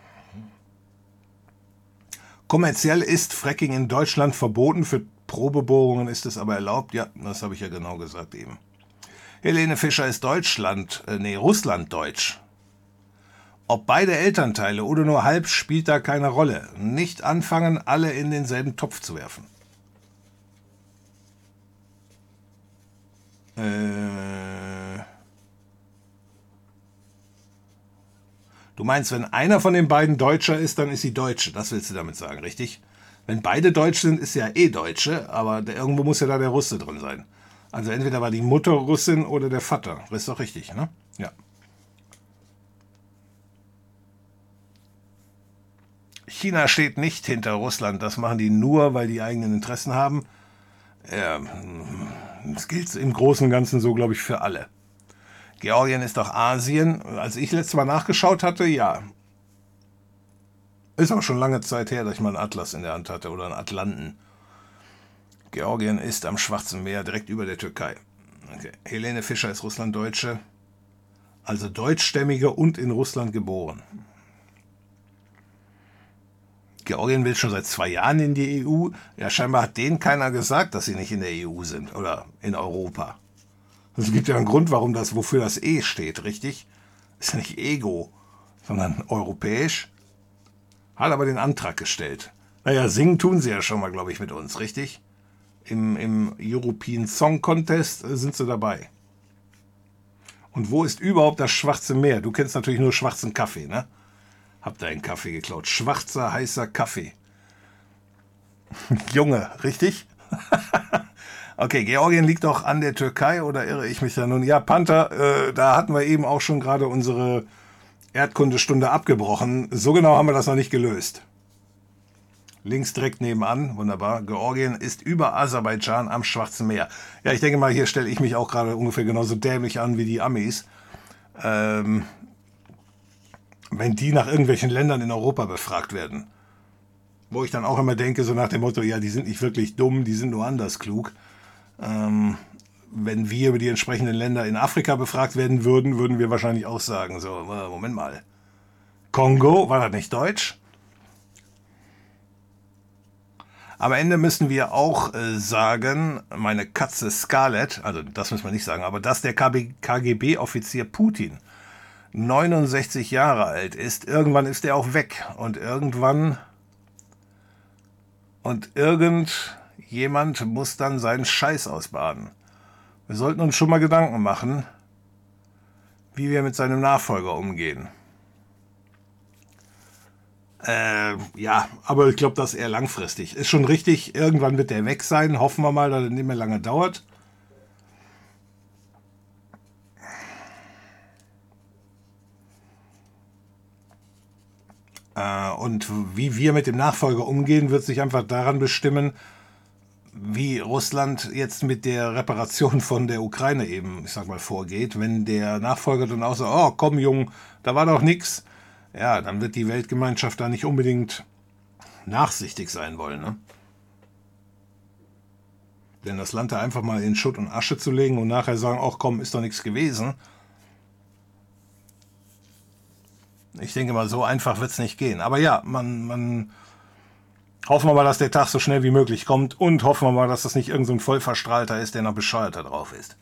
Kommerziell ist Fracking in Deutschland verboten, für Probebohrungen ist es aber erlaubt. Ja, das habe ich ja genau gesagt eben. Helene Fischer ist Russlanddeutsch. Ob beide Elternteile oder nur halb, spielt da keine Rolle. Nicht anfangen, alle in denselben Topf zu werfen. Du meinst, wenn einer von den beiden Deutscher ist, dann ist sie Deutsche. Das willst du damit sagen, richtig? Wenn beide Deutsch sind, ist sie ja eh Deutsche, aber irgendwo muss ja da der Russe drin sein. Also entweder war die Mutter Russin oder der Vater. Das ist doch richtig, ne? Ja. China steht nicht hinter Russland. Das machen die nur, weil die eigenen Interessen haben. Ja, das gilt im Großen und Ganzen so, glaube ich, für alle. Georgien ist doch Asien. Als ich letztes Mal nachgeschaut hatte, ja. Ist auch schon lange Zeit her, dass ich mal einen Atlas in der Hand hatte oder einen Atlanten. Georgien ist am Schwarzen Meer, direkt über der Türkei. Okay. Helene Fischer ist Russlanddeutsche, also deutschstämmige und in Russland geboren. Georgien will schon seit 2 Jahren in die EU. Ja, scheinbar hat denen keiner gesagt, dass sie nicht in der EU sind oder in Europa. Es gibt ja einen Grund, wofür das E steht, richtig? Ist ja nicht Ego, sondern europäisch. Hat aber den Antrag gestellt. Naja, singen tun sie ja schon mal, glaube ich, mit uns, richtig? Im European Song Contest sind sie dabei. Und wo ist überhaupt das Schwarze Meer? Du kennst natürlich nur schwarzen Kaffee, ne? Hab da einen Kaffee geklaut. Schwarzer, heißer Kaffee. Junge, richtig? Okay, Georgien liegt doch an der Türkei, oder irre ich mich da nun? Ja, Panther, da hatten wir eben auch schon gerade unsere Erdkundestunde abgebrochen. So genau haben wir das noch nicht gelöst. Links direkt nebenan, wunderbar. Georgien ist über Aserbaidschan am Schwarzen Meer. Ja, ich denke mal, hier stelle ich mich auch gerade ungefähr genauso dämlich an wie die Amis. Wenn die nach irgendwelchen Ländern in Europa befragt werden. Wo ich dann auch immer denke, so nach dem Motto, ja, die sind nicht wirklich dumm, die sind nur anders klug. Wenn wir über die entsprechenden Länder in Afrika befragt werden würden, würden wir wahrscheinlich auch sagen, so, Moment mal. Kongo, war das nicht Deutsch? Am Ende müssen wir auch sagen, meine Katze Scarlett, also das müssen wir nicht sagen, aber dass der KGB-Offizier Putin 69 Jahre alt ist, irgendwann ist er auch weg und irgendjemand muss dann seinen Scheiß ausbaden. Wir sollten uns schon mal Gedanken machen, wie wir mit seinem Nachfolger umgehen. Ja, aber ich glaube, das ist eher langfristig. Ist schon richtig, irgendwann wird der weg sein. Hoffen wir mal, dass es nicht mehr lange dauert. Und wie wir mit dem Nachfolger umgehen, wird sich einfach daran bestimmen, wie Russland jetzt mit der Reparation von der Ukraine eben, ich sag mal, vorgeht. Wenn der Nachfolger dann auch so, oh komm Jung, da war doch nix, ja, dann wird die Weltgemeinschaft da nicht unbedingt nachsichtig sein wollen, ne? Denn das Land da einfach mal in Schutt und Asche zu legen und nachher sagen, ach komm, ist doch nichts gewesen. Ich denke mal, so einfach wird es nicht gehen. Aber ja, hoffen wir mal, dass der Tag so schnell wie möglich kommt und hoffen wir mal, dass das nicht irgend so ein Vollverstrahlter ist, der noch bescheuerter drauf ist.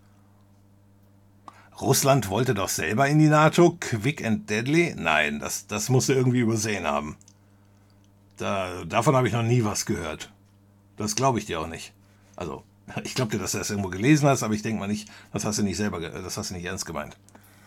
Russland wollte doch selber in die NATO, quick and deadly? Nein, das musst du irgendwie übersehen haben. Davon habe ich noch nie was gehört. Das glaube ich dir auch nicht. Also, ich glaube dir, dass du das irgendwo gelesen hast, aber ich denke mal nicht, das hast du nicht ernst gemeint.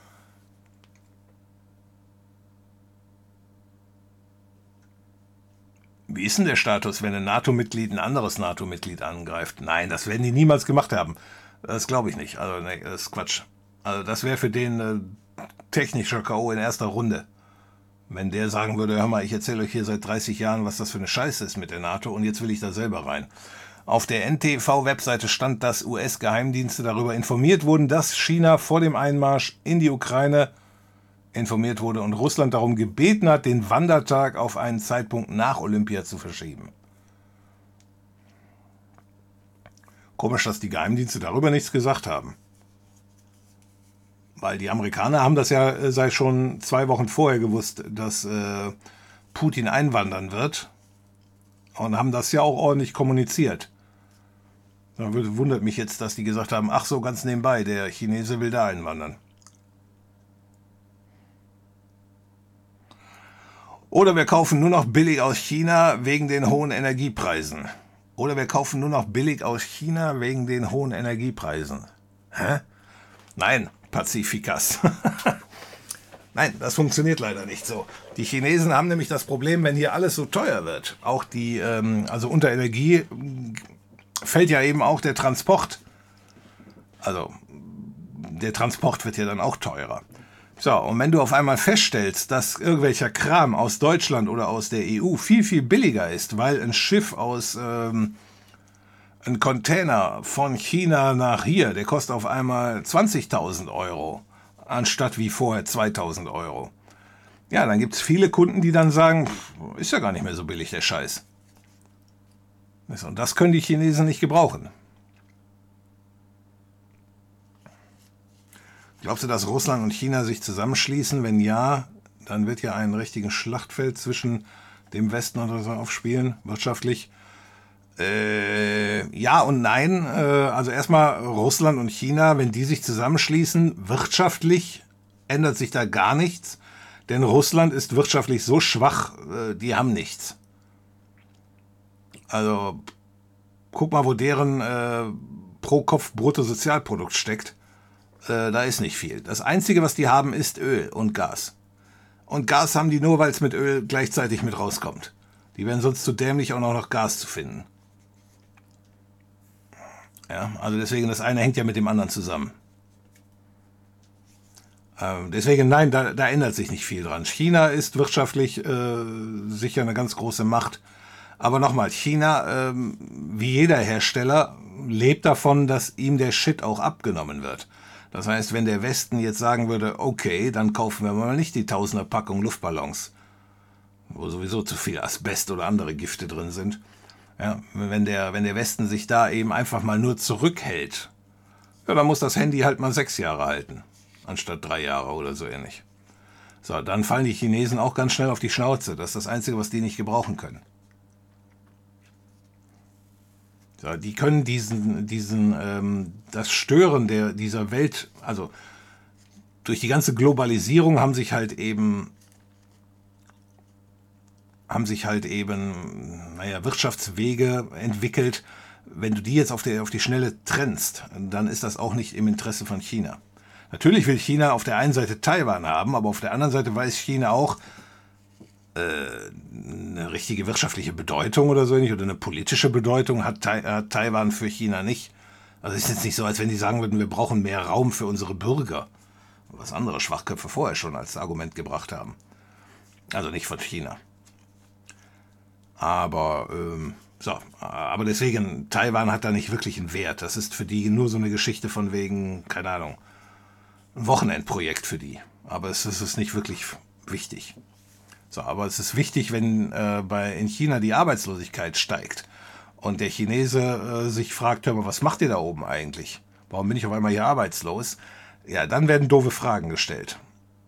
Wie ist denn der Status, wenn ein NATO-Mitglied ein anderes NATO-Mitglied angreift? Nein, das werden die niemals gemacht haben. Das glaube ich nicht. Also, nee, das ist Quatsch. Also, das wäre für den technischer K.O. in erster Runde. Wenn der sagen würde, hör mal, ich erzähle euch hier seit 30 Jahren, was das für eine Scheiße ist mit der NATO und jetzt will ich da selber rein. Auf der NTV-Webseite stand, dass US-Geheimdienste darüber informiert wurden, dass China vor dem Einmarsch in die Ukraine informiert wurde und Russland darum gebeten hat, den Wandertag auf einen Zeitpunkt nach Olympia zu verschieben. Komisch, dass die Geheimdienste darüber nichts gesagt haben. Weil die Amerikaner haben das ja seit schon 2 Wochen vorher gewusst, dass Putin einwandern wird und haben das ja auch ordentlich kommuniziert. Da wundert mich jetzt, dass die gesagt haben, ach so, ganz nebenbei, der Chinese will da einwandern. Oder wir kaufen nur noch billig aus China wegen den hohen Energiepreisen. Oder wir kaufen nur noch billig aus China wegen den hohen Energiepreisen. Hä? Nein, Pazifikas. Nein, das funktioniert leider nicht so. Die Chinesen haben nämlich das Problem, wenn hier alles so teuer wird. Auch also unter Energie fällt ja eben auch der Transport. Also der Transport wird ja dann auch teurer. So, und wenn du auf einmal feststellst, dass irgendwelcher Kram aus Deutschland oder aus der EU viel, viel billiger ist, weil ein Schiff ein Container von China nach hier, der kostet auf einmal 20.000 Euro, anstatt wie vorher 2.000 Euro. Ja, dann gibt es viele Kunden, die dann sagen, ist ja gar nicht mehr so billig, der Scheiß. Und das können die Chinesen nicht gebrauchen. Glaubst du, dass Russland und China sich zusammenschließen? Wenn ja, dann wird ja ein richtiges Schlachtfeld zwischen dem Westen und Russland aufspielen, wirtschaftlich. Ja und nein. Also erstmal Russland und China, wenn die sich zusammenschließen, wirtschaftlich ändert sich da gar nichts. Denn Russland ist wirtschaftlich so schwach, die haben nichts. Also guck mal, wo deren Pro-Kopf-Bruttosozialprodukt steckt. Da ist nicht viel. Das Einzige, was die haben, ist Öl und Gas. Und Gas haben die nur, weil es mit Öl gleichzeitig mit rauskommt. Die wären sonst zu dämlich, auch noch Gas zu finden. Ja, also deswegen, das eine hängt ja mit dem anderen zusammen. Deswegen, nein, da ändert sich nicht viel dran. China ist wirtschaftlich sicher eine ganz große Macht. Aber nochmal, China, wie jeder Hersteller, lebt davon, dass ihm der Shit auch abgenommen wird. Das heißt, wenn der Westen jetzt sagen würde, okay, dann kaufen wir mal nicht die Tausender Packung Luftballons, wo sowieso zu viel Asbest oder andere Gifte drin sind. Ja, wenn der Westen sich da eben einfach mal nur zurückhält, ja, dann muss das Handy halt mal 6 Jahre halten, anstatt 3 Jahre oder so ähnlich. So, dann fallen die Chinesen auch ganz schnell auf die Schnauze. Das ist das Einzige, was die nicht gebrauchen können. So, die können das Stören dieser Welt, also durch die ganze Globalisierung haben sich halt eben Wirtschaftswege entwickelt. Wenn du die jetzt auf die Schnelle trennst, dann ist das auch nicht im Interesse von China. Natürlich will China auf der einen Seite Taiwan haben, aber auf der anderen Seite weiß China auch, eine richtige wirtschaftliche Bedeutung oder so ähnlich oder eine politische Bedeutung hat Taiwan für China nicht. Also es ist jetzt nicht so, als wenn die sagen würden, wir brauchen mehr Raum für unsere Bürger. Was andere Schwachköpfe vorher schon als Argument gebracht haben. Also nicht von China. Aber aber deswegen, Taiwan hat da nicht wirklich einen Wert. Das ist für die nur so eine Geschichte von wegen, keine Ahnung, ein Wochenendprojekt für die. Aber es ist nicht wirklich wichtig. So, aber es ist wichtig, wenn in China die Arbeitslosigkeit steigt und der Chinese sich fragt, hör mal, was macht ihr da oben eigentlich? Warum bin ich auf einmal hier arbeitslos? Ja, dann werden doofe Fragen gestellt.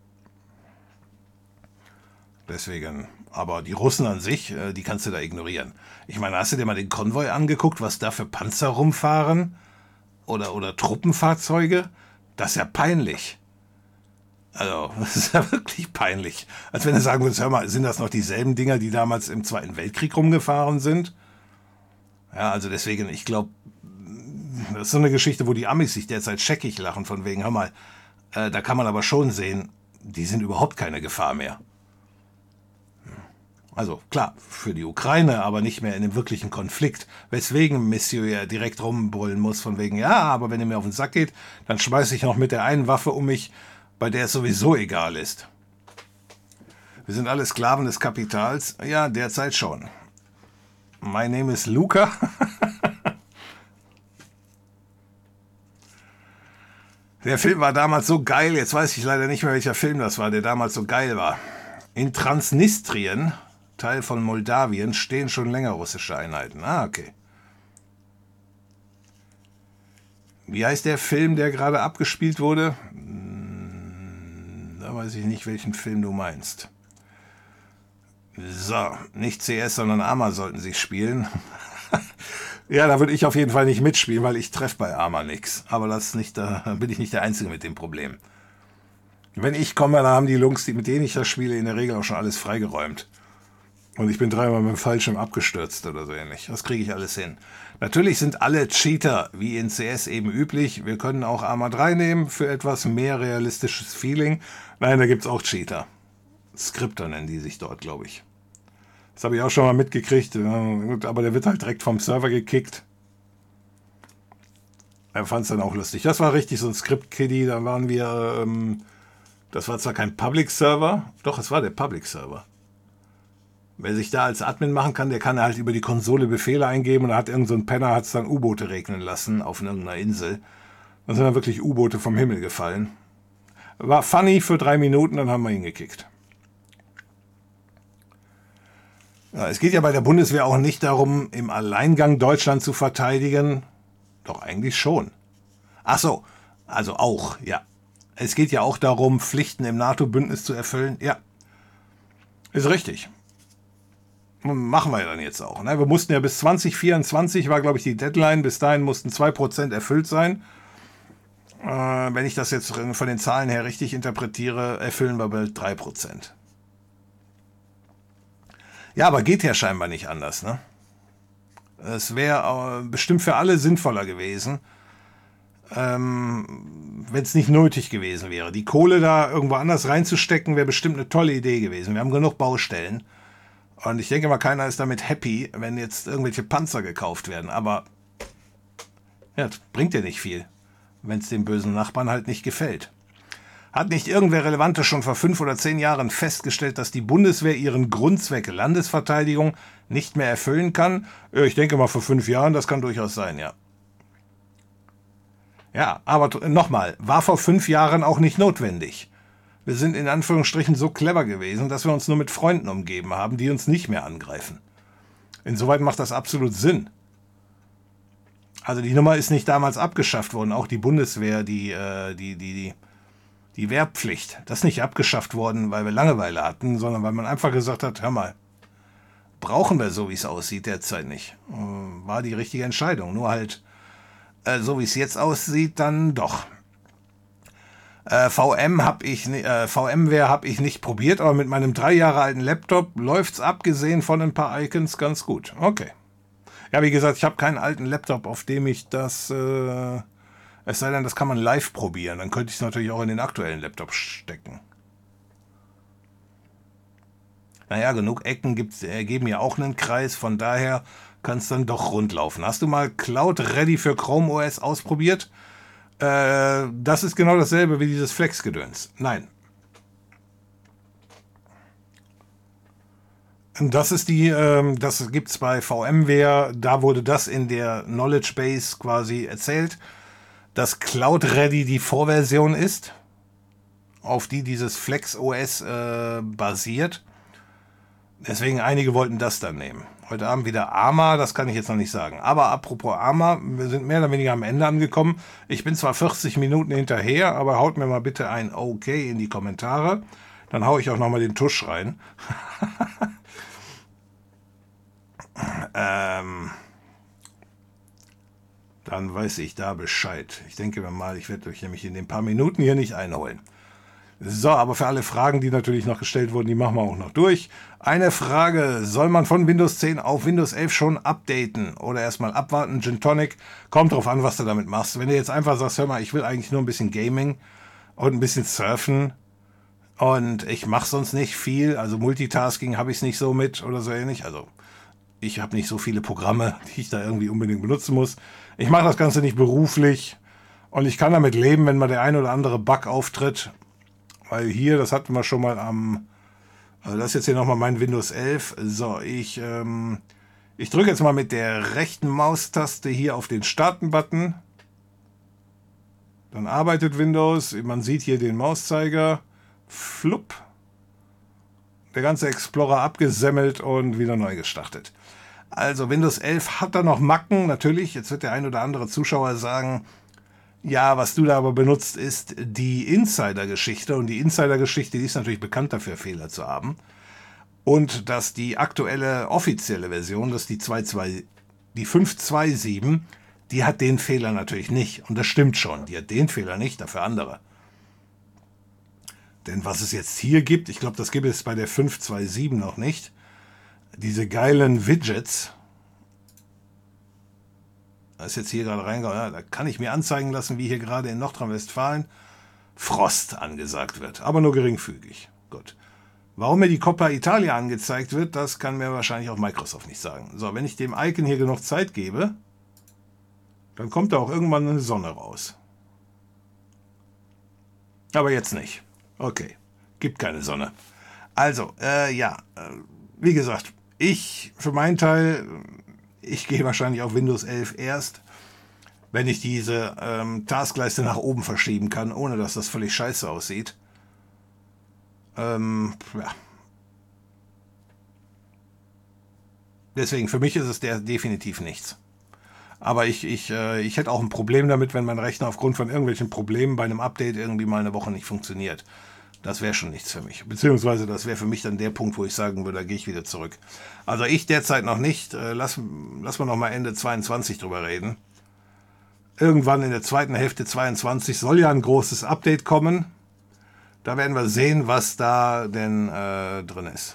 Deswegen, aber die Russen an sich, die kannst du da ignorieren. Ich meine, hast du dir mal den Konvoi angeguckt, was da für Panzer rumfahren? Oder Truppenfahrzeuge? Das ist ja peinlich. Also, das ist ja wirklich peinlich. Als wenn du sagen würdest, hör mal, sind das noch dieselben Dinger, die damals im Zweiten Weltkrieg rumgefahren sind? Ja, also deswegen, ich glaube, das ist so eine Geschichte, wo die Amis sich derzeit scheckig lachen, von wegen, hör mal, da kann man aber schon sehen, die sind überhaupt keine Gefahr mehr. Also klar, für die Ukraine, aber nicht mehr in dem wirklichen Konflikt. Weswegen Monsieur ja direkt rumbrüllen muss, von wegen, ja, aber wenn ihr mir auf den Sack geht, dann schmeiße ich noch mit der einen Waffe um mich, bei der es sowieso egal ist. Wir sind alle Sklaven des Kapitals? Ja, derzeit schon. My name is Luca. Der Film war damals so geil, jetzt weiß ich leider nicht mehr, welcher Film das war, der damals so geil war. In Transnistrien, Teil von Moldawien, stehen schon länger russische Einheiten. Ah, okay. Wie heißt der Film, der gerade abgespielt wurde? Da weiß ich nicht, welchen Film du meinst. So, nicht CS, sondern Arma sollten sie spielen. Ja, da würde ich auf jeden Fall nicht mitspielen, weil ich treffe bei Arma nichts. Aber da bin ich nicht der Einzige mit dem Problem. Wenn ich komme, dann haben die Jungs, mit denen ich das spiele, in der Regel auch schon alles freigeräumt. Und ich bin 3-mal mit dem Fallschirm abgestürzt oder so ähnlich. Das kriege ich alles hin. Natürlich sind alle Cheater, wie in CS eben üblich. Wir können auch Arma 3 nehmen für etwas mehr realistisches Feeling. Nein, da gibt es auch Cheater. Skripter nennen die sich dort, glaube ich. Das habe ich auch schon mal mitgekriegt. Aber der wird halt direkt vom Server gekickt. Er fand es dann auch lustig. Das war richtig so ein Script-Kiddie. Da waren wir... das war zwar kein Public-Server. Doch, es war der Public-Server. Wer sich da als Admin machen kann, der kann halt über die Konsole Befehle eingeben und da hat irgend so ein Penner hat's dann U-Boote regnen lassen auf irgendeiner Insel. Dann sind dann wirklich U-Boote vom Himmel gefallen. War funny für 3 Minuten, dann haben wir ihn gekickt. Ja, es geht ja bei der Bundeswehr auch nicht darum, im Alleingang Deutschland zu verteidigen. Doch eigentlich schon. Ach so, also auch, ja. Es geht ja auch darum, Pflichten im NATO-Bündnis zu erfüllen. Ja, ist richtig. Machen wir ja dann jetzt auch. Ne? Wir mussten ja bis 2024, war glaube ich die Deadline, bis dahin mussten 2% erfüllt sein. Wenn ich das jetzt von den Zahlen her richtig interpretiere, erfüllen wir bald 3%. Ja, aber geht ja scheinbar nicht anders. Ne? Es wäre bestimmt für alle sinnvoller gewesen, wenn es nicht nötig gewesen wäre. Die Kohle da irgendwo anders reinzustecken, wäre bestimmt eine tolle Idee gewesen. Wir haben genug Baustellen. Und ich denke mal, keiner ist damit happy, wenn jetzt irgendwelche Panzer gekauft werden. Aber ja, das bringt ja nicht viel, wenn es dem bösen Nachbarn halt nicht gefällt. Hat nicht irgendwer Relevantes schon vor 5 oder 10 Jahren festgestellt, dass die Bundeswehr ihren Grundzweck Landesverteidigung nicht mehr erfüllen kann? Ich denke mal vor 5 Jahren, das kann durchaus sein, ja. Ja, aber nochmal, war vor 5 Jahren auch nicht notwendig. Wir sind in Anführungsstrichen so clever gewesen, dass wir uns nur mit Freunden umgeben haben, die uns nicht mehr angreifen. Insoweit macht das absolut Sinn. Also die Nummer ist nicht damals abgeschafft worden, auch die Bundeswehr, die Wehrpflicht. Das ist nicht abgeschafft worden, weil wir Langeweile hatten, sondern weil man einfach gesagt hat, hör mal, brauchen wir so, wie es aussieht, derzeit nicht. War die richtige Entscheidung, nur halt so, wie es jetzt aussieht, dann doch. VMware habe ich nicht probiert, aber mit meinem 3 Jahre alten Laptop läuft's abgesehen von ein paar Icons ganz gut. Okay. Ja, wie gesagt, ich habe keinen alten Laptop, auf dem ich das Es sei denn, das kann man live probieren. Dann könnte ich es natürlich auch in den aktuellen Laptop stecken. Naja, genug Ecken ergeben ja auch einen Kreis. Von daher kann es dann doch rund laufen. Hast du mal Cloud Ready für Chrome OS ausprobiert? Das ist genau dasselbe wie dieses Flex-Gedöns. Nein. Das ist das gibt's bei VMware, da wurde das in der Knowledge Base quasi erzählt, dass Cloud Ready die Vorversion ist, auf die dieses Flex OS basiert. Deswegen einige wollten das dann nehmen. Heute Abend wieder ARMA, das kann ich jetzt noch nicht sagen. Aber apropos ARMA, wir sind mehr oder weniger am Ende angekommen. Ich bin zwar 40 Minuten hinterher, aber haut mir mal bitte ein Okay in die Kommentare. Dann haue ich auch nochmal den Tusch rein. Dann weiß ich da Bescheid. Ich denke mir mal, ich werde euch nämlich in den paar Minuten hier nicht einholen. So, aber für alle Fragen, die natürlich noch gestellt wurden, die machen wir auch noch durch. Eine Frage, soll man von Windows 10 auf Windows 11 schon updaten oder erstmal abwarten? Gin Tonic, kommt drauf an, was du damit machst. Wenn du jetzt einfach sagst, hör mal, ich will eigentlich nur ein bisschen Gaming und ein bisschen Surfen und ich mache sonst nicht viel, also Multitasking habe ich es nicht so mit oder so ähnlich, also ich habe nicht so viele Programme, die ich da irgendwie unbedingt benutzen muss. Ich mache das Ganze nicht beruflich und ich kann damit leben, wenn mal der ein oder andere Bug auftritt. Weil hier, das hatten wir schon mal das ist jetzt hier nochmal mein Windows 11. So, ich drücke jetzt mal mit der rechten Maustaste hier auf den Starten-Button. Dann arbeitet Windows. Man sieht hier den Mauszeiger. Flupp. Der ganze Explorer abgesemmelt und wieder neu gestartet. Also Windows 11 hat da noch Macken, natürlich. Jetzt wird der ein oder andere Zuschauer sagen, ja, was du da aber benutzt, ist die Insider-Geschichte. Und die Insider-Geschichte, die ist natürlich bekannt dafür, Fehler zu haben. Und dass die aktuelle offizielle Version, dass die 5.2.7, die hat den Fehler natürlich nicht. Und das stimmt schon, die hat den Fehler nicht, dafür andere. Denn was es jetzt hier gibt, ich glaube, das gibt es bei der 5.2.7 noch nicht, diese geilen Widgets. Da ist jetzt hier gerade reingegangen, ja, da kann ich mir anzeigen lassen, wie hier gerade in Nordrhein-Westfalen Frost angesagt wird, aber nur geringfügig. Gut. Warum mir die Coppa Italia angezeigt wird, das kann mir wahrscheinlich auch Microsoft nicht sagen. So, wenn ich dem Icon hier genug Zeit gebe, dann kommt da auch irgendwann eine Sonne raus. Aber jetzt nicht. Okay, gibt keine Sonne. Also, wie gesagt, ich für meinen Teil... Ich gehe wahrscheinlich auf Windows 11 erst, wenn ich diese Taskleiste nach oben verschieben kann, ohne dass das völlig scheiße aussieht. Deswegen, für mich ist es definitiv nichts. Aber ich hätte auch ein Problem damit, wenn mein Rechner aufgrund von irgendwelchen Problemen bei einem Update irgendwie mal eine Woche nicht funktioniert. Das wäre schon nichts für mich. Beziehungsweise das wäre für mich dann der Punkt, wo ich sagen würde, da gehe ich wieder zurück. Also ich derzeit noch nicht. Lass mal noch mal Ende 22 drüber reden. Irgendwann in der zweiten Hälfte 22 soll ja ein großes Update kommen. Da werden wir sehen, was da denn drin ist.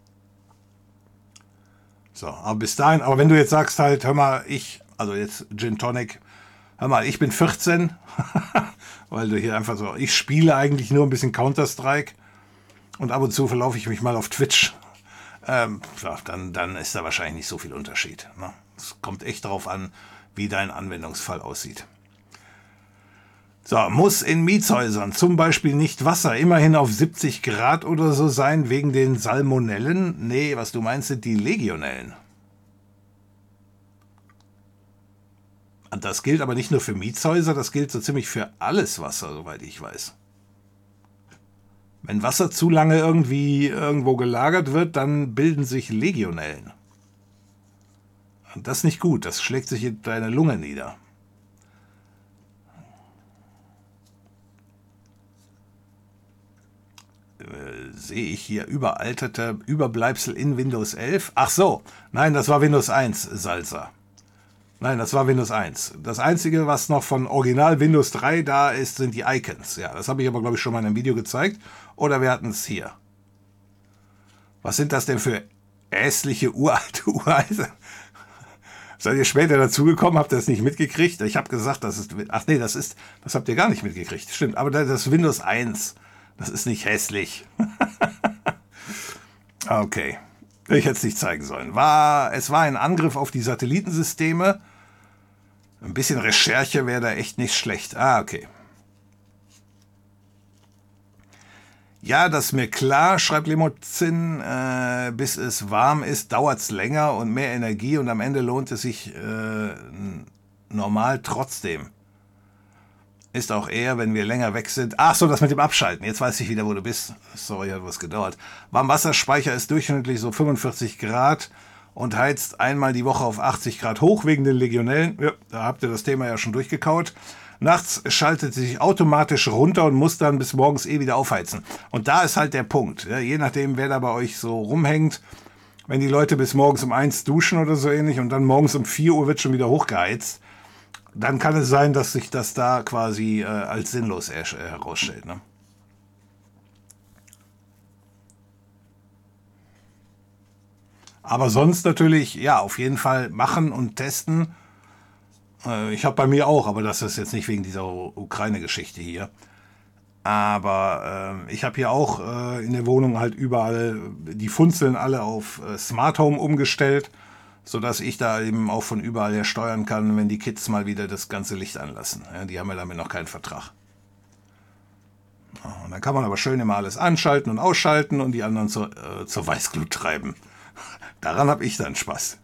So, aber bis dahin, aber wenn du jetzt sagst halt, hör mal, also jetzt Gin Tonic, hör mal, ich bin 14, weil du hier einfach so, ich spiele eigentlich nur ein bisschen Counter-Strike und ab und zu verlaufe ich mich mal auf Twitch. Dann ist da wahrscheinlich nicht so viel Unterschied. Ne? Es kommt echt darauf an, wie dein Anwendungsfall aussieht. So, muss in Mietshäusern zum Beispiel nicht Wasser immerhin auf 70 Grad oder so sein, wegen den Salmonellen? Nee, was du meinst, sind die Legionellen. Und das gilt aber nicht nur für Mietshäuser, das gilt so ziemlich für alles Wasser, soweit ich weiß. Wenn Wasser zu lange irgendwo gelagert wird, dann bilden sich Legionellen. Und das ist nicht gut, das schlägt sich in deine Lunge nieder. Sehe ich hier überalterte Überbleibsel in Windows 11? Ach so, nein, das war Windows 1, Salsa. Nein, das war Windows 1. Das Einzige, was noch von Original Windows 3 da ist, sind die Icons. Ja, das habe ich aber, glaube ich, schon mal in einem Video gezeigt. Oder wir hatten es hier. Was sind das denn für hässliche, uralte Seid ihr später dazugekommen? Habt ihr das nicht mitgekriegt? Ich habe gesagt, das ist... Ach nee, das habt ihr gar nicht mitgekriegt. Stimmt, aber das ist Windows 1. Das ist nicht hässlich. Okay. Ich hätte es nicht zeigen sollen. Es war ein Angriff auf die Satellitensysteme. Ein bisschen Recherche wäre da echt nicht schlecht. Okay. Ja, das ist mir klar, schreibt Limousin. Bis es warm ist, dauert es länger und mehr Energie und am Ende lohnt es sich normal trotzdem. Ist auch eher, wenn wir länger weg sind. Ach so, das mit dem Abschalten. Jetzt weiß ich wieder, wo du bist. Sorry, hat was gedauert. Warmwasserspeicher ist durchschnittlich so 45 Grad und heizt einmal die Woche auf 80 Grad hoch wegen den Legionellen. Ja, da habt ihr das Thema ja schon durchgekaut. Nachts schaltet sie sich automatisch runter und muss dann bis morgens wieder aufheizen. Und da ist halt der Punkt. Ja, je nachdem, wer da bei euch so rumhängt, wenn die Leute bis morgens um 1 duschen oder so ähnlich und dann morgens um 4 Uhr wird schon wieder hochgeheizt, dann kann es sein, dass sich das da quasi als sinnlos herausstellt. Ne? Aber sonst natürlich, ja, auf jeden Fall machen und testen. Ich habe bei mir auch, aber das ist jetzt nicht wegen dieser Ukraine-Geschichte hier. Aber ich habe hier auch in der Wohnung halt überall die Funzeln alle auf Smart Home umgestellt, sodass ich da eben auch von überall her steuern kann, wenn die Kids mal wieder das ganze Licht anlassen. Ja, die haben ja damit noch keinen Vertrag. Und dann kann man aber schön immer alles anschalten und ausschalten und die anderen zur Weißglut treiben. Daran habe ich dann Spaß.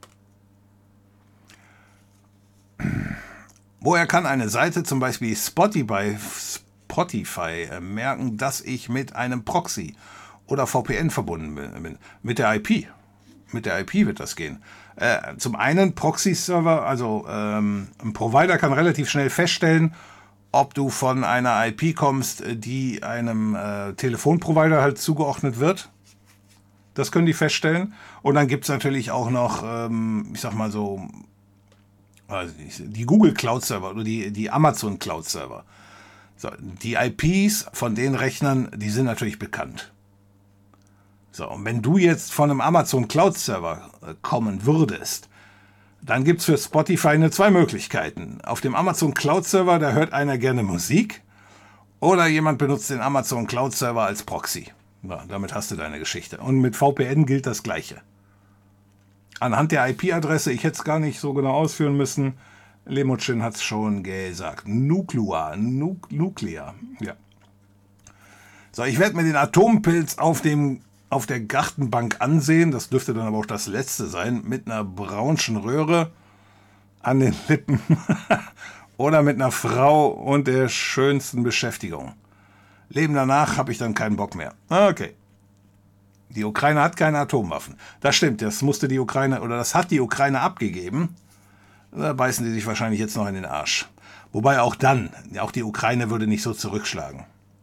Woher kann eine Seite, zum Beispiel Spotify merken, dass ich mit einem Proxy oder VPN verbunden bin? Mit der IP. Mit der IP wird das gehen. Zum einen Proxy-Server, also ein Provider kann relativ schnell feststellen, ob du von einer IP kommst, die einem Telefonprovider halt zugeordnet wird. Das können die feststellen. Und dann gibt es natürlich auch noch, ich sag mal so, die Google Cloud Server oder die Amazon Cloud Server. So, die IPs von den Rechnern, die sind natürlich bekannt. So, und wenn du jetzt von einem Amazon Cloud Server kommen würdest, dann gibt es für Spotify nur zwei Möglichkeiten. Auf dem Amazon Cloud Server, da hört einer gerne Musik oder jemand benutzt den Amazon Cloud Server als Proxy. Ja, damit hast du deine Geschichte. Und mit VPN gilt das Gleiche. Anhand der IP-Adresse, ich hätte es gar nicht so genau ausführen müssen, Limousin hat es schon gesagt. Nuclear. Ja. So, ich werde mir den Atompilz auf der Gartenbank ansehen. Das dürfte dann aber auch das letzte sein. Mit einer braunschen Röhre an den Lippen. Oder mit einer Frau und der schönsten Beschäftigung. Leben danach habe ich dann keinen Bock mehr. Okay. Die Ukraine hat keine Atomwaffen. Das stimmt, das musste die Ukraine, oder das hat die Ukraine abgegeben. Da beißen die sich wahrscheinlich jetzt noch in den Arsch. Wobei auch die Ukraine würde nicht so zurückschlagen.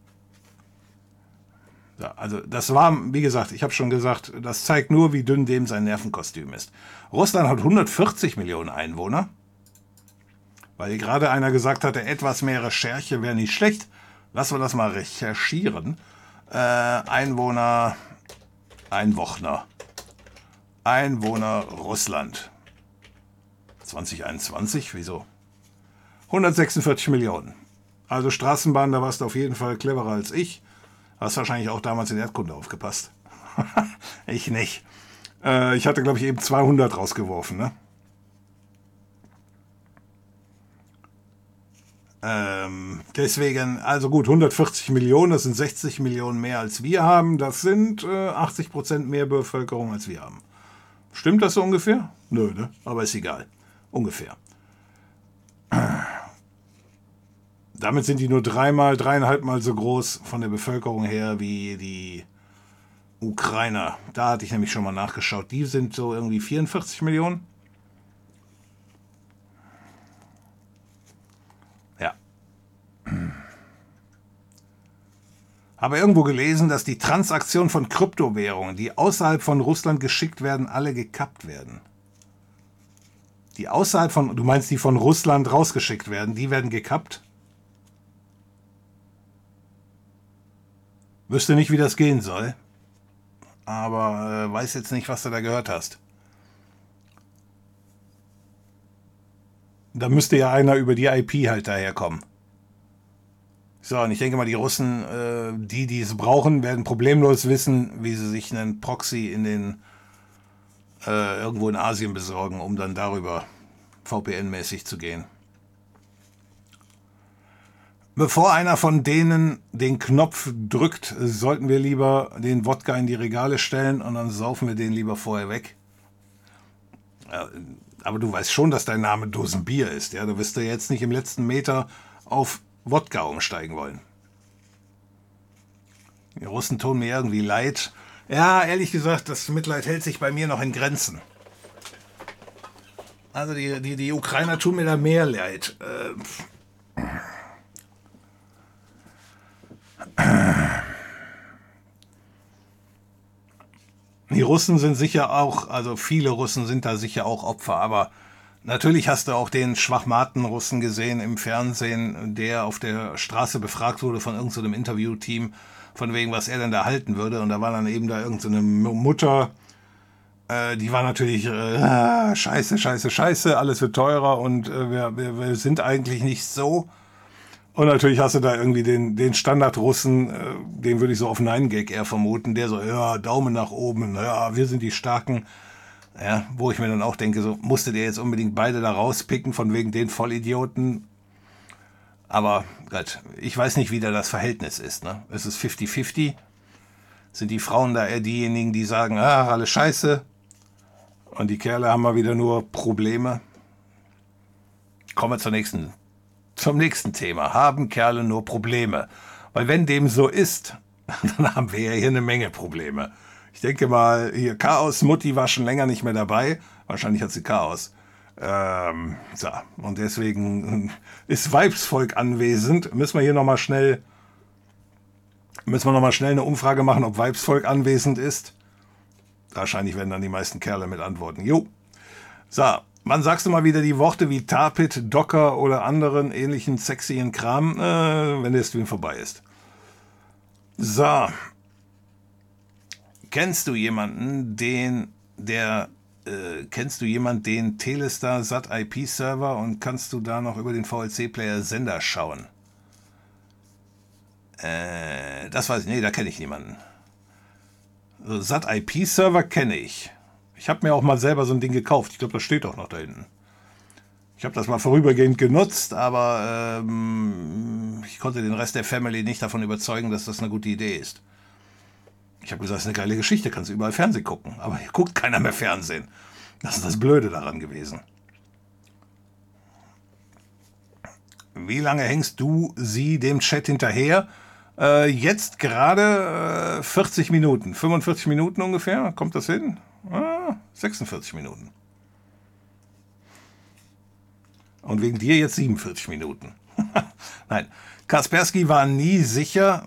Ja, also das war, wie gesagt, ich habe schon gesagt, das zeigt nur, wie dünn dem sein Nervenkostüm ist. Russland hat 140 Millionen Einwohner. Weil gerade einer gesagt hatte, etwas mehr Recherche wäre nicht schlecht. Lassen wir das mal recherchieren. Einwohner Russland. 2021, wieso? 146 Millionen. Also Straßenbahn, da warst du auf jeden Fall cleverer als ich. Hast wahrscheinlich auch damals in Erdkunde aufgepasst. Ich nicht. Ich hatte, glaube ich, eben 200 rausgeworfen, ne? Deswegen, also gut, 140 Millionen, das sind 60 Millionen mehr als wir haben. Das sind 80% mehr Bevölkerung als wir haben. Stimmt das so ungefähr? Nö, ne? Aber ist egal. Ungefähr. Damit sind die nur dreieinhalb Mal so groß von der Bevölkerung her wie die Ukrainer. Da hatte ich nämlich schon mal nachgeschaut. Die sind so irgendwie 44 Millionen. Ja. Habe irgendwo gelesen, dass die Transaktionen von Kryptowährungen, die außerhalb von Russland geschickt werden, alle gekappt werden. Du meinst, die von Russland rausgeschickt werden, die werden gekappt? Wüsste nicht, wie das gehen soll. Aber weiß jetzt nicht, was du da gehört hast. Da müsste ja einer über die IP halt daherkommen. So, und ich denke mal, die Russen, die es brauchen, werden problemlos wissen, wie sie sich einen Proxy irgendwo in Asien besorgen, um dann darüber VPN-mäßig zu gehen. Bevor einer von denen den Knopf drückt, sollten wir lieber den Wodka in die Regale stellen und dann saufen wir den lieber vorher weg. Aber du weißt schon, dass dein Name Dosenbier ist. Ja? Du wirst ja jetzt nicht im letzten Meter auf Wodka umsteigen wollen. Die Russen tun mir irgendwie leid. Ja, ehrlich gesagt, das Mitleid hält sich bei mir noch in Grenzen. Also die Ukrainer tun mir da mehr leid. Die Russen sind sicher auch, also viele Russen sind da sicher auch Opfer, aber natürlich hast du auch den Schwachmaten-Russen gesehen im Fernsehen, der auf der Straße befragt wurde von irgendeinem Interviewteam, von wegen, was er denn da halten würde. Und da war dann eben da irgendeine Mutter, die war natürlich scheiße, alles wird teurer und wir sind eigentlich nicht so. Und natürlich hast du da irgendwie den Standard-Russen, den würde ich so auf 9gag eher vermuten, der so, ja, Daumen nach oben, ja, wir sind die Starken. Ja, wo ich mir dann auch denke, so musstet ihr jetzt unbedingt beide da rauspicken, von wegen den Vollidioten. Aber Gott, ich weiß nicht, wie da das Verhältnis ist. Ne? Es ist 50-50. Sind die Frauen da eher diejenigen, die sagen, alles scheiße. Und die Kerle haben mal wieder nur Probleme. Kommen wir zum nächsten Thema. Haben Kerle nur Probleme? Weil wenn dem so ist, dann haben wir ja hier eine Menge Probleme. Ich denke mal, hier Chaos, Mutti war schon länger nicht mehr dabei. Wahrscheinlich hat sie Chaos. So. Und deswegen ist Weibsvolk anwesend. Müssen wir nochmal schnell eine Umfrage machen, ob Weibsvolk anwesend ist. Wahrscheinlich werden dann die meisten Kerle mit antworten. Jo. So. Wann sagst du mal wieder die Worte wie Tarpit, Docker oder anderen ähnlichen sexyen Kram, wenn der Stream vorbei ist? So. Kennst du jemanden, den Telestar SAT IP Server und kannst du da noch über den VLC-Player Sender schauen? Das weiß ich, nee, da kenne ich niemanden. Also SAT IP Server kenne ich. Ich habe mir auch mal selber so ein Ding gekauft. Ich glaube, das steht doch noch da hinten. Ich habe das mal vorübergehend genutzt, aber ich konnte den Rest der Family nicht davon überzeugen, dass das eine gute Idee ist. Ich habe gesagt, das ist eine geile Geschichte, kannst du überall Fernsehen gucken. Aber hier guckt keiner mehr Fernsehen. Das ist das Blöde daran gewesen. Wie lange hängst du dem Chat hinterher? Jetzt gerade 40 Minuten. 45 Minuten ungefähr. Kommt das hin? 46 Minuten. Und wegen dir jetzt 47 Minuten. Nein, Kaspersky war nie sicher.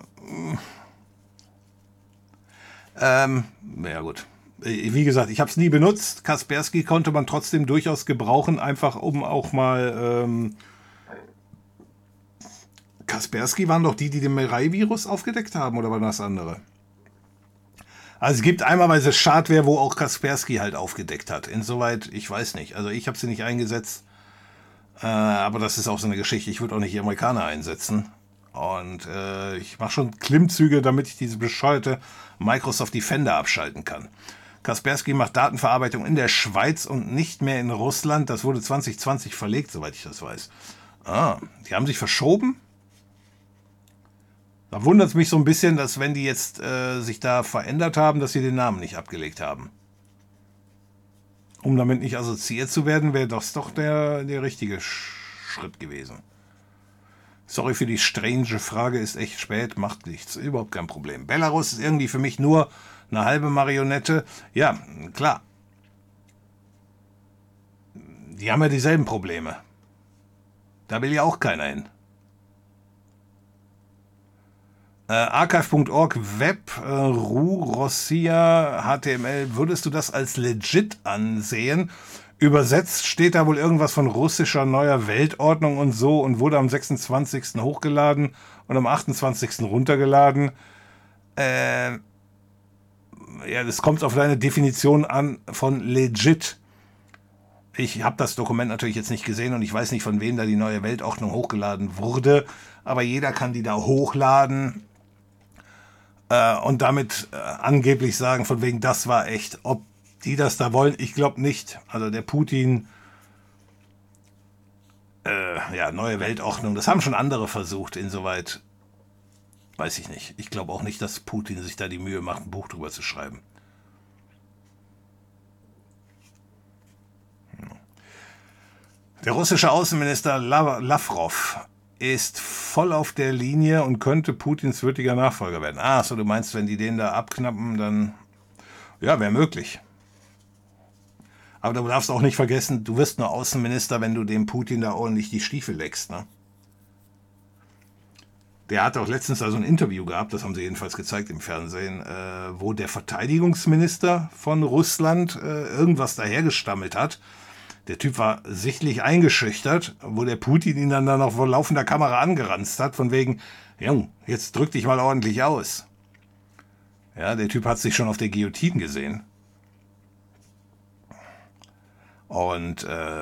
Ja gut. Wie gesagt, ich habe es nie benutzt. Kaspersky konnte man trotzdem durchaus gebrauchen, einfach um auch mal... Kaspersky waren doch die den Mirai-Virus aufgedeckt haben, oder war das andere? Also es gibt einmalweise Schadware, wo auch Kaspersky halt aufgedeckt hat. Insoweit, ich weiß nicht. Also ich habe sie nicht eingesetzt. Aber das ist auch so eine Geschichte. Ich würde auch nicht die Amerikaner einsetzen. Und ich mache schon Klimmzüge, damit ich diese bescheuerte Microsoft Defender abschalten kann. Kaspersky macht Datenverarbeitung in der Schweiz und nicht mehr in Russland. Das wurde 2020 verlegt, soweit ich das weiß. Die haben sich verschoben? Da wundert es mich so ein bisschen, dass wenn die jetzt sich da verändert haben, dass sie den Namen nicht abgelegt haben. Um damit nicht assoziiert zu werden, wäre das doch der richtige Schritt gewesen. Sorry für die strange Frage, ist echt spät, macht nichts, überhaupt kein Problem. Belarus ist irgendwie für mich nur eine halbe Marionette. Ja, klar. Die haben ja dieselben Probleme. Da will ja auch keiner hin. Archive.org, Web, RU, Rossia, HTML, würdest du das als legit ansehen? Übersetzt steht da wohl irgendwas von russischer neuer Weltordnung und so und wurde am 26. hochgeladen und am 28. runtergeladen. Ja, das kommt auf deine Definition an von legit. Ich habe das Dokument natürlich jetzt nicht gesehen und ich weiß nicht, von wem da die neue Weltordnung hochgeladen wurde, aber jeder kann die da hochladen und damit angeblich sagen, von wegen, das war echt. Ob die das da wollen, ich glaube nicht. Also der Putin, ja, neue Weltordnung, das haben schon andere versucht, insoweit weiß ich nicht. Ich glaube auch nicht, dass Putin sich da die Mühe macht, ein Buch drüber zu schreiben. Der russische Außenminister Lavrov ist voll auf der Linie und könnte Putins würdiger Nachfolger werden. Ah, so, du meinst, wenn die den da abknappen, dann, ja, wäre möglich. Aber du darfst auch nicht vergessen, du wirst nur Außenminister, wenn du dem Putin da ordentlich die Stiefel leckst, ne? Der hat auch letztens also ein Interview gehabt, das haben sie jedenfalls gezeigt im Fernsehen, wo der Verteidigungsminister von Russland irgendwas dahergestammelt hat. Der Typ war sichtlich eingeschüchtert, wo der Putin ihn dann noch vor laufender Kamera angeranzt hat, von wegen, Jung, jetzt drück dich mal ordentlich aus. Ja, der Typ hat sich schon auf der Guillotine gesehen. Und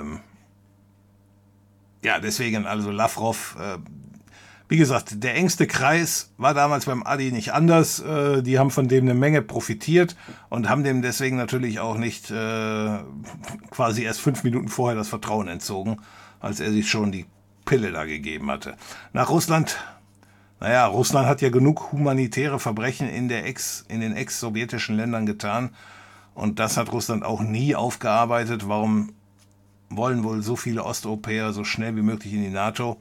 ja, deswegen also Lavrov, wie gesagt, der engste Kreis war damals beim Adi nicht anders. Die haben von dem eine Menge profitiert und haben dem deswegen natürlich auch nicht quasi erst 5 Minuten vorher das Vertrauen entzogen, als er sich schon die Pille da gegeben hatte. Nach Russland, naja, Russland hat ja genug humanitäre Verbrechen in den ex-sowjetischen Ländern getan und das hat Russland auch nie aufgearbeitet. Warum wollen wohl so viele Osteuropäer so schnell wie möglich in die NATO?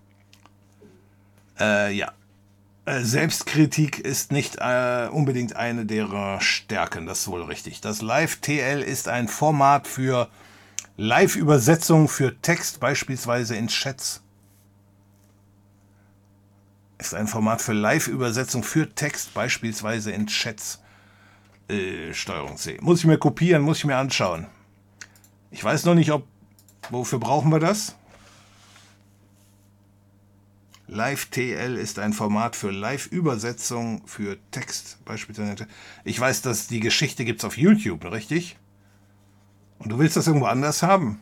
Ja, Selbstkritik ist nicht unbedingt eine derer Stärken, das ist wohl richtig. Das Live-TL ist ein Format für Live-Übersetzung für Text, beispielsweise in Chats. Ist ein Format für Live-Übersetzung für Text, beispielsweise in Chats. Steuerung C. Muss ich mir kopieren, muss ich mir anschauen. Ich weiß noch nicht, wofür brauchen wir das? Live-TL ist ein Format für Live-Übersetzung für Text, beispielsweise. Ich weiß, dass die Geschichte gibt es auf YouTube, richtig? Und du willst das irgendwo anders haben?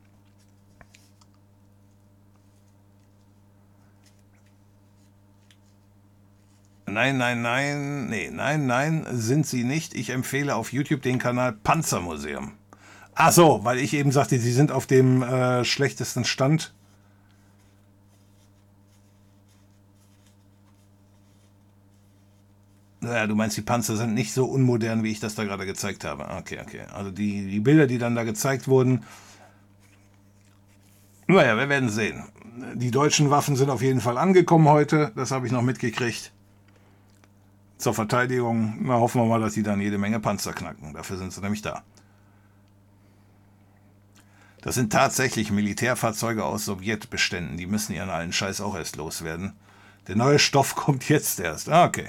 Nein, sind sie nicht. Ich empfehle auf YouTube den Kanal Panzermuseum. Ach so, weil ich eben sagte, sie sind auf dem schlechtesten Stand. Naja, du meinst, die Panzer sind nicht so unmodern, wie ich das da gerade gezeigt habe. Okay. Also die Bilder, die dann da gezeigt wurden, naja, wir werden sehen. Die deutschen Waffen sind auf jeden Fall angekommen heute. Das habe ich noch mitgekriegt. Zur Verteidigung, na, hoffen wir mal, dass die dann jede Menge Panzer knacken. Dafür sind sie nämlich da. Das sind tatsächlich Militärfahrzeuge aus Sowjetbeständen. Die müssen ihren alten Scheiß auch erst loswerden. Der neue Stoff kommt jetzt erst. Ah, okay.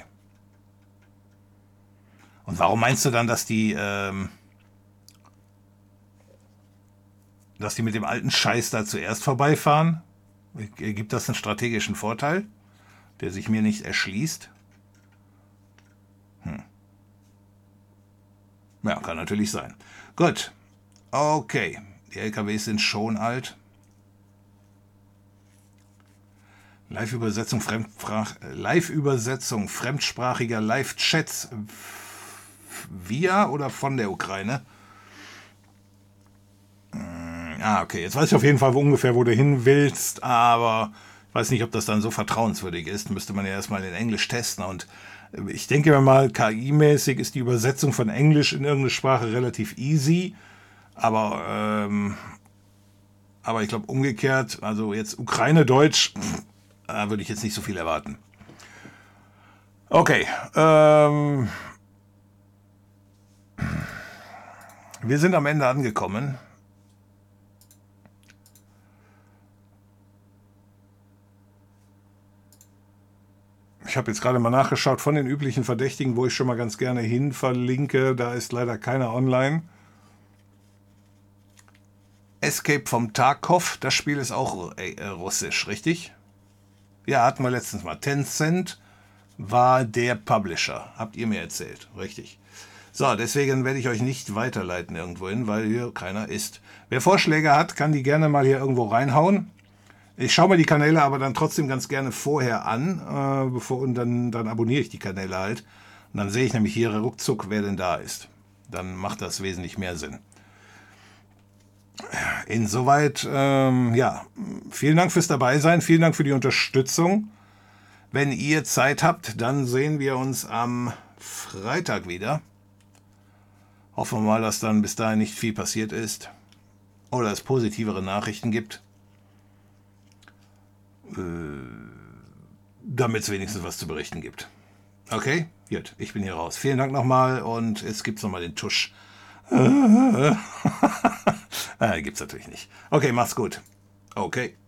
Und warum meinst du dann, dass die mit dem alten Scheiß da zuerst vorbeifahren? Gibt das einen strategischen Vorteil, der sich mir nicht erschließt? Ja, kann natürlich sein. Gut. Okay. Die LKWs sind schon alt. Live-Übersetzung fremdsprachiger Live-Chats via oder von der Ukraine? Okay, jetzt weiß ich auf jeden Fall ungefähr, wo du hin willst, aber ich weiß nicht, ob das dann so vertrauenswürdig ist. Müsste man ja erstmal in Englisch testen. Und ich denke mal, KI-mäßig ist die Übersetzung von Englisch in irgendeine Sprache relativ easy, aber ich glaube umgekehrt, also jetzt Ukraine-Deutsch, würde ich jetzt nicht so viel erwarten. Okay, wir sind am Ende angekommen. Ich habe jetzt gerade mal nachgeschaut von den üblichen Verdächtigen, wo ich schon mal ganz gerne hin verlinke. Da ist leider keiner online. Escape vom Tarkov, das Spiel ist auch russisch, richtig? Ja, hatten wir letztens mal. Tencent war der Publisher, habt ihr mir erzählt, richtig. So, deswegen werde ich euch nicht weiterleiten irgendwo hin, weil hier keiner ist. Wer Vorschläge hat, kann die gerne mal hier irgendwo reinhauen. Ich schaue mir die Kanäle aber dann trotzdem ganz gerne vorher an, und dann abonniere ich die Kanäle halt. Und dann sehe ich nämlich hier ruckzuck, wer denn da ist. Dann macht das wesentlich mehr Sinn. Insoweit, ja, vielen Dank fürs Dabeisein, vielen Dank für die Unterstützung. Wenn ihr Zeit habt, dann sehen wir uns am Freitag wieder. Hoffen wir mal, dass dann bis dahin nicht viel passiert ist oder es positivere Nachrichten gibt, damit es wenigstens was zu berichten gibt. Okay, gut, ich bin hier raus. Vielen Dank nochmal und jetzt gibt's nochmal den Tusch. Gibt's natürlich nicht. Okay, macht's gut. Okay.